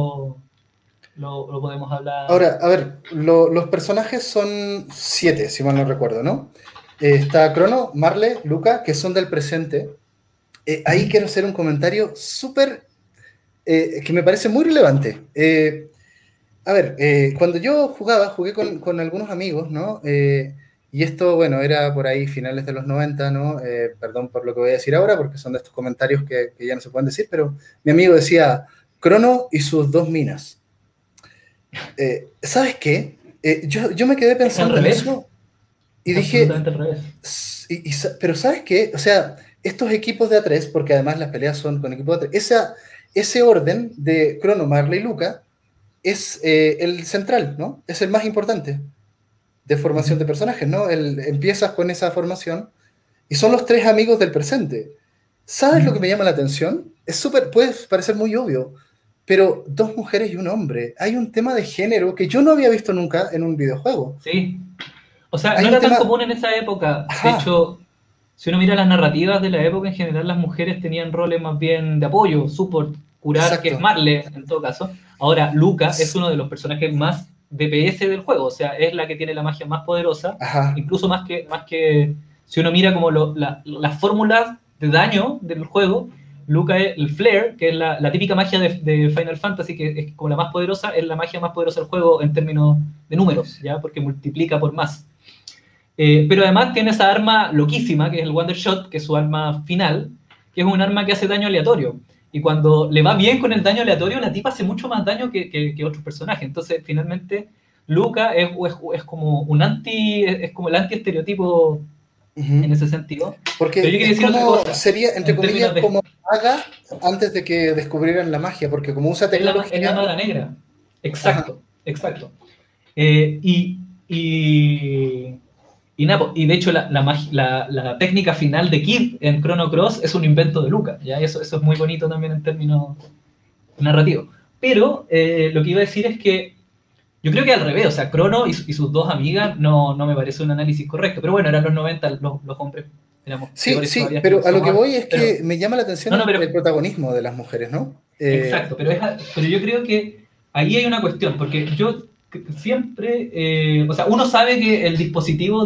lo podemos hablar. Ahora, a ver, los personajes son 7, si mal no recuerdo, ¿no? Está Crono, Marle, Luca, que son del presente. Uh Ahí -huh. quiero hacer un comentario súper, que me parece muy relevante. A ver, cuando yo jugaba, jugué con algunos amigos, ¿no? Y esto, bueno, era por ahí finales de los 90, ¿no? Perdón por lo que voy a decir ahora, porque son de estos comentarios que ya no se pueden decir, pero mi amigo decía, Crono y sus dos minas. ¿Sabes qué? Yo me quedé Es al pensando en revés. eso y Es dije, absolutamente al revés. pero ¿sabes qué? O sea, estos equipos de A3, porque además las peleas son con equipos de A3, ese orden de Crono, Marley y Luca es el central, ¿no? Es el más importante de Uh formación -huh. de personajes, ¿no? Empiezas con esa formación y son los tres amigos del presente. Uh ¿Sabes lo -huh. que me llama la atención? Es súper, puede parecer muy obvio, pero dos mujeres y un hombre. Hay un tema de género que yo no había visto nunca en un videojuego. Sí. O sea, Hay no un era tan tema, común en esa época. De ajá, hecho, si uno mira las narrativas de la época, en general las mujeres tenían roles más bien de apoyo, support, curar, que es exacto. Marle en todo caso. Ahora, Luca es uno de los personajes más DPS del juego, o sea, es la que tiene la magia más poderosa, Ajá. incluso más que si uno mira como las fórmulas de daño del juego, Luca es el Flare, que es la típica magia de Final Fantasy, que es como la más poderosa, es la magia más poderosa del juego en términos de números, ¿ya? Porque multiplica por más. Pero además tiene esa arma loquísima, que es el Wonder Shot, que es su arma final, que es un arma que hace daño aleatorio. y cuando le va bien con el daño aleatorio, la tipa hace mucho más daño que otros personajes. Entonces, finalmente, Luca es como un es como el anti-estereotipo en Ujú. ese sentido. Pero Porque yo quería es decir otra como, cosa, sería, entre en comillas, términos de... como Maga antes de que descubrieran la magia, porque como usa Es la tecnología, maga negra. ajá, Exacto, exacto. Eh, y, y, y de hecho la técnica final de Kid en Chrono Cross es un invento de Luca, ¿ya? Eso es muy bonito también en términos narrativos. Pero lo que iba a decir es que yo creo que al revés, o sea, Chrono y sus dos amigas no me parece un análisis correcto. Pero bueno, eran los 90, los hombres éramos sí, peores sí, todavía que lo pero que a lo somos que ahora. voy es Pero, que me llama la atención no, no, el protagonismo de las mujeres, ¿no? exacto, pero yo creo que ahí hay una cuestión, porque yo siempre, o sea, uno sabe que el dispositivo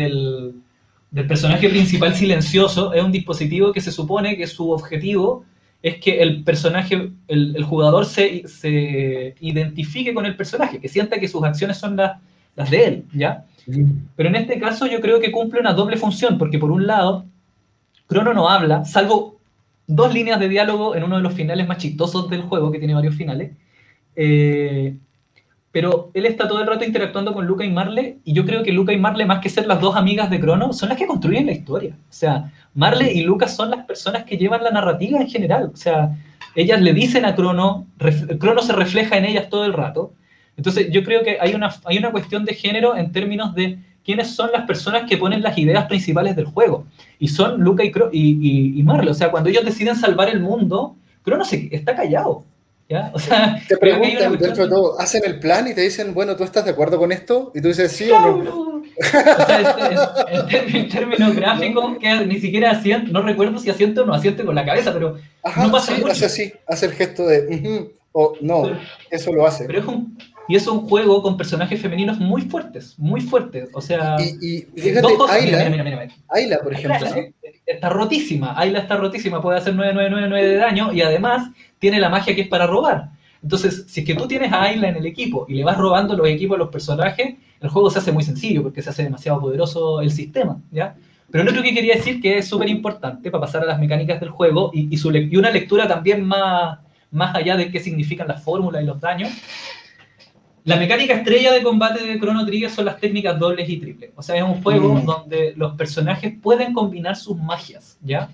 del personaje principal silencioso es un dispositivo que se supone que su objetivo es que el personaje, el jugador se identifique con el personaje, que sienta que sus acciones son las de él, ¿ya? Pero en este caso yo creo que cumple una doble función, porque por un lado, Crono no habla, salvo dos líneas de diálogo en uno de los finales más chistosos del juego, que tiene varios finales. Eh, pero él está todo el rato interactuando con Luca y Marle, y yo creo que Luca y Marle, más que ser las dos amigas de Crono, son las que construyen la historia. O sea, Marle y Luca son las personas que llevan la narrativa en general. O sea, ellas le dicen a Crono, Crono se refleja en ellas todo el rato. Entonces, yo creo que hay una cuestión de género en términos de quiénes son las personas que ponen las ideas principales del juego. Y son Luca y Marle. O sea, cuando ellos deciden salvar el mundo, Crono está callado. ¿Ya? O sea, Te creo que hay una preguntan cuestión dentro de todo, hacen el plan y te dicen, bueno, ¿tú estás de acuerdo con esto? Y tú dices, ¿sí o no? ¡Cabro! O sea, en términos ¿No? gráficos, que ni siquiera asiente, no recuerdo si asiente o no asiente con la cabeza, pero no Ajá, pasa sí, hace mucho. así, hace el gesto de, "Ujú", o Pero, no, eso lo hace. pero y es un juego con personajes femeninos muy fuertes, muy fuertes. O sea, Y dos fíjate, cosas. Mira, mira, mira, mira. Mira. Ayla, por Ayla ejemplo, ¿no? está rotísima. Ayla está rotísima, puede hacer 999 de daño y además tiene la magia que es para robar. Entonces, si es que tú tienes a Ayla en el equipo y le vas robando los equipos a los personajes, el juego se hace muy sencillo porque se hace demasiado poderoso el sistema, ¿ya? Pero lo otro que quería decir que es súper importante para pasar a las mecánicas del juego y una lectura también más allá de qué significan las fórmulas y los daños, la mecánica estrella de combate de Chrono Trigger son las técnicas dobles y triples. O sea, es un juego Mm, donde los personajes pueden combinar sus magias, ¿ya?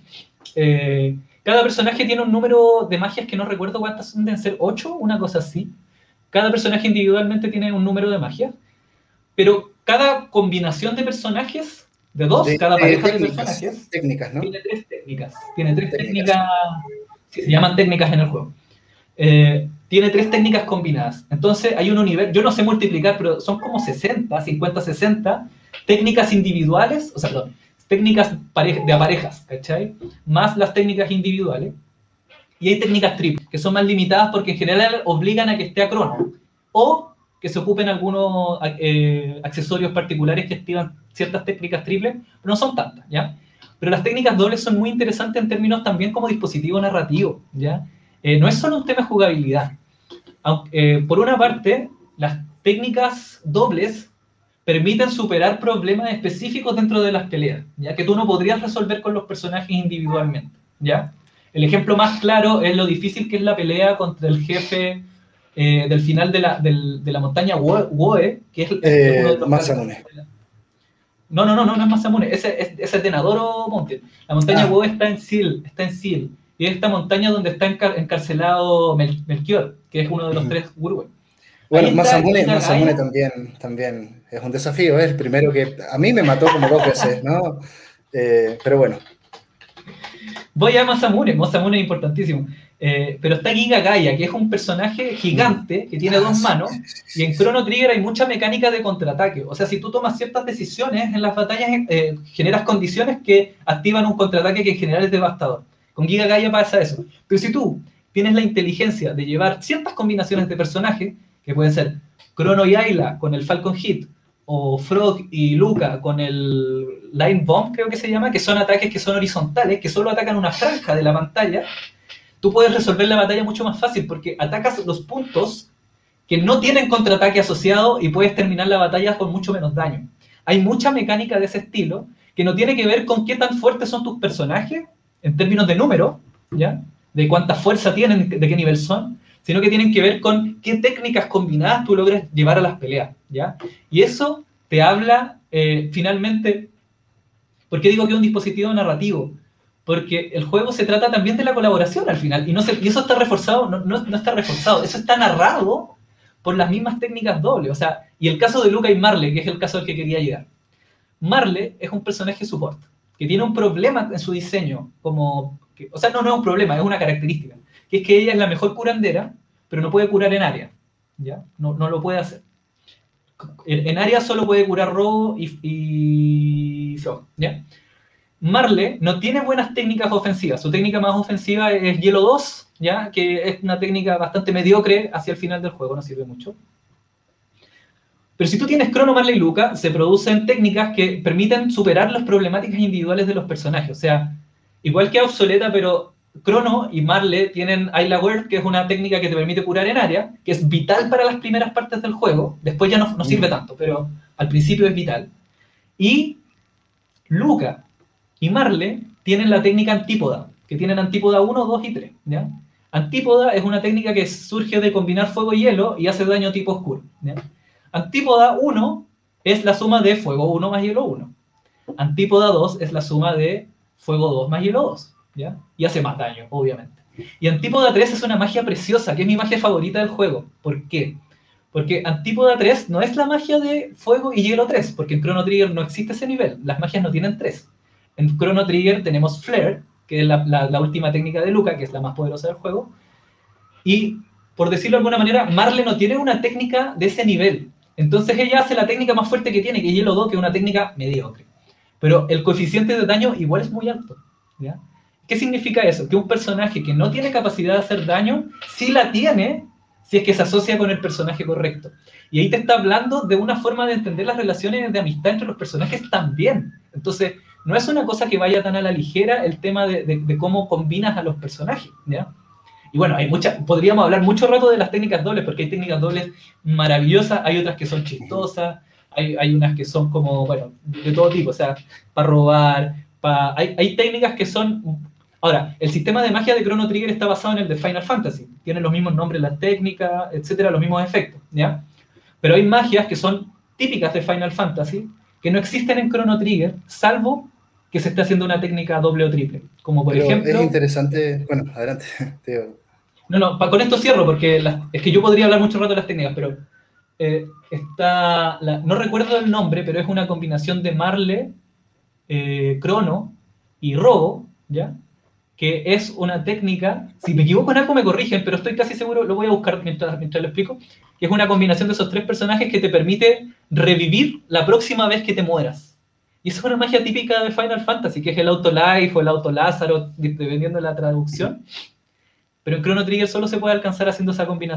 Cada personaje tiene un número de magias que no recuerdo cuántas son, deben ser 8, una cosa así. Cada personaje individualmente tiene un número de magias, pero cada combinación de personajes, de dos, cada de pareja de personajes, técnicas, ¿no? tiene tres técnicas. Tiene tres Técnicas. técnicas, sí, se llaman técnicas en el juego. Tiene tres técnicas combinadas. Entonces hay un universo, yo no sé multiplicar, pero son como 60, 50, 60 técnicas individuales, o sea, perdón, técnicas de parejas, ¿cachai? Más las técnicas individuales. Y hay técnicas triples, que son más limitadas porque en general obligan a que esté a crono. O que se ocupen algunos accesorios particulares que activan ciertas técnicas triples, pero no son tantas, ¿ya? Pero las técnicas dobles son muy interesantes en términos también como dispositivo narrativo, ¿ya? No es solo un tema de jugabilidad. Aunque, por una parte, las técnicas dobles permiten superar problemas específicos dentro de las peleas, ya que tú no podrías resolver con los personajes individualmente, ¿ya? El ejemplo más claro es lo difícil que es la pelea contra el jefe del final de la montaña Woe, que es uno de los Masamune. no es Masamune, ese es de Nadoro Mountain. La montaña Ah, Woe está en Seal, y es esta montaña donde está encarcelado Melchior, que es uno de los ujú. tres gurúes. Ahí Bueno, está Masamune Gaia. también es un desafío, es el primero que a mí me mató como dos veces, ¿no? Pero bueno. Voy a Masamune es importantísimo. Pero está Giga Gaia, que es un personaje Mm. gigante que tiene Ah, dos sí, manos, sí, sí, y sí, en sí. Chrono Trigger hay mucha mecánica de contraataque. O sea, si tú tomas ciertas decisiones en las batallas, generas condiciones que activan un contraataque que en general es devastador. Con Giga Gaia pasa eso. Pero si tú tienes la inteligencia de llevar ciertas combinaciones de personajes, que pueden ser Chrono y Ayla con el Falcon Hit, o Frog y Luca con el Line Bomb, creo que se llama, que son ataques que son horizontales, que solo atacan una franja de la pantalla, tú puedes resolver la batalla mucho más fácil porque atacas los puntos que no tienen contraataque asociado y puedes terminar la batalla con mucho menos daño. Hay mucha mecánica de ese estilo que no tiene que ver con qué tan fuertes son tus personajes en términos de número, ¿ya? de cuánta fuerza tienen, de qué nivel son, sino que tienen que ver con qué técnicas combinadas tú logras llevar a las peleas, ¿ya? Y eso te habla, finalmente, ¿por qué digo que es un dispositivo narrativo? Porque el juego se trata también de la colaboración al final, y eso está reforzado, no está reforzado, eso está narrado por las mismas técnicas dobles, o sea, y el caso de Luca y Marle, que es el caso al que quería llegar. Marle es un personaje support, que tiene un problema en su diseño, o sea, no es un problema, es una característica, que es que ella es la mejor curandera, pero no puede curar en área, ¿ya? No lo puede hacer. En área solo puede curar robo y flow, ¿ya? Marle no tiene buenas técnicas ofensivas. Su técnica más ofensiva es Hielo 2, ¿ya? Que es una técnica bastante mediocre hacia el final del juego, no sirve mucho. Pero si tú tienes Crono, Marle y Luca, se producen técnicas que permiten superar las problemáticas individuales de los personajes. O sea, igual que obsoleta, pero Crono y Marle tienen Ayla Word, que es una técnica que te permite curar en área, que es vital para las primeras partes del juego. Después ya no sirve tanto, pero al principio es vital. Y Luca y Marle tienen la técnica Antípoda, que tienen Antípoda 1, 2 y 3. ¿Ya? Antípoda es una técnica que surge de combinar fuego y hielo y hace daño tipo oscuro. ¿Ya? Antípoda 1 es la suma de fuego 1 más hielo 1. Antípoda 2 es la suma de fuego 2 más hielo 2. ¿Ya? Y hace más daño, obviamente. Y Antípoda 3 es una magia preciosa, que es mi magia favorita del juego. ¿Por qué? Porque Antípoda 3 no es la magia de fuego y hielo 3, porque en Chrono Trigger no existe ese nivel. Las magias no tienen 3. En Chrono Trigger tenemos Flare, que es la última técnica de Luca, que es la más poderosa del juego. Y, por decirlo de alguna manera, Marle no tiene una técnica de ese nivel. Entonces ella hace la técnica más fuerte que tiene, que es hielo 2, que es una técnica mediocre. Pero el coeficiente de daño igual es muy alto. ¿Ya? ¿Qué significa eso? Que un personaje que no tiene capacidad de hacer daño, sí la tiene si es que se asocia con el personaje correcto. Y ahí te está hablando de una forma de entender las relaciones de amistad entre los personajes también. Entonces, no es una cosa que vaya tan a la ligera el tema de cómo combinas a los personajes, ¿ya? Y bueno, podríamos hablar mucho rato de las técnicas dobles, porque hay técnicas dobles maravillosas, hay otras que son chistosas, hay unas que son como, bueno, de todo tipo, o sea, para robar, hay técnicas que son... Ahora, el sistema de magia de Chrono Trigger está basado en el de Final Fantasy, tiene los mismos nombres, las técnicas, etcétera, los mismos efectos, ¿ya? Pero hay magias que son típicas de Final Fantasy, que no existen en Chrono Trigger, salvo que se esté haciendo una técnica doble o triple, como por Pero es ejemplo... interesante, bueno, adelante. No, con esto cierro, porque es que yo podría hablar mucho rato de las técnicas, pero no recuerdo el nombre, pero es una combinación de Marle, Crono y Robo, ¿ya? Que es una técnica, si me equivoco en algo me corrigen, pero estoy casi seguro, lo voy a buscar mientras lo explico, que es una combinación de esos tres personajes que te permite revivir la próxima vez que te mueras. Y eso es una magia típica de Final Fantasy, que es el Auto Life o el Auto Lázaro, dependiendo de la traducción. Pero en Chrono Trigger solo se puede alcanzar haciendo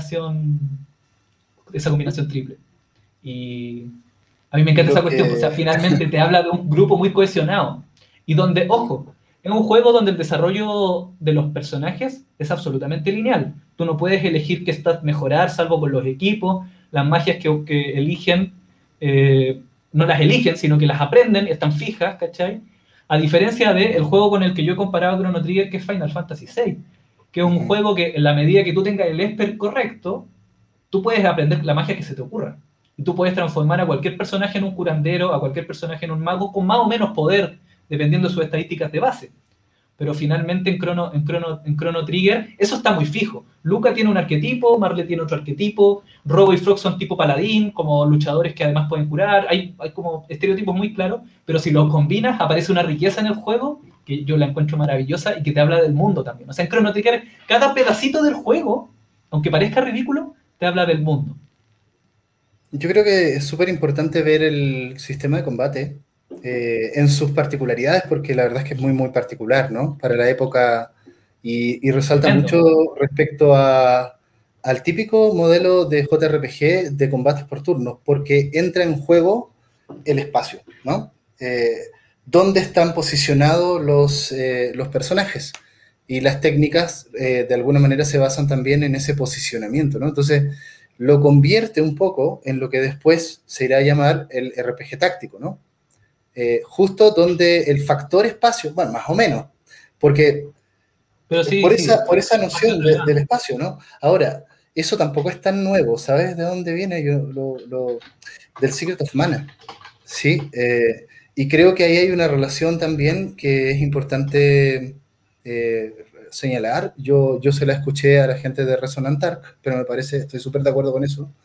esa combinación triple. Y a mí me encanta esa Lo cuestión. O sea, que, finalmente te habla de un grupo muy cohesionado. Y donde, ojo, es un juego donde el desarrollo de los personajes es absolutamente lineal. Tú no puedes elegir qué stat mejorar, salvo con los equipos. Las magias que eligen, no las eligen, sino que las aprenden, están fijas, ¿cachai? A diferencia del juego con el que yo he comparado Chrono Trigger, que es Final Fantasy VI, que es un juego que en la medida que tú tengas el Esper correcto, tú puedes aprender la magia que se te ocurra. Y tú puedes transformar a cualquier personaje en un curandero, a cualquier personaje en un mago, con más o menos poder, dependiendo de sus estadísticas de base. Pero finalmente en Chrono Trigger eso está muy fijo. Luca tiene un arquetipo, Marle tiene otro arquetipo, Robo y Frog son tipo paladín, como luchadores que además pueden curar, hay como estereotipos muy claros, pero si los combinas aparece una riqueza en el juego que yo la encuentro maravillosa y que te habla del mundo también. O sea, en Chrono Trigger cada pedacito del juego, aunque parezca ridículo, te habla del mundo. yo creo que es súper importante ver el sistema de combate en sus particularidades, porque la verdad es que es muy, muy particular, ¿no? Para la época y resalta Tremendo. mucho respecto al típico modelo de JRPG de combates por turnos, porque entra en juego el espacio, ¿no? ¿Dónde están posicionados los personajes? Y las técnicas, de alguna manera, se basan también en ese posicionamiento, ¿no? Entonces, lo convierte un poco en lo que después se irá a llamar el RPG táctico, ¿no? Justo donde el factor espacio, bueno, más o menos, porque Pero sí, sí, Por esa espacio noción del relevante. espacio, ¿no? Ahora, eso tampoco es tan nuevo, ¿sabes de dónde viene? Del Secret of Mana, ¿sí? Y creo que ahí hay una relación también que es importante señalar. Yo se la escuché a la gente de Resonant Arc, pero me parece, estoy súper de acuerdo con eso,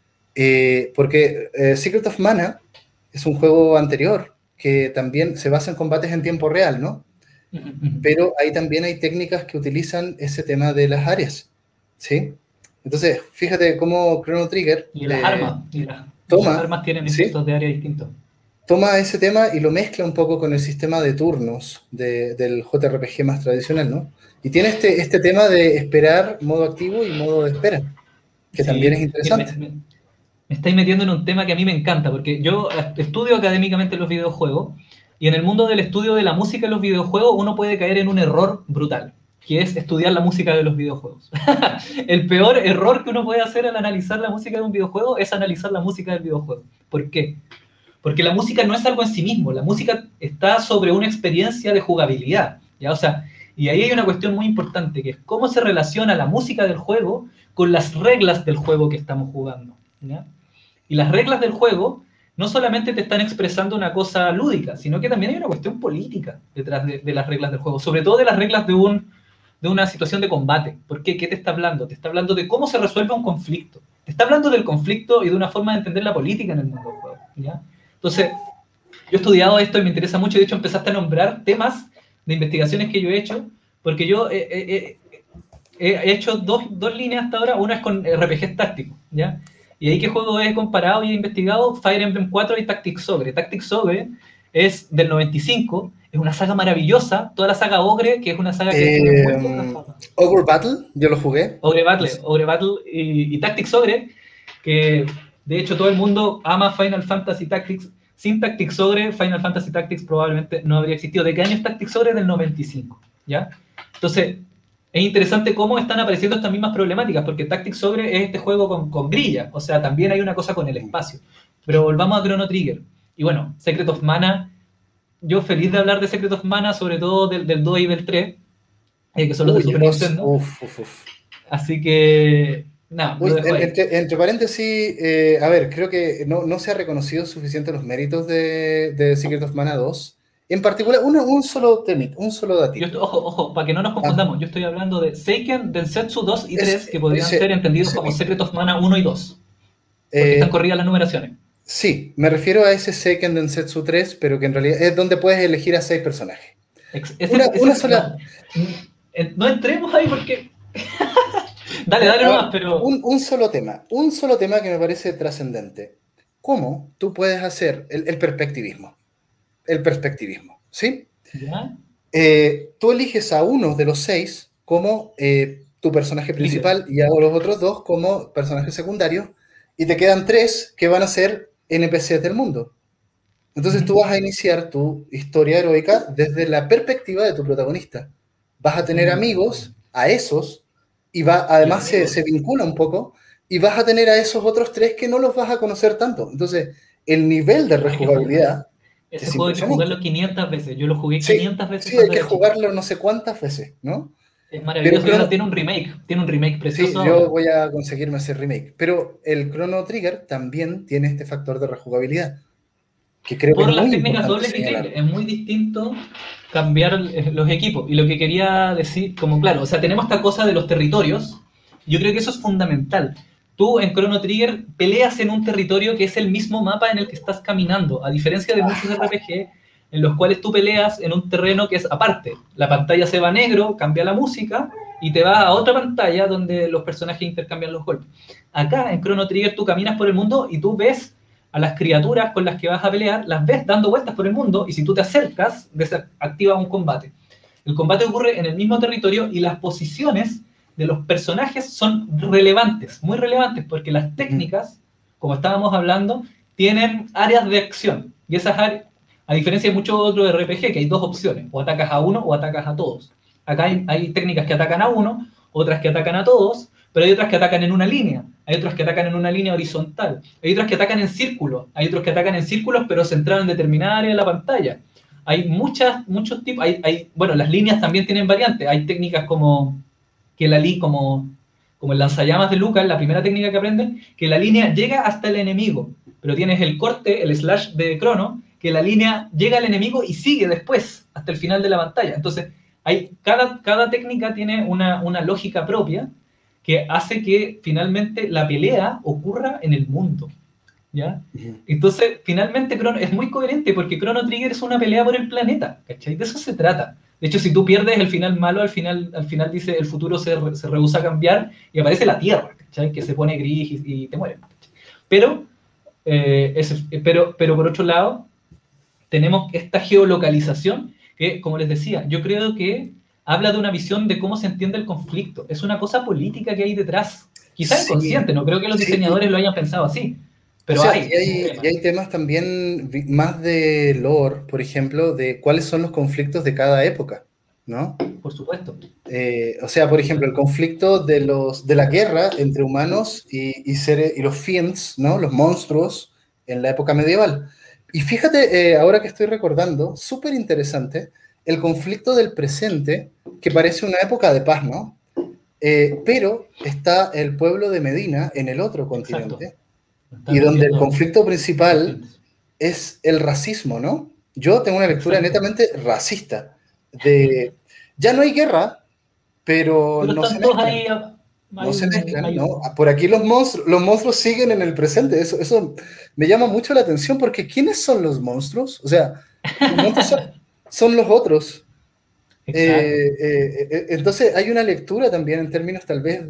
porque Secret of Mana es un juego anterior que también se basa en combates en tiempo real, ¿no? Pero ahí también hay técnicas que utilizan ese tema de las áreas, ¿sí? Entonces, fíjate cómo Chrono Trigger Y las armas, y las toma, armas tienen ¿sí? efectos de área distintos. Toma ese tema y lo mezcla un poco con el sistema de turnos del JRPG más tradicional, ¿no? Y tiene este tema de esperar modo activo y modo de espera, que también es Sí, mira, interesante. me estáis metiendo en un tema que a mí me encanta, porque yo estudio académicamente los videojuegos, y en el mundo del estudio de la música en los videojuegos uno puede caer en un error brutal, que es estudiar la música de los videojuegos. El peor error que uno puede hacer al analizar la música de un videojuego es analizar la música del videojuego. ¿Por qué? Porque la música no es algo en sí mismo, la música está sobre una experiencia de jugabilidad, ¿ya? O sea, y ahí hay una cuestión muy importante, que es cómo se relaciona la música del juego con las reglas del juego que estamos jugando, ¿ya? Y las reglas del juego no solamente te están expresando una cosa lúdica, sino que también hay una cuestión política detrás de las reglas del juego, sobre todo de las reglas de una situación de combate. ¿Por qué? ¿Qué te está hablando? Te está hablando de cómo se resuelve un conflicto. Te está hablando del conflicto y de una forma de entender la política en el mundo del juego, ¿ya? Entonces, yo he estudiado esto y me interesa mucho. De hecho, empezaste a nombrar temas de investigaciones que yo he hecho, porque yo he hecho dos líneas hasta ahora. Una es con RPGs tácticos, ¿ya? Y ahí qué juego he comparado y he investigado: Fire Emblem 4 y Tactics Ogre. Tactics Ogre es del 95, es una saga maravillosa, toda la saga Ogre, que es una saga que tiene muy buena fama. Ogre Battle, yo lo jugué. No sé. Ogre Battle y Tactics Ogre, que de hecho todo el mundo ama Final Fantasy Tactics. Sin Tactics Ogre, Final Fantasy Tactics probablemente no habría existido. ¿De qué año es Tactics Ogre? Del 95, ¿ya? Entonces, es interesante cómo están apareciendo estas mismas problemáticas, porque Tactics Ogre es este juego con grilla, o sea, también hay una cosa con el espacio. Pero volvamos a Chrono Trigger. Y bueno, Secret of Mana, yo feliz de hablar de Secret of Mana, sobre todo del 2 y del 3, que son los de Uy, Super Nintendo. uf. Así que, nada, lo Uy, dejo ahí. entre paréntesis, a ver, creo que no se ha reconocido suficiente los méritos de Secret of Mana 2. En particular, un solo temita, un solo datito. Ojo, ojo, para que no nos Ah, confundamos, yo estoy hablando de Seiken, Densetsu 2 y es, 3, que podrían ser entendidos ese como mismo. Secret of Mana 1 y 2, porque están Eh, corridas las numeraciones. sí, me refiero a ese Seiken Densetsu 3, pero que en realidad es donde puedes elegir a 6 personajes. Una sola, No, no entremos ahí porque... Dale, dale a ver, nomás, pero... un solo tema que me parece trascendente. ¿Cómo tú puedes hacer el perspectivismo? El perspectivismo, ¿sí? ¿Ya? Tú eliges a uno de los 6 como tu personaje Líder. principal y a los otros dos como personajes secundarios, y te quedan 3 que van a ser NPCs del mundo. Entonces tú Ujú. vas a iniciar tu historia heroica desde la perspectiva de tu protagonista. Vas a tener Totalmente de acuerdo. amigos a esos, y Y además se enemigos. vincula un poco, y vas a tener a esos otros 3 que no los vas a conocer tanto. Entonces, el nivel de Hay que jugar. rejugabilidad Ese es juego hay que jugarlo impresionante. 500 veces. Yo lo jugué Sí, 500 veces sí, hay cuando que era chico. jugarlo no sé cuántas veces, ¿no? Es Pero maravilloso. Y ahora tiene un remake sí, precioso yo ahora. voy a conseguirme ese remake. Pero el Chrono Trigger también tiene este factor de rejugabilidad, que creo que es Por las muy técnicas importante dobles y señalar. triples. Es muy distinto cambiar los equipos. Y lo que quería decir, como claro, o sea, tenemos esta cosa de los territorios. Yo creo que eso es fundamental. Tú en Chrono Trigger peleas en un territorio que es el mismo mapa en el que estás caminando, a diferencia de muchos RPG en los cuales tú peleas en un terreno que es aparte. La pantalla se va a negro, cambia la música y te vas a otra pantalla donde los personajes intercambian los golpes. Acá en Chrono Trigger tú caminas por el mundo y tú ves a las criaturas con las que vas a pelear, las ves dando vueltas por el mundo, y si tú te acercas, desactiva un combate. El combate ocurre en el mismo territorio y las posiciones de los personajes son relevantes, muy relevantes, porque las Ujú. técnicas, como estábamos hablando, tienen áreas de acción. Y esas áreas, a diferencia de muchos otros RPG, que hay dos opciones: o atacas a uno o atacas a todos. Acá hay técnicas que atacan a uno, otras que atacan a todos, pero hay otras que atacan en una línea, hay otras que atacan en una línea horizontal, hay otras que atacan en círculos, hay otros que atacan en círculos pero centrados en determinada área de la pantalla. hay muchos tipos, bueno, las líneas también tienen variantes, hay técnicas como que como el lanzallamas de Lucas, la primera técnica que aprenden, que la línea llega hasta el enemigo, pero tienes el corte, el slash de Crono, que la línea llega al enemigo y sigue después, hasta el final de la pantalla. Entonces, cada técnica tiene una lógica propia que hace que finalmente la pelea ocurra en el mundo, ¿ya? Entonces, finalmente es muy coherente porque Chrono Trigger es una pelea por el planeta, ¿cachai? De eso se trata. De hecho, si tú pierdes el final malo, al final dice el futuro se rehúsa a cambiar y aparece la Tierra, ¿cachai? Que se pone gris y te mueres. Pero, pero por otro lado, tenemos esta geolocalización que, como les decía, yo creo que habla de una visión de cómo se entiende el conflicto. Es una cosa política que hay detrás. Quizá Sí, inconsciente, no creo que los sí. diseñadores lo hayan pensado así, O pero sea, hay un y tema, hay temas también más de lore, por ejemplo, de cuáles son los conflictos de cada época, ¿no? por supuesto. O sea, por Por ejemplo, el supuesto. conflicto de la guerra entre humanos y los fiends, ¿no? Los monstruos en la época medieval. Y fíjate, ahora que estoy recordando, súper interesante, el conflicto del presente, que parece una época de paz, ¿no? Pero está el pueblo de Medina en el otro Exacto. continente, y Están donde el rompiendo conflicto los principal filtros. es el racismo, ¿no? Yo tengo una lectura Exacto. netamente racista, de ya no hay guerra, pero Pero no se están todos mezclan, ahí, no se mezclan, hay ¿no? Por aquí los monstruos siguen en el presente, eso me llama mucho la atención, porque ¿quiénes son los monstruos? O sea, los monstruos son los otros. exacto. Entonces hay una lectura también en términos tal vez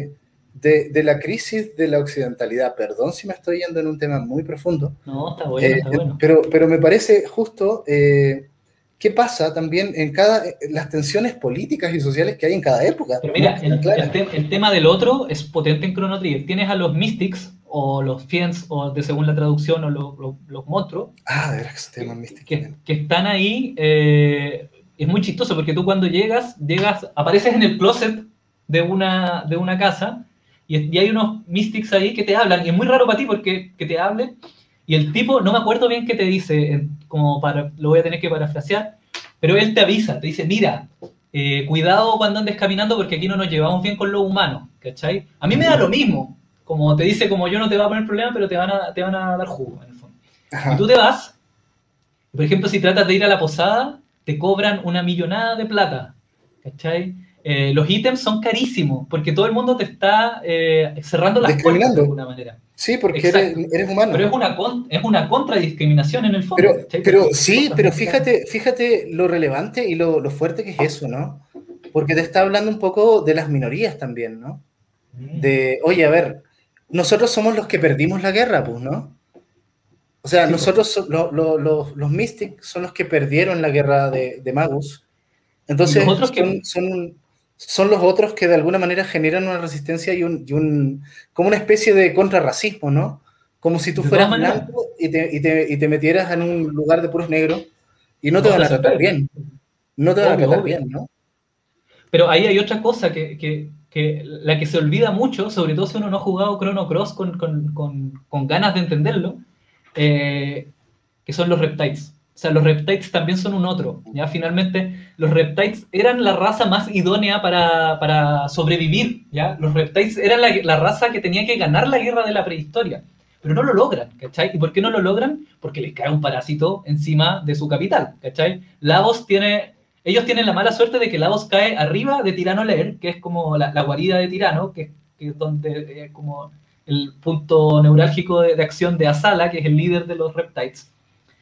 de la crisis de la occidentalidad. Perdón si me estoy yendo en un tema muy profundo, No, está bueno, está bueno. pero me parece justo qué pasa también las tensiones políticas y sociales que hay en cada época, Pero ¿no? mira, Están claras. el tema del otro es potente en Chrono Trigger. Tienes a los Mystics, o los Fiends, o de según la traducción, o los monstruos, Ah, de veras que se llama Mystic también. que están ahí. Es muy chistoso porque tú cuando apareces en el closet de una casa y hay unos Mystics ahí que te hablan. Y es muy raro para ti porque que te hablen. Y el tipo, no me acuerdo bien qué te dice, lo voy a tener que parafrasear, pero él te avisa, te dice, mira, cuidado cuando andes caminando porque aquí no nos llevamos bien con los humanos, ¿cachai? A mí me da Ujú. lo mismo, como te dice, como yo no te va a poner problema, pero te van a dar jugo, en el fondo. Y tú Ajá. te vas, por ejemplo, si tratas de ir a la posada, te cobran una millonada de plata, ¿cachai? Los ítems son carísimos porque todo el mundo te está cerrando las puertas de Discriminando. alguna manera. Sí, porque Exacto. eres Pero humano. es una contradiscriminación en el Pero, fondo, ¿cachai? pero Porque son sí, cosas pero muy caras. fíjate lo relevante y lo fuerte que es eso, ¿no? Porque te está hablando un poco de las minorías también, ¿no? Oye, a ver, nosotros somos los que perdimos la guerra, pues, ¿no? O sea, Sí, pues. los Mystics son los que perdieron la guerra de Magus. Y los Entonces, otros que, son los otros que de alguna manera generan una resistencia como una especie de contrarracismo, ¿no? Como si tú de todas fueras maneras, blanco y te metieras en un lugar de puros negros y no te no van te a tratar aceptáis. bien. No te van a Obvio, tratar obvio. bien, ¿no? Pero ahí hay otra cosa que la que se olvida mucho, sobre todo si uno no ha jugado Chrono Cross con ganas de entenderlo, que son los Reptiles. O sea, los Reptiles también son un otro. ¿Ya? Finalmente, los Reptiles eran la raza más idónea para sobrevivir. ¿Ya? Los Reptiles eran la raza que tenía que ganar la guerra de la prehistoria. Pero no lo logran, ¿cachai? ¿Y por qué no lo logran? Porque les cae un parásito encima de su capital, ¿cachai? Ellos tienen la mala suerte de que Lavos cae arriba de Tirano Lair, que es como la guarida de Tirano, que es donde como el punto neurálgico de acción de Asala, que es el líder de los Reptiles.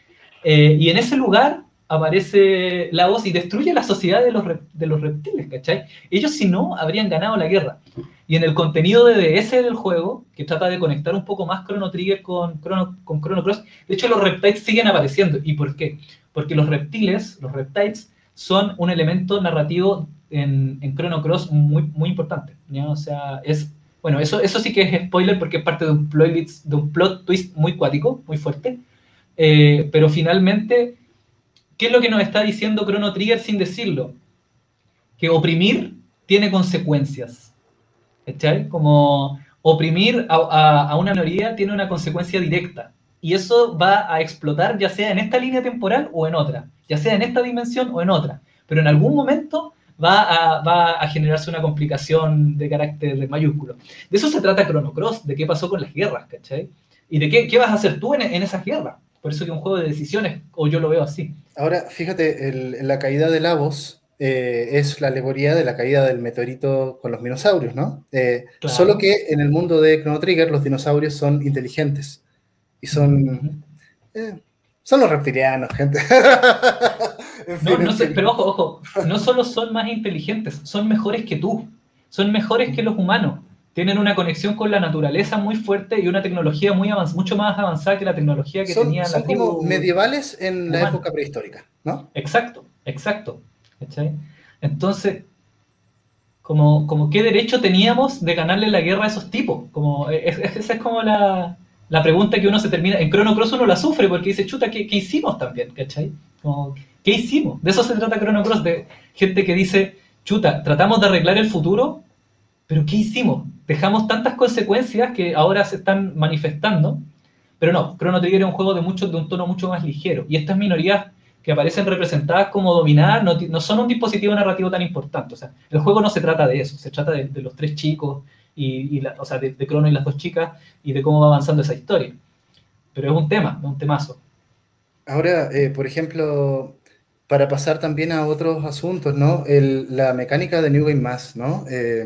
Y en ese lugar aparece Lavos y destruye la sociedad de los reptiles, ¿cachai? Ellos si no, habrían ganado la guerra. Y en el contenido de DS del juego, que trata de conectar un poco más Chrono Trigger con Chrono Cross, de hecho los Reptiles siguen apareciendo. ¿Y por qué? Porque los Reptiles, son un elemento narrativo en Chrono Cross muy, muy importante. ¿Ya? O sea, bueno, eso sí que es spoiler porque es parte de un plot twist muy cuático, muy fuerte. Pero finalmente, ¿qué es lo que nos está diciendo Chrono Trigger sin decirlo? Que oprimir tiene consecuencias. ¿Cachai? Como oprimir a una minoría tiene una consecuencia directa. y eso va a explotar ya sea en esta línea temporal o en otra, ya sea en esta dimensión o en otra, pero en algún momento va a generarse una complicación de carácter mayúsculo. De eso se trata Chrono Cross, de qué pasó con las guerras, ¿cachai? Y de qué vas a hacer tú en esas guerras. Por eso que es un juego de decisiones, o yo lo veo así. Ahora, fíjate, la caída de Lavos es la alegoría de la caída del meteorito con los dinosaurios, ¿no? Solo Claro. que en el mundo de Chrono Trigger los dinosaurios son inteligentes y Uh -huh. eh, son los reptilianos, gente. En No, fin, no en sé, pero fin. ojo, ojo, no solo son más inteligentes, son mejores que tú, son mejores que los humanos. Tienen una conexión con la naturaleza muy fuerte y una tecnología mucho más avanzada que la tecnología que tenía Son la como tribu medievales en la humana. época prehistórica, ¿no? Exacto, exacto. ¿Cachai? Entonces, como qué derecho teníamos de ganarle la guerra a esos tipos. Esa es como la pregunta que uno se termina. En Chrono Cross uno la sufre porque dice, chuta, ¿qué hicimos también? ¿Cachai? Como, ¿qué hicimos? De eso se trata Chrono Cross, de gente que dice, chuta, tratamos de arreglar el futuro, pero ¿qué hicimos? Dejamos tantas consecuencias que ahora se están manifestando. Pero no, Chrono Trigger es un juego de un tono mucho más ligero. Y estas minorías que aparecen representadas como dominadas no son un dispositivo narrativo tan importante. O sea, el juego no se trata de eso, se trata de los tres chicos, o sea, de Chrono y las dos chicas, y de cómo va avanzando esa historia. Pero es un tema, es un temazo. Ahora, por ejemplo, para pasar también a otros asuntos, ¿no? La mecánica de New Game Más, ¿no?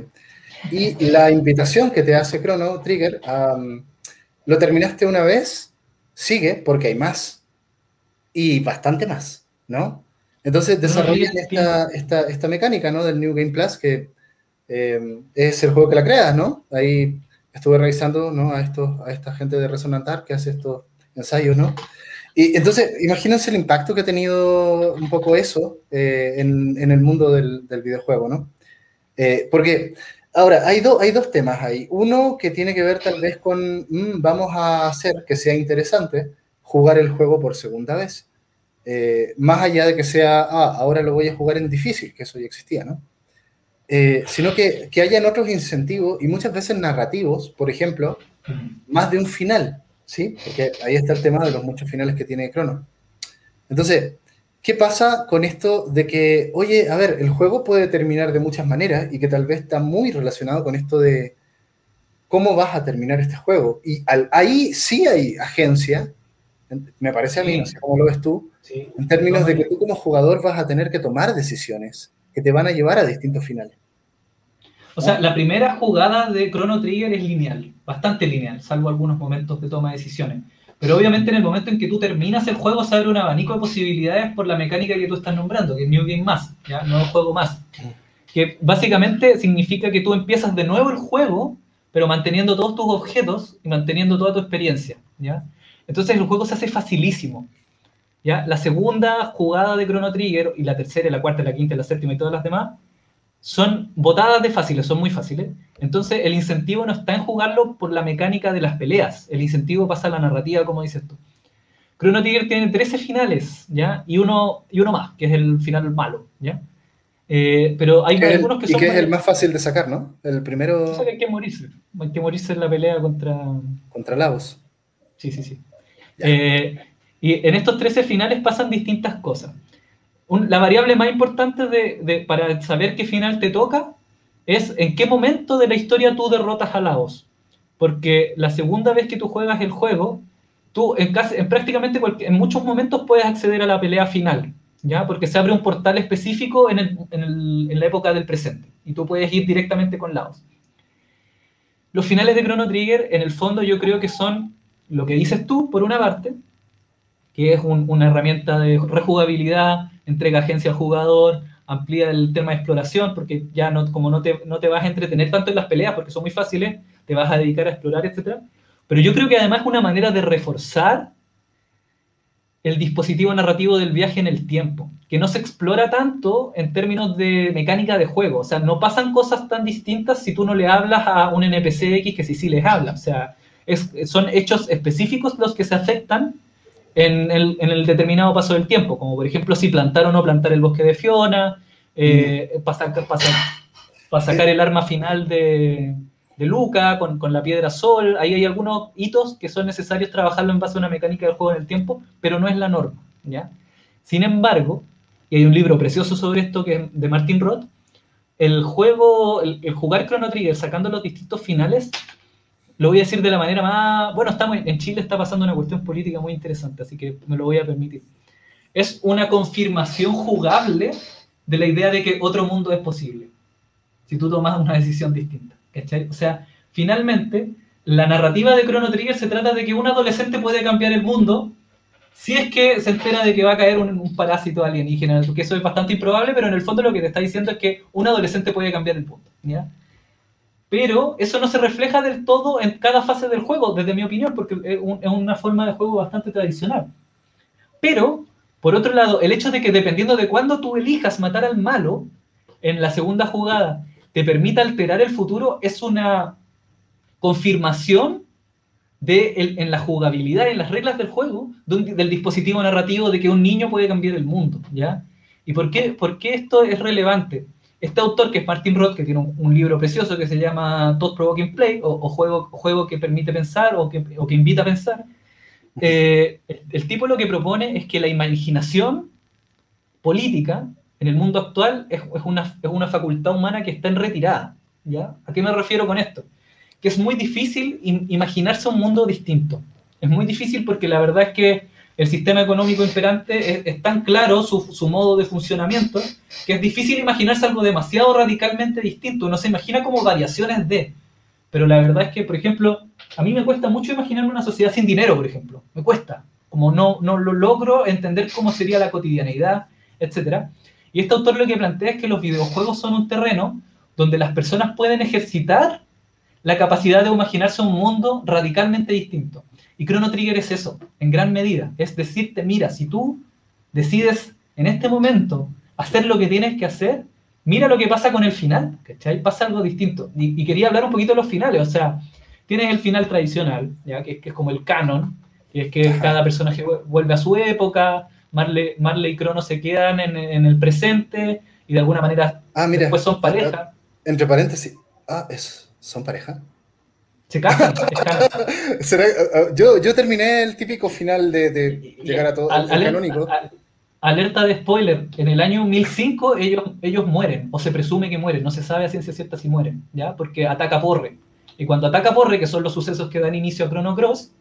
Y la invitación que te hace Chrono Trigger, lo terminaste una vez, sigue porque hay más y bastante más, ¿no? Entonces Chrono desarrollan Trigger tiene... esta mecánica, ¿no? Del New Game Plus, que es el juego que la crea, ¿no? Ahí estuve revisando, ¿no? A esta gente de Resonant Art que hace estos ensayos, ¿no? Y entonces, imagínense el impacto que ha tenido un poco eso en el mundo del videojuego, ¿no? Porque, ahora, hay dos temas ahí. Uno que tiene que ver tal vez con, vamos a hacer que sea interesante jugar el juego por segunda vez. Más allá de que sea, ahora lo voy a jugar en difícil, que eso ya existía, ¿no? Sino que hayan otros incentivos y muchas veces narrativos, por ejemplo, más de un final, ¿sí? Porque ahí está el tema de los muchos finales que tiene Chrono. Entonces, ¿qué pasa con esto de que, oye, a ver, el juego puede terminar de muchas maneras y que tal vez está muy relacionado con esto de cómo vas a terminar este juego? Y ahí sí hay agencia, me parece a mí, no Sí, sé cómo lo ves tú, sí, en de todas términos de que maneras. tú como jugador vas a tener que tomar decisiones que te van a llevar a distintos finales, O sea, ¿no? la primera jugada de Chrono Trigger es lineal, bastante lineal, salvo algunos momentos de toma de decisiones. Pero obviamente en el momento en que tú terminas el juego se abre un abanico de posibilidades por la mecánica que tú estás nombrando, que es New Game Más, ¿ya? Nuevo juego más. Que básicamente significa que tú empiezas de nuevo el juego, pero manteniendo todos tus objetos y manteniendo toda tu experiencia, ¿ya? Entonces el juego se hace facilísimo, ¿ya? La segunda jugada de Chrono Trigger y la tercera, y la cuarta, y la quinta, y la séptima y todas las demás son botadas de fáciles, son muy fáciles. Entonces el incentivo no está en jugarlo por la mecánica de las peleas, el incentivo pasa a la narrativa, como dices tú. Chrono Trigger tiene 13 finales, ¿ya? Y uno más, que es el final malo, ¿ya? Pero hay algunos que Y son que es el mayores. más fácil de sacar, ¿no? El O sea que primero hay que morirse en la pelea contra... contra Lavos. Sí, sí, sí. Ya. Y en estos 13 finales pasan distintas cosas. La variable más importante para saber qué final te toca es en qué momento de la historia tú derrotas a Laos. Porque la segunda vez que tú juegas el juego, tú en prácticamente en muchos momentos puedes acceder a la pelea final, ¿ya? Porque se abre un portal específico en la época del presente y tú puedes ir directamente con Laos. Los finales de Chrono Trigger, en el fondo, yo creo que son lo que dices tú, por una parte, que es una herramienta de rejugabilidad, entrega agencia al jugador, amplía el tema de exploración, porque ya no, como no te vas a entretener tanto en las peleas, porque son muy fáciles, te vas a dedicar a explorar, etc. Pero yo creo que además es una manera de reforzar el dispositivo narrativo del viaje en el tiempo, que no se explora tanto en términos de mecánica de juego. O sea, no pasan cosas tan distintas si tú no le hablas a un NPC X que sí les habla. O sea, son hechos específicos los que se afectan en el determinado paso del tiempo, como por ejemplo si plantar o no plantar el bosque de Fiona, Mm. para sacar el arma final de Luca, con la piedra Sol. Ahí hay algunos hitos que son necesarios trabajarlo en base a una mecánica del juego en el tiempo, pero no es la norma, ¿ya? Sin embargo, y hay un libro precioso sobre esto que es de Martin Roth, el juego, el jugar Chrono Trigger sacando los distintos finales, lo voy a decir de la manera más... Bueno, estamos en Chile está pasando una cuestión política muy interesante, así que me lo voy a permitir. Es una confirmación jugable de la idea de que otro mundo es posible, si tú tomas una decisión distinta, ¿cachai? O sea, finalmente, la narrativa de Chrono Trigger se trata de que un adolescente puede cambiar el mundo si es que se entera de que va a caer un parásito alienígena, que eso es bastante improbable, pero en el fondo lo que te está diciendo es que un adolescente puede cambiar el mundo, ¿ya? Pero eso no se refleja del todo en cada fase del juego, desde mi opinión, porque es una forma de juego bastante tradicional. Pero, por otro lado, el hecho de que dependiendo de cuándo tú elijas matar al malo, en la segunda jugada te permita alterar el futuro, es una confirmación en la jugabilidad, en las reglas del juego, del dispositivo narrativo de que un niño puede cambiar el mundo, ¿ya? ¿Y por qué esto es relevante? Este autor, que es Martin Roth, que tiene un libro precioso que se llama Thought Provoking Play, o juego que permite pensar, o que invita a pensar, el tipo lo que propone es que la imaginación política en el mundo actual es una facultad humana que está en retirada, ¿ya? ¿A qué me refiero con esto? Que es muy difícil imaginarse un mundo distinto. Es muy difícil porque la verdad es que el sistema económico imperante es tan claro su modo de funcionamiento que es difícil imaginarse algo demasiado radicalmente distinto. Uno se imagina como variaciones de, pero la verdad es que, por ejemplo, a mí me cuesta mucho imaginarme una sociedad sin dinero, por ejemplo. Me cuesta. Como no lo logro entender cómo sería la cotidianidad, etcétera. Y este autor lo que plantea es que los videojuegos son un terreno donde las personas pueden ejercitar la capacidad de imaginarse un mundo radicalmente distinto. Y Chrono Trigger es eso, en gran medida. Es decirte, mira, si tú decides en este momento hacer lo que tienes que hacer, mira lo que pasa con el final, ¿cachai? Pasa algo distinto. Y quería hablar un poquito de los finales, o sea, tienes el final tradicional, ¿ya? Que es como el canon, que es que Ajá. cada personaje vuelve a su época, Marley y Crono se quedan en el presente, y de alguna manera Ah, después mira, son pareja, entre paréntesis. ¿Son pareja? se casan, es canon. Yo terminé el típico final de Y llegar a todo, el canónico. alerta de spoiler, en el año 1005 ellos mueren, o se presume que mueren, no se sabe a ciencia cierta si mueren, ¿ya? Porque ataca Porre. Y cuando ataca Porre, que son los sucesos que dan inicio a Chrono Cross,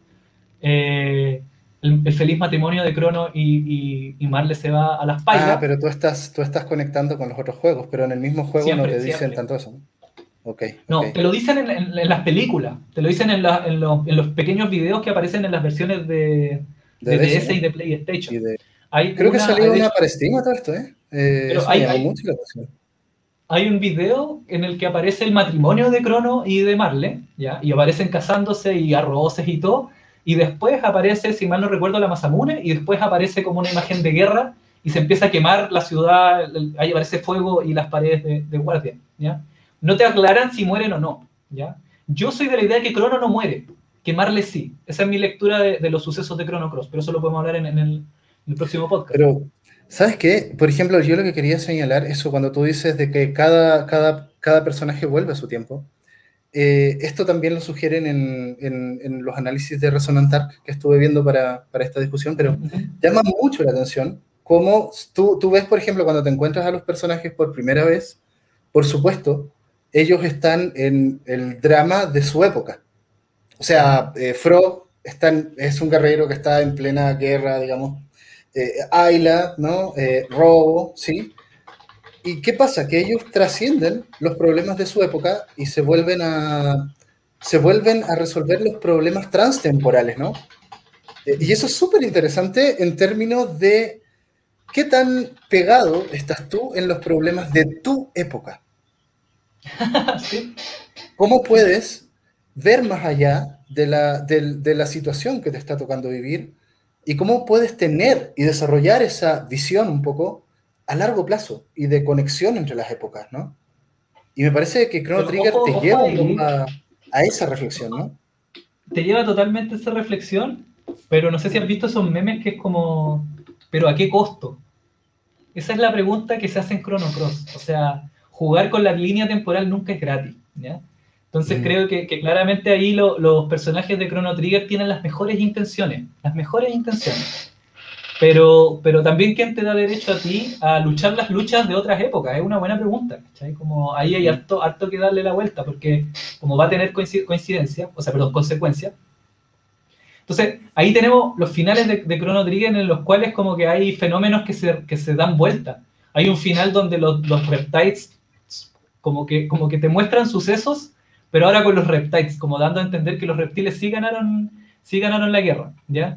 el feliz matrimonio de Crono y Marle se va a las Ah, pailas, pero tú estás conectando con los otros juegos, pero en el mismo juego no siempre, te dicen siempre. tanto eso, ¿no? Ok, ok. No, te lo dicen en las películas, te lo dicen en los pequeños videos que aparecen en las versiones De de DS, DS y ¿no? de Y PlayStation. de... Hay Creo que una, salió de una hecho, para Steam a todo esto, ¿eh? pero Eso me llamó mucho la atención. hay un video en el que aparece el matrimonio de Crono y de Marle, ¿ya? Y aparecen casándose y arroces y todo, y después aparece, si mal no recuerdo, la Masamune, y después aparece como una imagen de guerra, y se empieza a quemar la ciudad, ahí aparece fuego y las paredes de guardia, ¿ya? No te aclaran si mueren o no, ¿ya? Yo soy de la idea de que Crono no muere, que Marle sí. Esa es mi lectura de los sucesos de Chrono Cross, pero eso lo podemos hablar en el próximo podcast. Pero, ¿sabes qué? Por ejemplo, yo lo que quería señalar, eso cuando tú dices de que cada personaje vuelve a su tiempo, esto también lo sugieren en los análisis de Resonant Arc que estuve viendo para esta discusión, Uh pero -huh. llama mucho la atención cómo tú ves, por ejemplo, cuando te encuentras a los personajes por primera vez, por supuesto, ellos están en el drama de su época. O Sí. sea, Frog es un guerrero que está en plena guerra, digamos. Ayla, ¿no? Robo, ¿sí? ¿Y qué pasa? Que ellos trascienden los problemas de su época y se vuelven a resolver los problemas transtemporales, ¿no? Y eso es súper interesante en términos de qué tan pegado estás tú en los problemas de tu época. Sí, ¿Cómo sí. puedes ver más allá de la situación que te está tocando vivir y cómo puedes tener y desarrollar esa visión un poco a largo plazo y de conexión entre las épocas, ¿no? Y me parece que Chrono Pero Trigger te ojo lleva un poco ahí, a esa reflexión, ¿no? te lleva totalmente esa reflexión, pero no sé si has visto esos memes que es como, pero ¿a qué costo? Esa es la pregunta que se hace en Chrono Cross. O sea, jugar con la línea temporal nunca es gratis, ¿ya? Entonces creo que claramente ahí los personajes de Chrono Trigger tienen las mejores intenciones, pero también ¿quién te da derecho a ti a luchar las luchas de otras épocas? Es una buena pregunta, ¿cachai? Como ahí hay harto que darle la vuelta, porque como va a tener coincidencia, o sea, perdón, consecuencia. Entonces, ahí tenemos los finales de Chrono Trigger en los cuales como que hay fenómenos que se dan vuelta. Hay un final donde los Reptiles como que te muestran sucesos, pero ahora con los Reptiles, como dando a entender que los reptiles sí ganaron la guerra, ¿ya?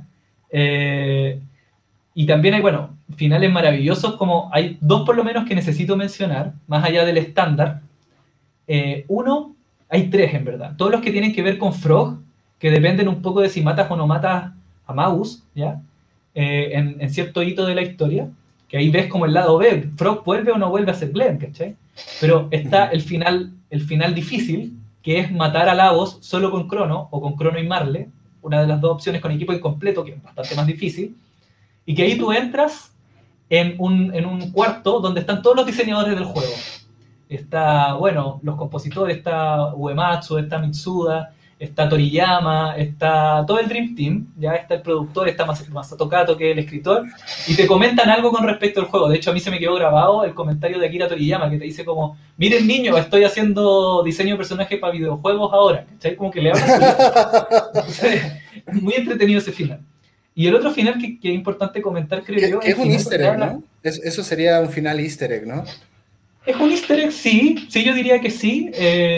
Y también hay, bueno, finales maravillosos, como hay dos por lo menos que necesito mencionar, más allá del estándar. Uno, hay tres en verdad. Todos los que tienen que ver con Frog, que dependen un poco de si matas o no matas a Magus, ¿ya? En cierto hito de la historia, que ahí ves como el lado B, Frog vuelve o no vuelve a ser Glenn, ¿cachai? Pero está el final difícil, que es matar a Lavos solo con Crono, o con Crono y Marle, una de las dos opciones con equipo incompleto, que es bastante más difícil, y que ahí tú entras en un cuarto donde están todos los diseñadores del juego. Está, bueno, los compositores, está Uematsu, está Mitsuda, está Toriyama, está todo el Dream Team, ya está el productor, está Masato Kato, que es el escritor, y te comentan algo con respecto al juego. De hecho, a mí se me quedó grabado el comentario de Akira Toriyama, que te dice como, miren niño, estoy haciendo diseño de personajes para videojuegos ahora, ¿cachai? Como que le habla a su hijo. Entonces, muy entretenido ese final. Y el otro final que es importante comentar, creo yo, Que es el es un final easter donde egg, habla. ¿no? Eso sería un final easter egg, ¿no? Es un easter egg, sí, sí, yo diría que sí.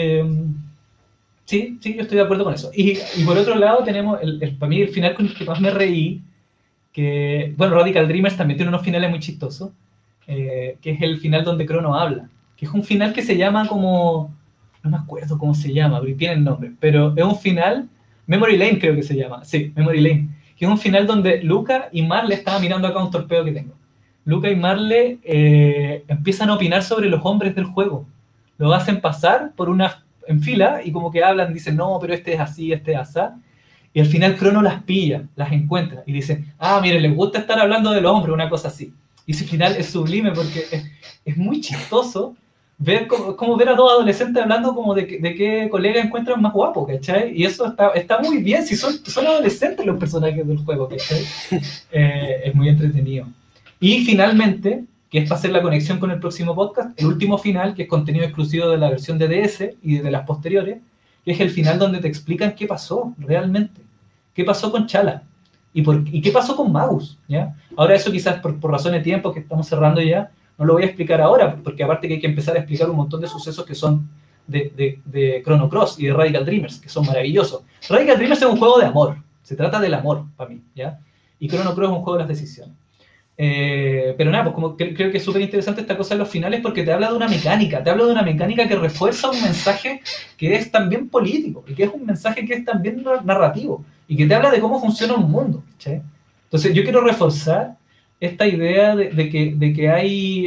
Sí, sí, yo estoy de acuerdo con eso. Y por otro lado tenemos, para mí el final con el que más me reí, que, bueno, Radical Dreamers también tiene unos finales muy chistosos, que es el final donde Crono habla, que es un final que se llama como, no me acuerdo cómo se llama, porque tiene el nombre, pero es un final, Memory Lane creo que se llama, sí, Memory Lane, que es un final donde Luca y Marle, estaba mirando acá un torpedo que tengo, Luca y Marle empiezan a opinar sobre los hombres del juego, lo hacen pasar por una en fila y como que hablan, dicen, no, pero este es así, este es así. Y al final Crono las pilla, las encuentra y dice, ah, miren, les gusta estar hablando de los hombres, una cosa así. Y ese final es sublime porque es muy chistoso ver como ver a dos adolescentes hablando como de qué colega encuentran más guapo, ¿cachai? Y eso está muy bien, si son adolescentes los personajes del juego, ¿cachai? Es muy entretenido. Y finalmente, que es para hacer la conexión con el próximo podcast, el último final, que es contenido exclusivo de la versión de DS y de las posteriores, que es el final donde te explican qué pasó realmente. ¿Qué pasó con Chala? ¿Y qué pasó con Magus? ¿Ya? Ahora eso quizás por razones de tiempo que estamos cerrando ya, no lo voy a explicar ahora, porque aparte que hay que empezar a explicar un montón de sucesos que son de Chrono Cross y de Radical Dreamers, que son maravillosos. Radical Dreamers es un juego de amor, se trata del amor para mí, ¿ya? Y Chrono Cross es un juego de las decisiones. Pero nada, pues como creo que es súper interesante esta cosa de los finales porque te habla de una mecánica, te habla de una mecánica que refuerza un mensaje que es también político y que es un mensaje que es también narrativo y que te habla de cómo funciona un mundo. ¿Sí? Entonces yo quiero reforzar esta idea de que hay...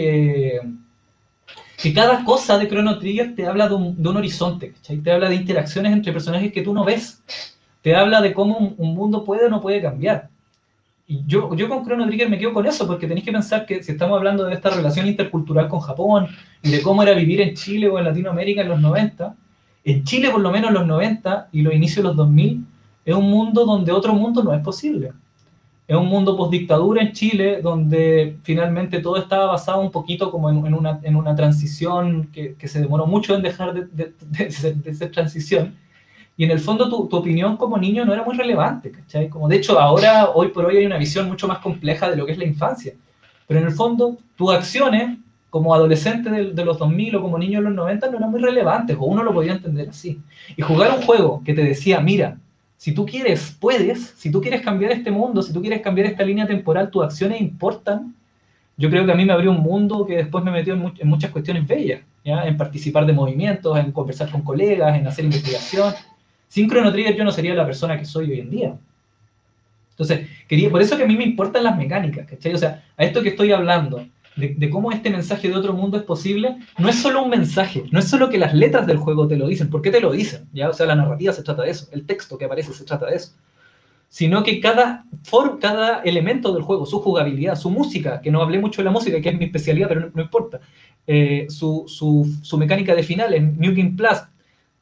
que cada cosa de Chrono Trigger te habla de un horizonte, ¿sí? Te habla de interacciones entre personajes que tú no ves, te habla de cómo un mundo puede o no puede cambiar. Y yo con Chrono Trigger me quedo con eso, porque tenéis que pensar que si estamos hablando de esta relación intercultural con Japón y de cómo era vivir en Chile o en Latinoamérica en los 90, en Chile por lo menos en los 90 y los inicios de los 2000, es un mundo donde otro mundo no es posible. Es un mundo post-dictadura en Chile, donde finalmente todo estaba basado un poquito como en una transición que se demoró mucho en dejar de ser transición, y en el fondo tu opinión como niño no era muy relevante, ¿cachai? Como de hecho ahora, hoy por hoy, hay una visión mucho más compleja de lo que es la infancia. Pero en el fondo, tus acciones como adolescente de los 2000 o como niño de los 90 no eran muy relevantes, o uno lo podía entender así. Y jugar un juego que te decía, mira, si tú quieres, puedes, si tú quieres cambiar este mundo, si tú quieres cambiar esta línea temporal, tus acciones importan, yo creo que a mí me abrió un mundo que después me metió en muchas cuestiones bellas, ¿ya? En participar de movimientos, en conversar con colegas, en hacer investigación. Sin Chrono Trigger yo no sería la persona que soy hoy en día. Entonces, por eso que a mí me importan las mecánicas, ¿cachai? O sea, a esto que estoy hablando, de cómo este mensaje de otro mundo es posible, no es solo un mensaje, no es solo que las letras del juego te lo dicen, ¿por qué te lo dicen? ¿Ya? O sea, la narrativa se trata de eso, el texto que aparece se trata de eso, sino que cada elemento del juego, su jugabilidad, su música, que no hablé mucho de la música, que es mi especialidad, pero no importa, su mecánica de finales, New Game Plus,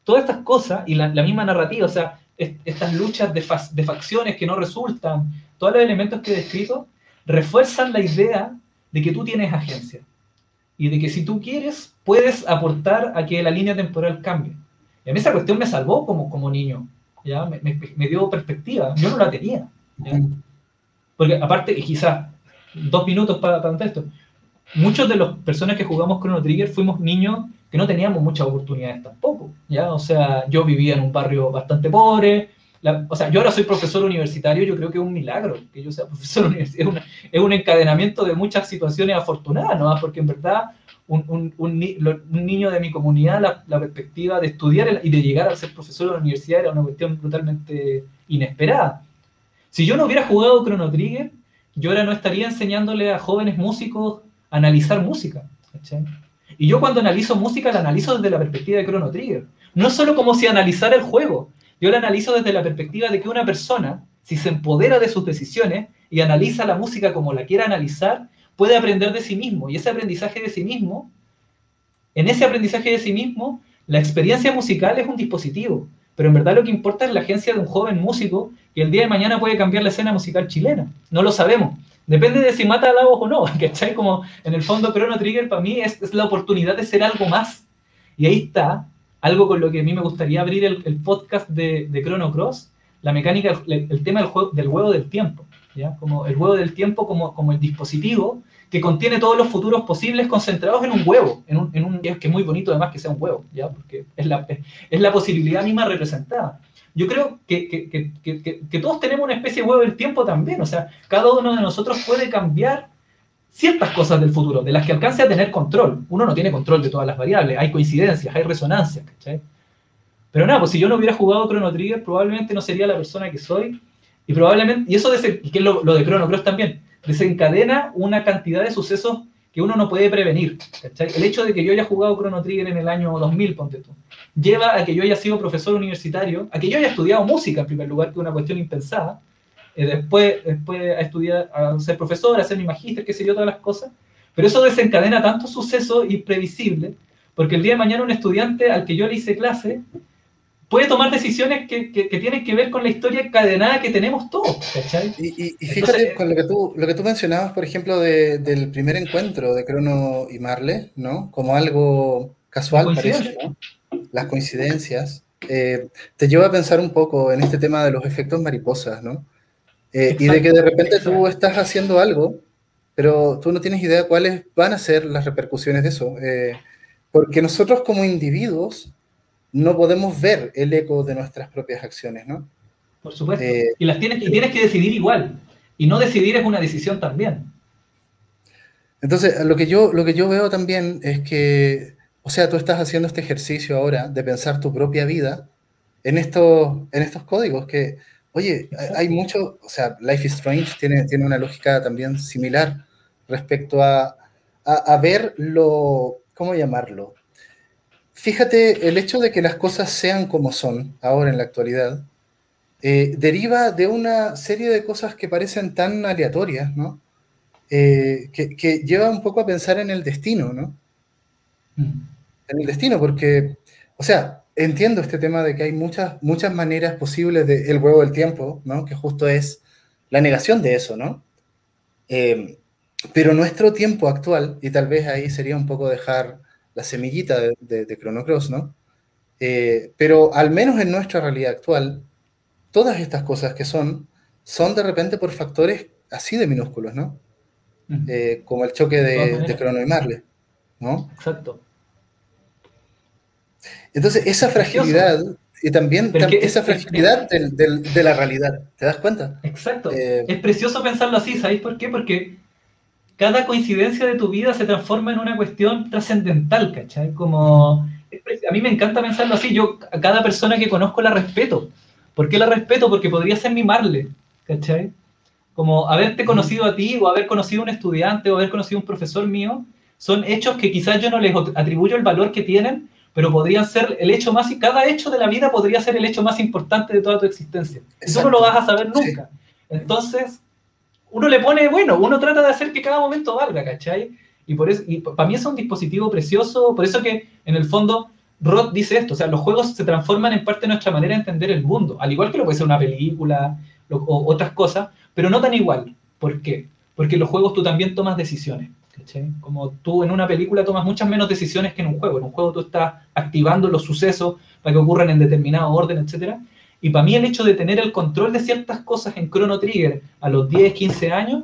todas estas cosas y la misma narrativa, o sea, estas luchas de facciones que no resultan, todos los elementos que he descrito, refuerzan la idea de que tú tienes agencia y de que si tú quieres, puedes aportar a que la línea temporal cambie. Y a mí esa cuestión me salvó como niño, ¿ya? Me dio perspectiva, yo no la tenía, ¿ya? Porque aparte, y quizás 2 minutos para contar esto, muchos de las personas que jugamos Chrono Trigger fuimos niños que no teníamos muchas oportunidades tampoco, ¿ya? O sea, yo vivía en un barrio bastante pobre, o sea, yo ahora soy profesor universitario, yo creo que es un milagro que yo sea profesor universitario, es un encadenamiento de muchas situaciones afortunadas, ¿no? Porque en verdad un niño de mi comunidad, la perspectiva de estudiar y de llegar a ser profesor de la universidad era una cuestión brutalmente inesperada. Si yo no hubiera jugado Chrono Trigger, yo ahora no estaría enseñándole a jóvenes músicos a analizar música, ¿cachai? Y yo cuando analizo música la analizo desde la perspectiva de Chrono Trigger. No solo como si analizara el juego, yo la analizo desde la perspectiva de que una persona, si se empodera de sus decisiones y analiza la música como la quiera analizar, puede aprender de sí mismo. Y ese aprendizaje de sí mismo, en ese aprendizaje de sí mismo, la experiencia musical es un dispositivo, pero en verdad lo que importa es la agencia de un joven músico que el día de mañana puede cambiar la escena musical chilena. No lo sabemos. Depende de si mata a Lagos o no, ¿cachai? Como en el fondo Chrono Trigger para mí es la oportunidad de ser algo más. Y ahí está, algo con lo que a mí me gustaría abrir el podcast de Chrono Cross, la mecánica, el tema del huevo del tiempo, ¿ya? Como el huevo del tiempo como el dispositivo que contiene todos los futuros posibles concentrados en un huevo, que es muy bonito además que sea un huevo, ¿ya? Porque es la posibilidad misma representada. Yo creo que todos tenemos una especie de huevo del tiempo también, o sea, cada uno de nosotros puede cambiar ciertas cosas del futuro, de las que alcance a tener control. Uno no tiene control de todas las variables, hay coincidencias, hay resonancias, ¿cachai? Pero nada, pues si yo no hubiera jugado Chrono Trigger, probablemente no sería la persona que soy. Y probablemente, y eso y que es lo de Chrono Cross también, desencadena una cantidad de sucesos que uno no puede prevenir. ¿Cachai? El hecho de que yo haya jugado Chrono Trigger en el año 2000, ponte tú, lleva a que yo haya sido profesor universitario, a que yo haya estudiado música en primer lugar, que es una cuestión impensada, después a estudiar, a ser profesor, a ser mi magíster, qué sé yo, todas las cosas. Pero eso desencadena tantos sucesos imprevisibles, porque el día de mañana un estudiante al que yo le hice clase puede tomar decisiones que tienen que ver con la historia encadenada que tenemos todos, ¿cachai? Y Entonces, fíjate con lo que tú mencionabas, por ejemplo, del primer encuentro de Crono y Marle, ¿no? Como algo la casual parece, coincidencia, ¿no? Las coincidencias, te lleva a pensar un poco en este tema de los efectos mariposas, ¿no? Y de que de exacto, repente tú exacto. estás haciendo algo, pero tú no tienes idea cuáles van a ser las repercusiones de eso. Porque nosotros como individuos no podemos ver el eco de nuestras propias acciones, ¿no? Por supuesto. Eh, Y tienes que decidir igual. Y no decidir es una decisión también. entonces, lo que yo veo también es que, o sea, tú estás haciendo este ejercicio ahora de pensar tu propia vida en estos códigos que, oye, hay Exacto. mucho, o sea, Life is Strange tiene una lógica también similar respecto a ver lo, ¿cómo llamarlo? Fíjate, el hecho de que las cosas sean como son ahora en la actualidad, deriva de una serie de cosas que parecen tan aleatorias, ¿no? Que lleva un poco a pensar en el destino, ¿no? Mm. En el destino, porque, o sea, entiendo este tema de que hay muchas maneras posibles de el huevo del tiempo, ¿no? Que justo es la negación de eso, ¿no? Eh, pero nuestro tiempo actual, y tal vez ahí sería un poco dejar la semillita de Chrono Cross, ¿no? Pero al menos en nuestra realidad actual, todas estas cosas que son de repente por factores así de minúsculos, ¿no? Mm. Como el choque De todas de maneras. Crono y Marley, ¿no? Exacto. Entonces, esa Es precioso. fragilidad, y también Pero es que esa fragilidad de la realidad, ¿te das cuenta? exacto. Eh, Es precioso pensarlo así, ¿sabéis por qué? Porque cada coincidencia de tu vida se transforma en una cuestión trascendental, ¿cachai? Ujú. Como, a mí me encanta pensarlo así, yo a cada persona que conozco la respeto. ¿Por qué la respeto? Porque podría ser mi Marle, ¿cachai? Como haberte Ujú. conocido a ti, o haber conocido a un estudiante, o haber conocido a un profesor mío, son hechos que quizás yo no les atribuyo el valor que tienen, pero podrían ser el hecho más, y cada hecho de la vida podría ser el hecho más importante de toda tu existencia. Y tú no lo Exacto. vas a saber Sí. nunca. Entonces, uno le pone, bueno, uno trata de hacer que cada momento valga, ¿cachai? Y para mí es un dispositivo precioso, por eso que en el fondo Roth dice esto, o sea, los juegos se transforman en parte de nuestra manera de entender el mundo, al igual que lo puede ser una película o otras cosas, pero no tan igual. ¿Por qué? Porque en los juegos tú también tomas decisiones. ¿Cachai? Como tú en una película tomas muchas menos decisiones que en un juego. En un juego tú estás activando los sucesos para que ocurran en determinado orden, etcétera. Y para mí el hecho de tener el control de ciertas cosas en Chrono Trigger a los 10, 15 años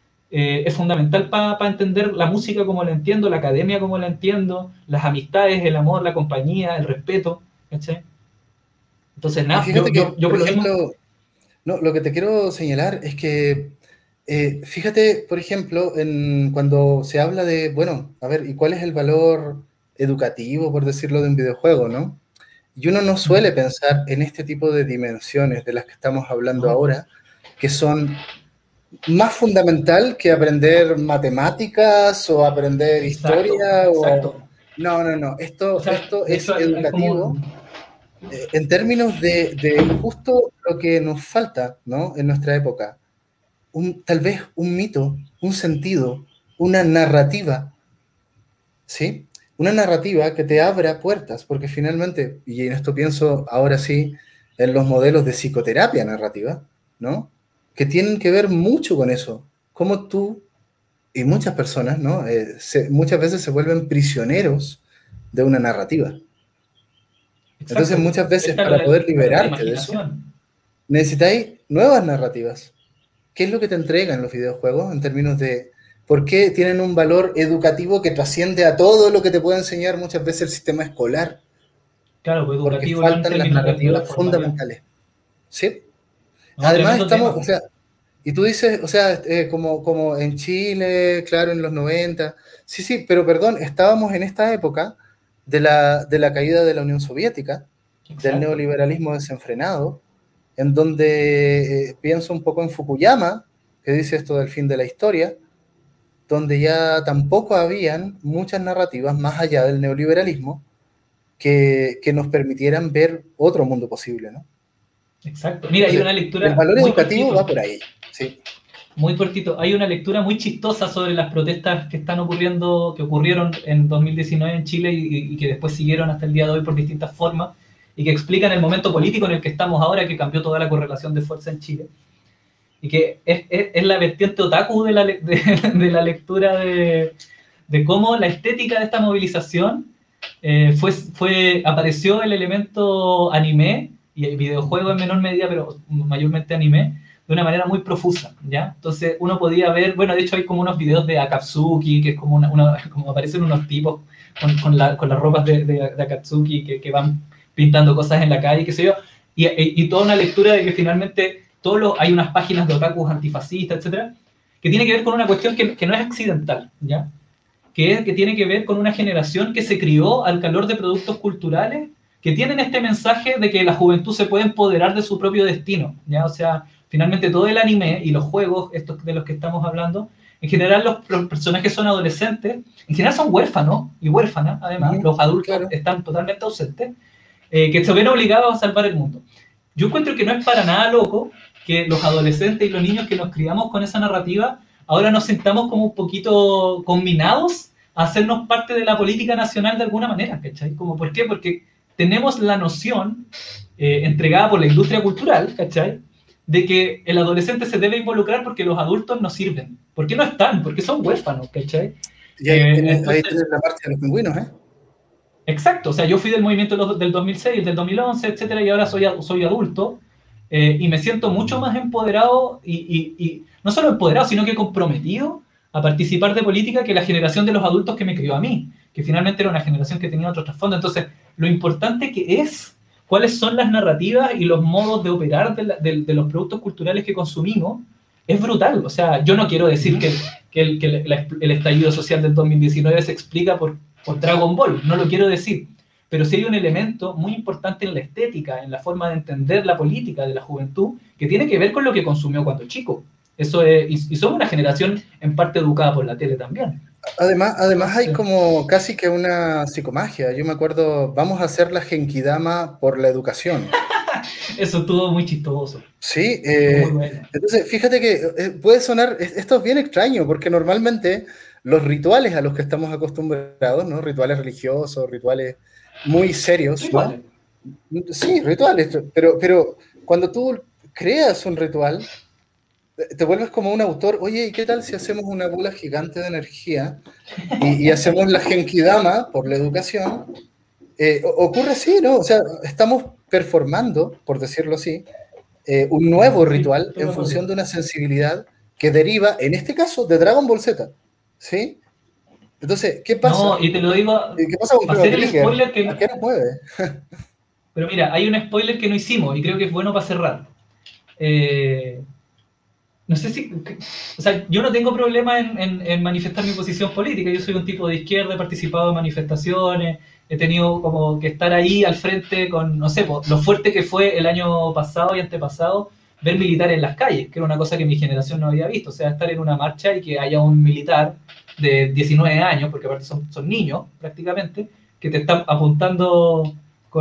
es fundamental para entender la música como la entiendo, la academia como la entiendo, las amistades, el amor, la compañía, el respeto, ¿cachai? Entonces, Y nada, fíjate que, yo por por lo mismo... ejemplo, no, lo que te quiero señalar es que, fíjate, por ejemplo, cuando se habla de, bueno, a ver, ¿y cuál es el valor educativo, por decirlo, de un videojuego, no? Y uno no suele pensar en este tipo de dimensiones de las que estamos hablando No, ahora, que son más fundamental que aprender matemáticas o aprender exacto, historia o... exacto. No, no, no, O sea, esto de es hecho hay como educativo un... en términos de justo lo que nos falta, ¿no? En nuestra época. Tal vez un mito, un sentido, una narrativa, ¿sí? Una narrativa que te abra puertas, porque finalmente, y en esto pienso ahora sí en los modelos de psicoterapia narrativa, ¿no? Que tienen que ver mucho con eso. Cómo tú y muchas personas, ¿no? Muchas veces se vuelven prisioneros de una narrativa. Entonces, Exacto, muchas veces esta para poder la liberarte de eso, imaginación. necesitáis nuevas narrativas. ¿Qué es lo que te entregan los videojuegos en términos de por qué tienen un valor educativo que trasciende a todo lo que te puede enseñar muchas veces el sistema escolar? Claro, pues Porque educativo no en faltan las términos de narrativas formalidad. fundamentales. ¿Sí? No, Además tremendo estamos, tema. o sea, y tú dices, o sea, como en Chile, claro, en los 90 sí, sí, pero perdón, estábamos en esta época de la caída de la Unión Soviética, del Exacto. neoliberalismo desenfrenado, en donde pienso un poco en Fukuyama, que dice esto del fin de la historia, donde ya tampoco habían muchas narrativas más allá del neoliberalismo que nos permitieran ver otro mundo posible, ¿no? Exacto. Mira, hay una Entonces, el lectura valor muy educativo va cortito, por ahí, sí. muy cortito. Hay una lectura muy chistosa sobre las protestas que están ocurriendo, que ocurrieron en 2019 en Chile y que después siguieron hasta el día de hoy por distintas formas y que explican el momento político en el que estamos ahora, que cambió toda la correlación de fuerza en Chile. Y que es la vertiente otaku de la lectura de cómo la estética de esta movilización apareció el elemento anime y el videojuego en menor medida, pero mayormente anime, de una manera muy profusa, ¿ya? Entonces uno podía ver, bueno, de hecho hay como unos videos de Akatsuki, que es como, como aparecen unos tipos con las ropas de Akatsuki que van pintando cosas en la calle, qué sé yo, y toda una lectura de que finalmente hay unas páginas de otakus antifascistas, etcétera, que tiene que ver con una cuestión que no es accidental, ¿ya? Que tiene que ver con una generación que se crió al calor de productos culturales que tienen este mensaje de que la juventud se puede empoderar de su propio destino, ¿ya? O sea, finalmente todo el anime y los juegos, estos de los que estamos hablando, en general los personajes son adolescentes, en general son huérfanos y huérfanas, además, Ujú, los adultos claro. están totalmente ausentes, que se ven obligados a salvar el mundo. Yo encuentro que no es para nada loco que los adolescentes y los niños que nos criamos con esa narrativa ahora nos sintamos como un poquito combinados a hacernos parte de la política nacional de alguna manera, ¿cachai? Como, ¿por qué? Porque tenemos la noción entregada por la industria cultural, ¿cachai? De que el adolescente se debe involucrar porque los adultos no sirven. ¿Por qué no están? Porque son huérfanos, ¿cachai? Y ahí Entonces, tienes la marcha de los pingüinos, ¿eh? exacto, o sea, yo fui del movimiento del 2006, del 2011, etcétera, y ahora soy adulto y me siento mucho más empoderado y no solo empoderado, sino que comprometido a participar de política que la generación de los adultos que me crió a mí, que finalmente era una generación que tenía otro trasfondo. Entonces, lo importante que es cuáles son las narrativas y los modos de operar de los productos culturales que consumimos es brutal. O sea, yo no quiero decir Ujú. el estallido social del 2019 se explica por Dragon Ball, no lo quiero decir, pero sí hay un elemento muy importante en la estética, en la forma de entender la política de la juventud, que tiene que ver con lo que consumió cuando chico. Eso es, y somos una generación en parte educada por la tele también. Además hay Entonces, como casi que una psicomagia. Yo me acuerdo, vamos a hacer la Genkidama por la educación. eso estuvo muy chistoso, Sí, estuvo muy bueno. entonces fíjate que puede sonar, esto es bien extraño, porque normalmente los rituales a los que estamos acostumbrados, ¿no? Rituales religiosos, rituales muy serios, ¿no? Rituales. Sí, rituales, pero cuando tú creas un ritual, te vuelves como un autor. Oye, ¿y qué tal si hacemos una bola gigante de energía y hacemos la Genkidama por la educación? Ocurre así, ¿no? O sea, estamos performando, por decirlo así, un nuevo Sí, ritual estoy en de función acuerdo. de una sensibilidad que deriva, en este caso, de Dragon Ball Z, ¿sí? Entonces, ¿qué No, pasa? y te lo digo ¿Qué pasa con para Chrono hacer el Trigger? spoiler ¿A que... qué nos mueve? Pero mira, hay un spoiler que no hicimos y creo que es bueno para cerrar. Eh, no sé si... O sea, yo no tengo problema en manifestar mi posición política. Yo soy un tipo de izquierda, he participado en manifestaciones, he tenido como que estar ahí al frente con, no sé, lo fuerte que fue el año pasado y antepasado ver militares en las calles, que era una cosa que mi generación no había visto. O sea, estar en una marcha y que haya un militar de 19 años, porque aparte son niños prácticamente, que te están apuntando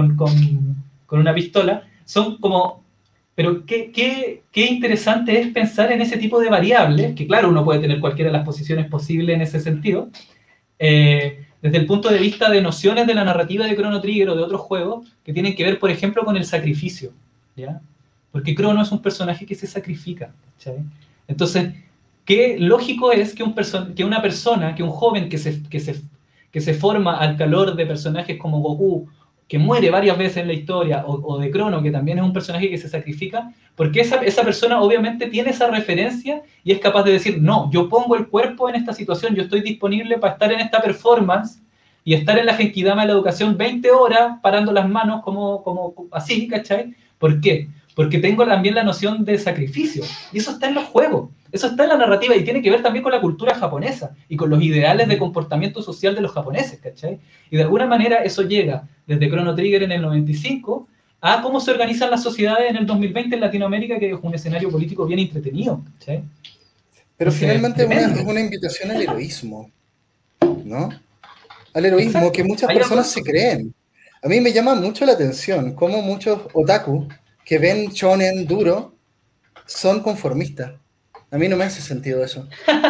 con una pistola, son como pero qué interesante es pensar en ese tipo de variables, que claro, uno puede tener cualquiera de las posiciones posibles en ese sentido, desde el punto de vista de nociones de la narrativa de Chrono Trigger o de otros juegos que tienen que ver, por ejemplo, con el sacrificio, ¿ya? Porque Chrono es un personaje que se sacrifica, ¿cachai? Entonces, qué lógico es que, que una persona, que un joven que se forma al calor de personajes como Goku, que muere varias veces en la historia, o de Chrono, que también es un personaje que se sacrifica, porque esa persona obviamente tiene esa referencia y es capaz de decir, no, yo pongo el cuerpo en esta situación, yo estoy disponible para estar en esta performance y estar en la Genkidama de la educación 20 horas parando las manos como así, ¿cachai? ¿Por qué? Porque tengo también la noción de sacrificio. Y eso está en los juegos, eso está en la narrativa y tiene que ver también con la cultura japonesa y con los ideales de comportamiento social de los japoneses, ¿cachai? Y de alguna manera eso llega desde Chrono Trigger en el 95 a cómo se organizan las sociedades en el 2020 en Latinoamérica, que es un escenario político bien entretenido, ¿cachai? Pero Entonces, finalmente tremendo. es una invitación al heroísmo, ¿no? Al heroísmo que Exacto. muchas Hay algo personas de se eso. creen. A mí me llama mucho la atención cómo muchos otaku que ven shonen duro son conformistas. A mí no me hace sentido eso.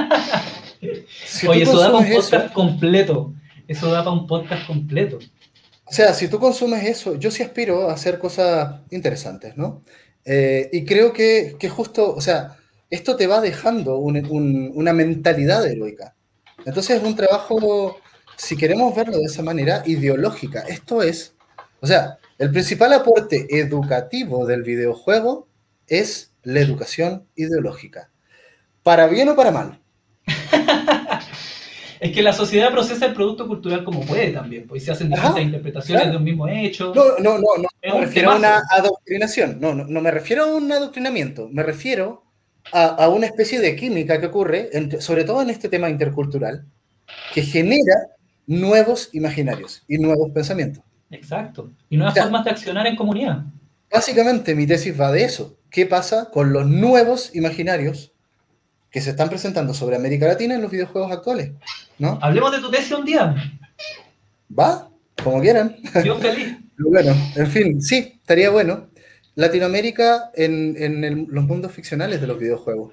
Si tú Oye, eso da para consumes un eso, podcast completo. Eso da para un podcast completo. o sea, si tú consumes eso, yo sí aspiro a hacer cosas interesantes, ¿no? Y creo que justo, o sea, esto te va dejando una mentalidad heroica. Entonces es un trabajo, si queremos verlo de esa manera, ideológica. Esto es, o sea, el principal aporte educativo del videojuego es la educación ideológica. Para bien o para mal. Es que la sociedad procesa el producto cultural como puede también, pues se hacen distintas Ajá, interpretaciones de claro. un mismo hecho. No Es me un refiero a una temazo. adoctrinación. No me refiero a un adoctrinamiento. Me refiero a una especie de química que ocurre, sobre todo en este tema intercultural, que genera nuevos imaginarios y nuevos pensamientos. Exacto. Y O nuevas sea, formas de accionar en comunidad. básicamente mi tesis va de eso. ¿Qué pasa con los nuevos imaginarios que se están presentando sobre América Latina en los videojuegos actuales? ¿No? Hablemos de tu tesis un día. ¿Va? Como quieran. Yo feliz. Pero bueno, en fin, sí, estaría bueno. Latinoamérica en los mundos ficcionales de los videojuegos.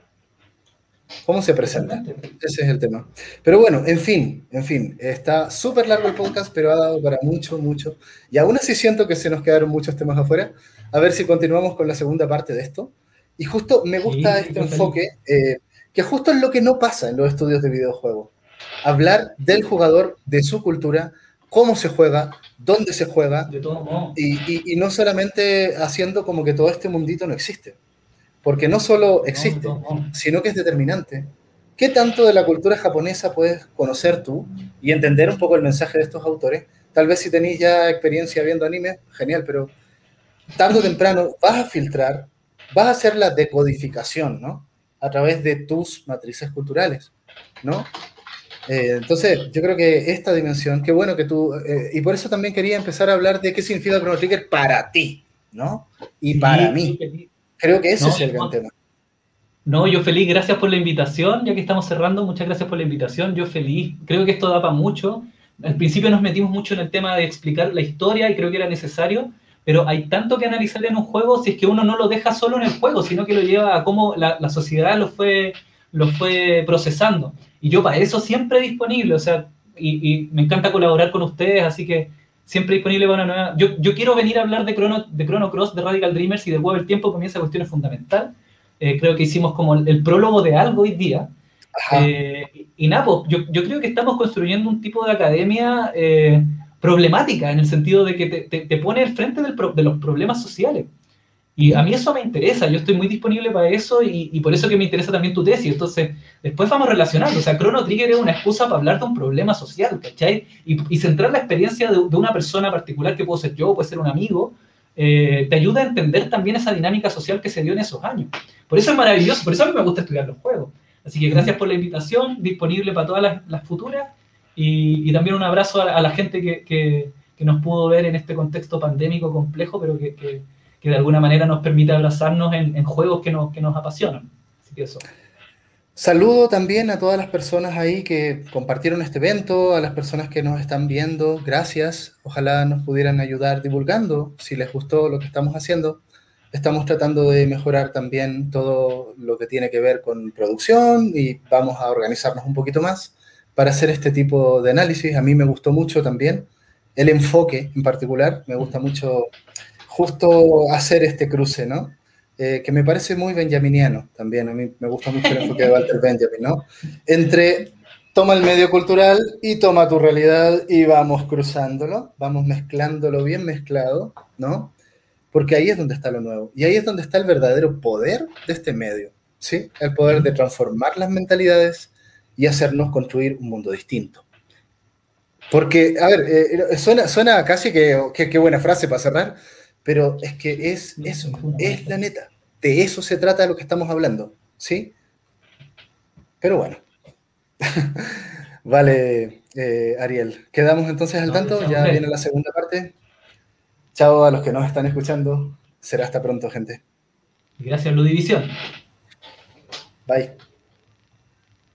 ¿Cómo se presenta? Totalmente. Ese es el tema. Pero bueno, en fin, está súper largo el podcast, pero ha dado para mucho, mucho. Y aún así siento que se nos quedaron muchos temas afuera. A ver si continuamos con la segunda parte de esto. Y justo me gusta Sí, este yo feliz. enfoque, que justo es lo que no pasa en los estudios de videojuegos. Hablar del jugador, de su cultura, cómo se juega, dónde se juega, De todos modos. y no solamente haciendo como que todo este mundito no existe, porque no solo No, de existe, todos modos. sino que es determinante. ¿Qué tanto de la cultura japonesa puedes conocer tú y entender un poco el mensaje de estos autores? Tal vez si tenéis ya experiencia viendo anime, genial, pero tarde o temprano vas a filtrar, vas a hacer la decodificación, ¿no? A través de tus matrices culturales, ¿no? Entonces, yo creo que esta dimensión, qué bueno que tú, y por eso también quería empezar a hablar de qué significa Chrono Trigger para ti, ¿no? Y para Sí, yo mí. feliz. Creo que ese No, es el gran tema. no, yo feliz, gracias por la invitación, ya que estamos cerrando, muchas gracias por la invitación, yo feliz, creo que esto da para mucho. Al principio nos metimos mucho en el tema de explicar la historia y creo que era necesario, pero hay tanto que analizar en un juego si es que uno no lo deja solo en el juego, sino que lo lleva a cómo la sociedad lo fue procesando. Y yo para eso siempre disponible, o sea, y me encanta colaborar con ustedes, así que siempre disponible para una nueva. Yo quiero venir a hablar de Chrono Cross, de Radical Dreamers y del Huevo del Tiempo, que esa cuestión es fundamental. Creo que hicimos como el prólogo de algo hoy día. Ajá. Y nada, pues, yo creo que estamos construyendo un tipo de academia problemática, en el sentido de que te pone al frente de los problemas sociales. Y a Ujú. mí eso me interesa, yo estoy muy disponible para eso y por eso que me interesa también tu tesis. Entonces, después vamos relacionando. O sea, Chrono Trigger es una excusa para hablar de un problema social, ¿cachai? Y centrar la experiencia de una persona particular, que puedo ser yo, puede ser un amigo, te ayuda a entender también esa dinámica social que se dio en esos años. Por eso es maravilloso, por eso a mí me gusta estudiar los juegos. Así que Ujú. gracias por la invitación, disponible para todas las futuras. Y también un abrazo a la gente que nos pudo ver en este contexto pandémico complejo, pero que de alguna manera nos permite abrazarnos en juegos que nos apasionan. Así que eso. Saludo también a todas las personas ahí que compartieron este evento, a las personas que nos están viendo. Gracias. Ojalá nos pudieran ayudar divulgando si les gustó lo que estamos haciendo. Estamos tratando de mejorar también todo lo que tiene que ver con producción y vamos a organizarnos un poquito más para hacer este tipo de análisis. A mí me gustó mucho también el enfoque en particular. Me gusta mucho justo hacer este cruce, ¿no? Que me parece muy benjaminiano también. A mí me gusta mucho el enfoque de Walter Benjamin, ¿no? Entre toma el medio cultural y toma tu realidad y vamos cruzándolo, vamos mezclándolo bien mezclado, ¿no? Porque ahí es donde está lo nuevo. Y ahí es donde está el verdadero poder de este medio, ¿sí? El Uh poder -huh. de transformar las mentalidades y hacernos construir un mundo distinto. Porque, a ver, suena casi que buena frase para cerrar, pero es que es eso, es la neta. De eso se trata de lo que estamos hablando, ¿sí? Pero bueno, vale, Ariel. Quedamos entonces al No, tanto, gracias a ya viene usted. la segunda parte. Chao a los que nos están escuchando. Será hasta pronto, gente. Gracias, Ludivisión. Bye.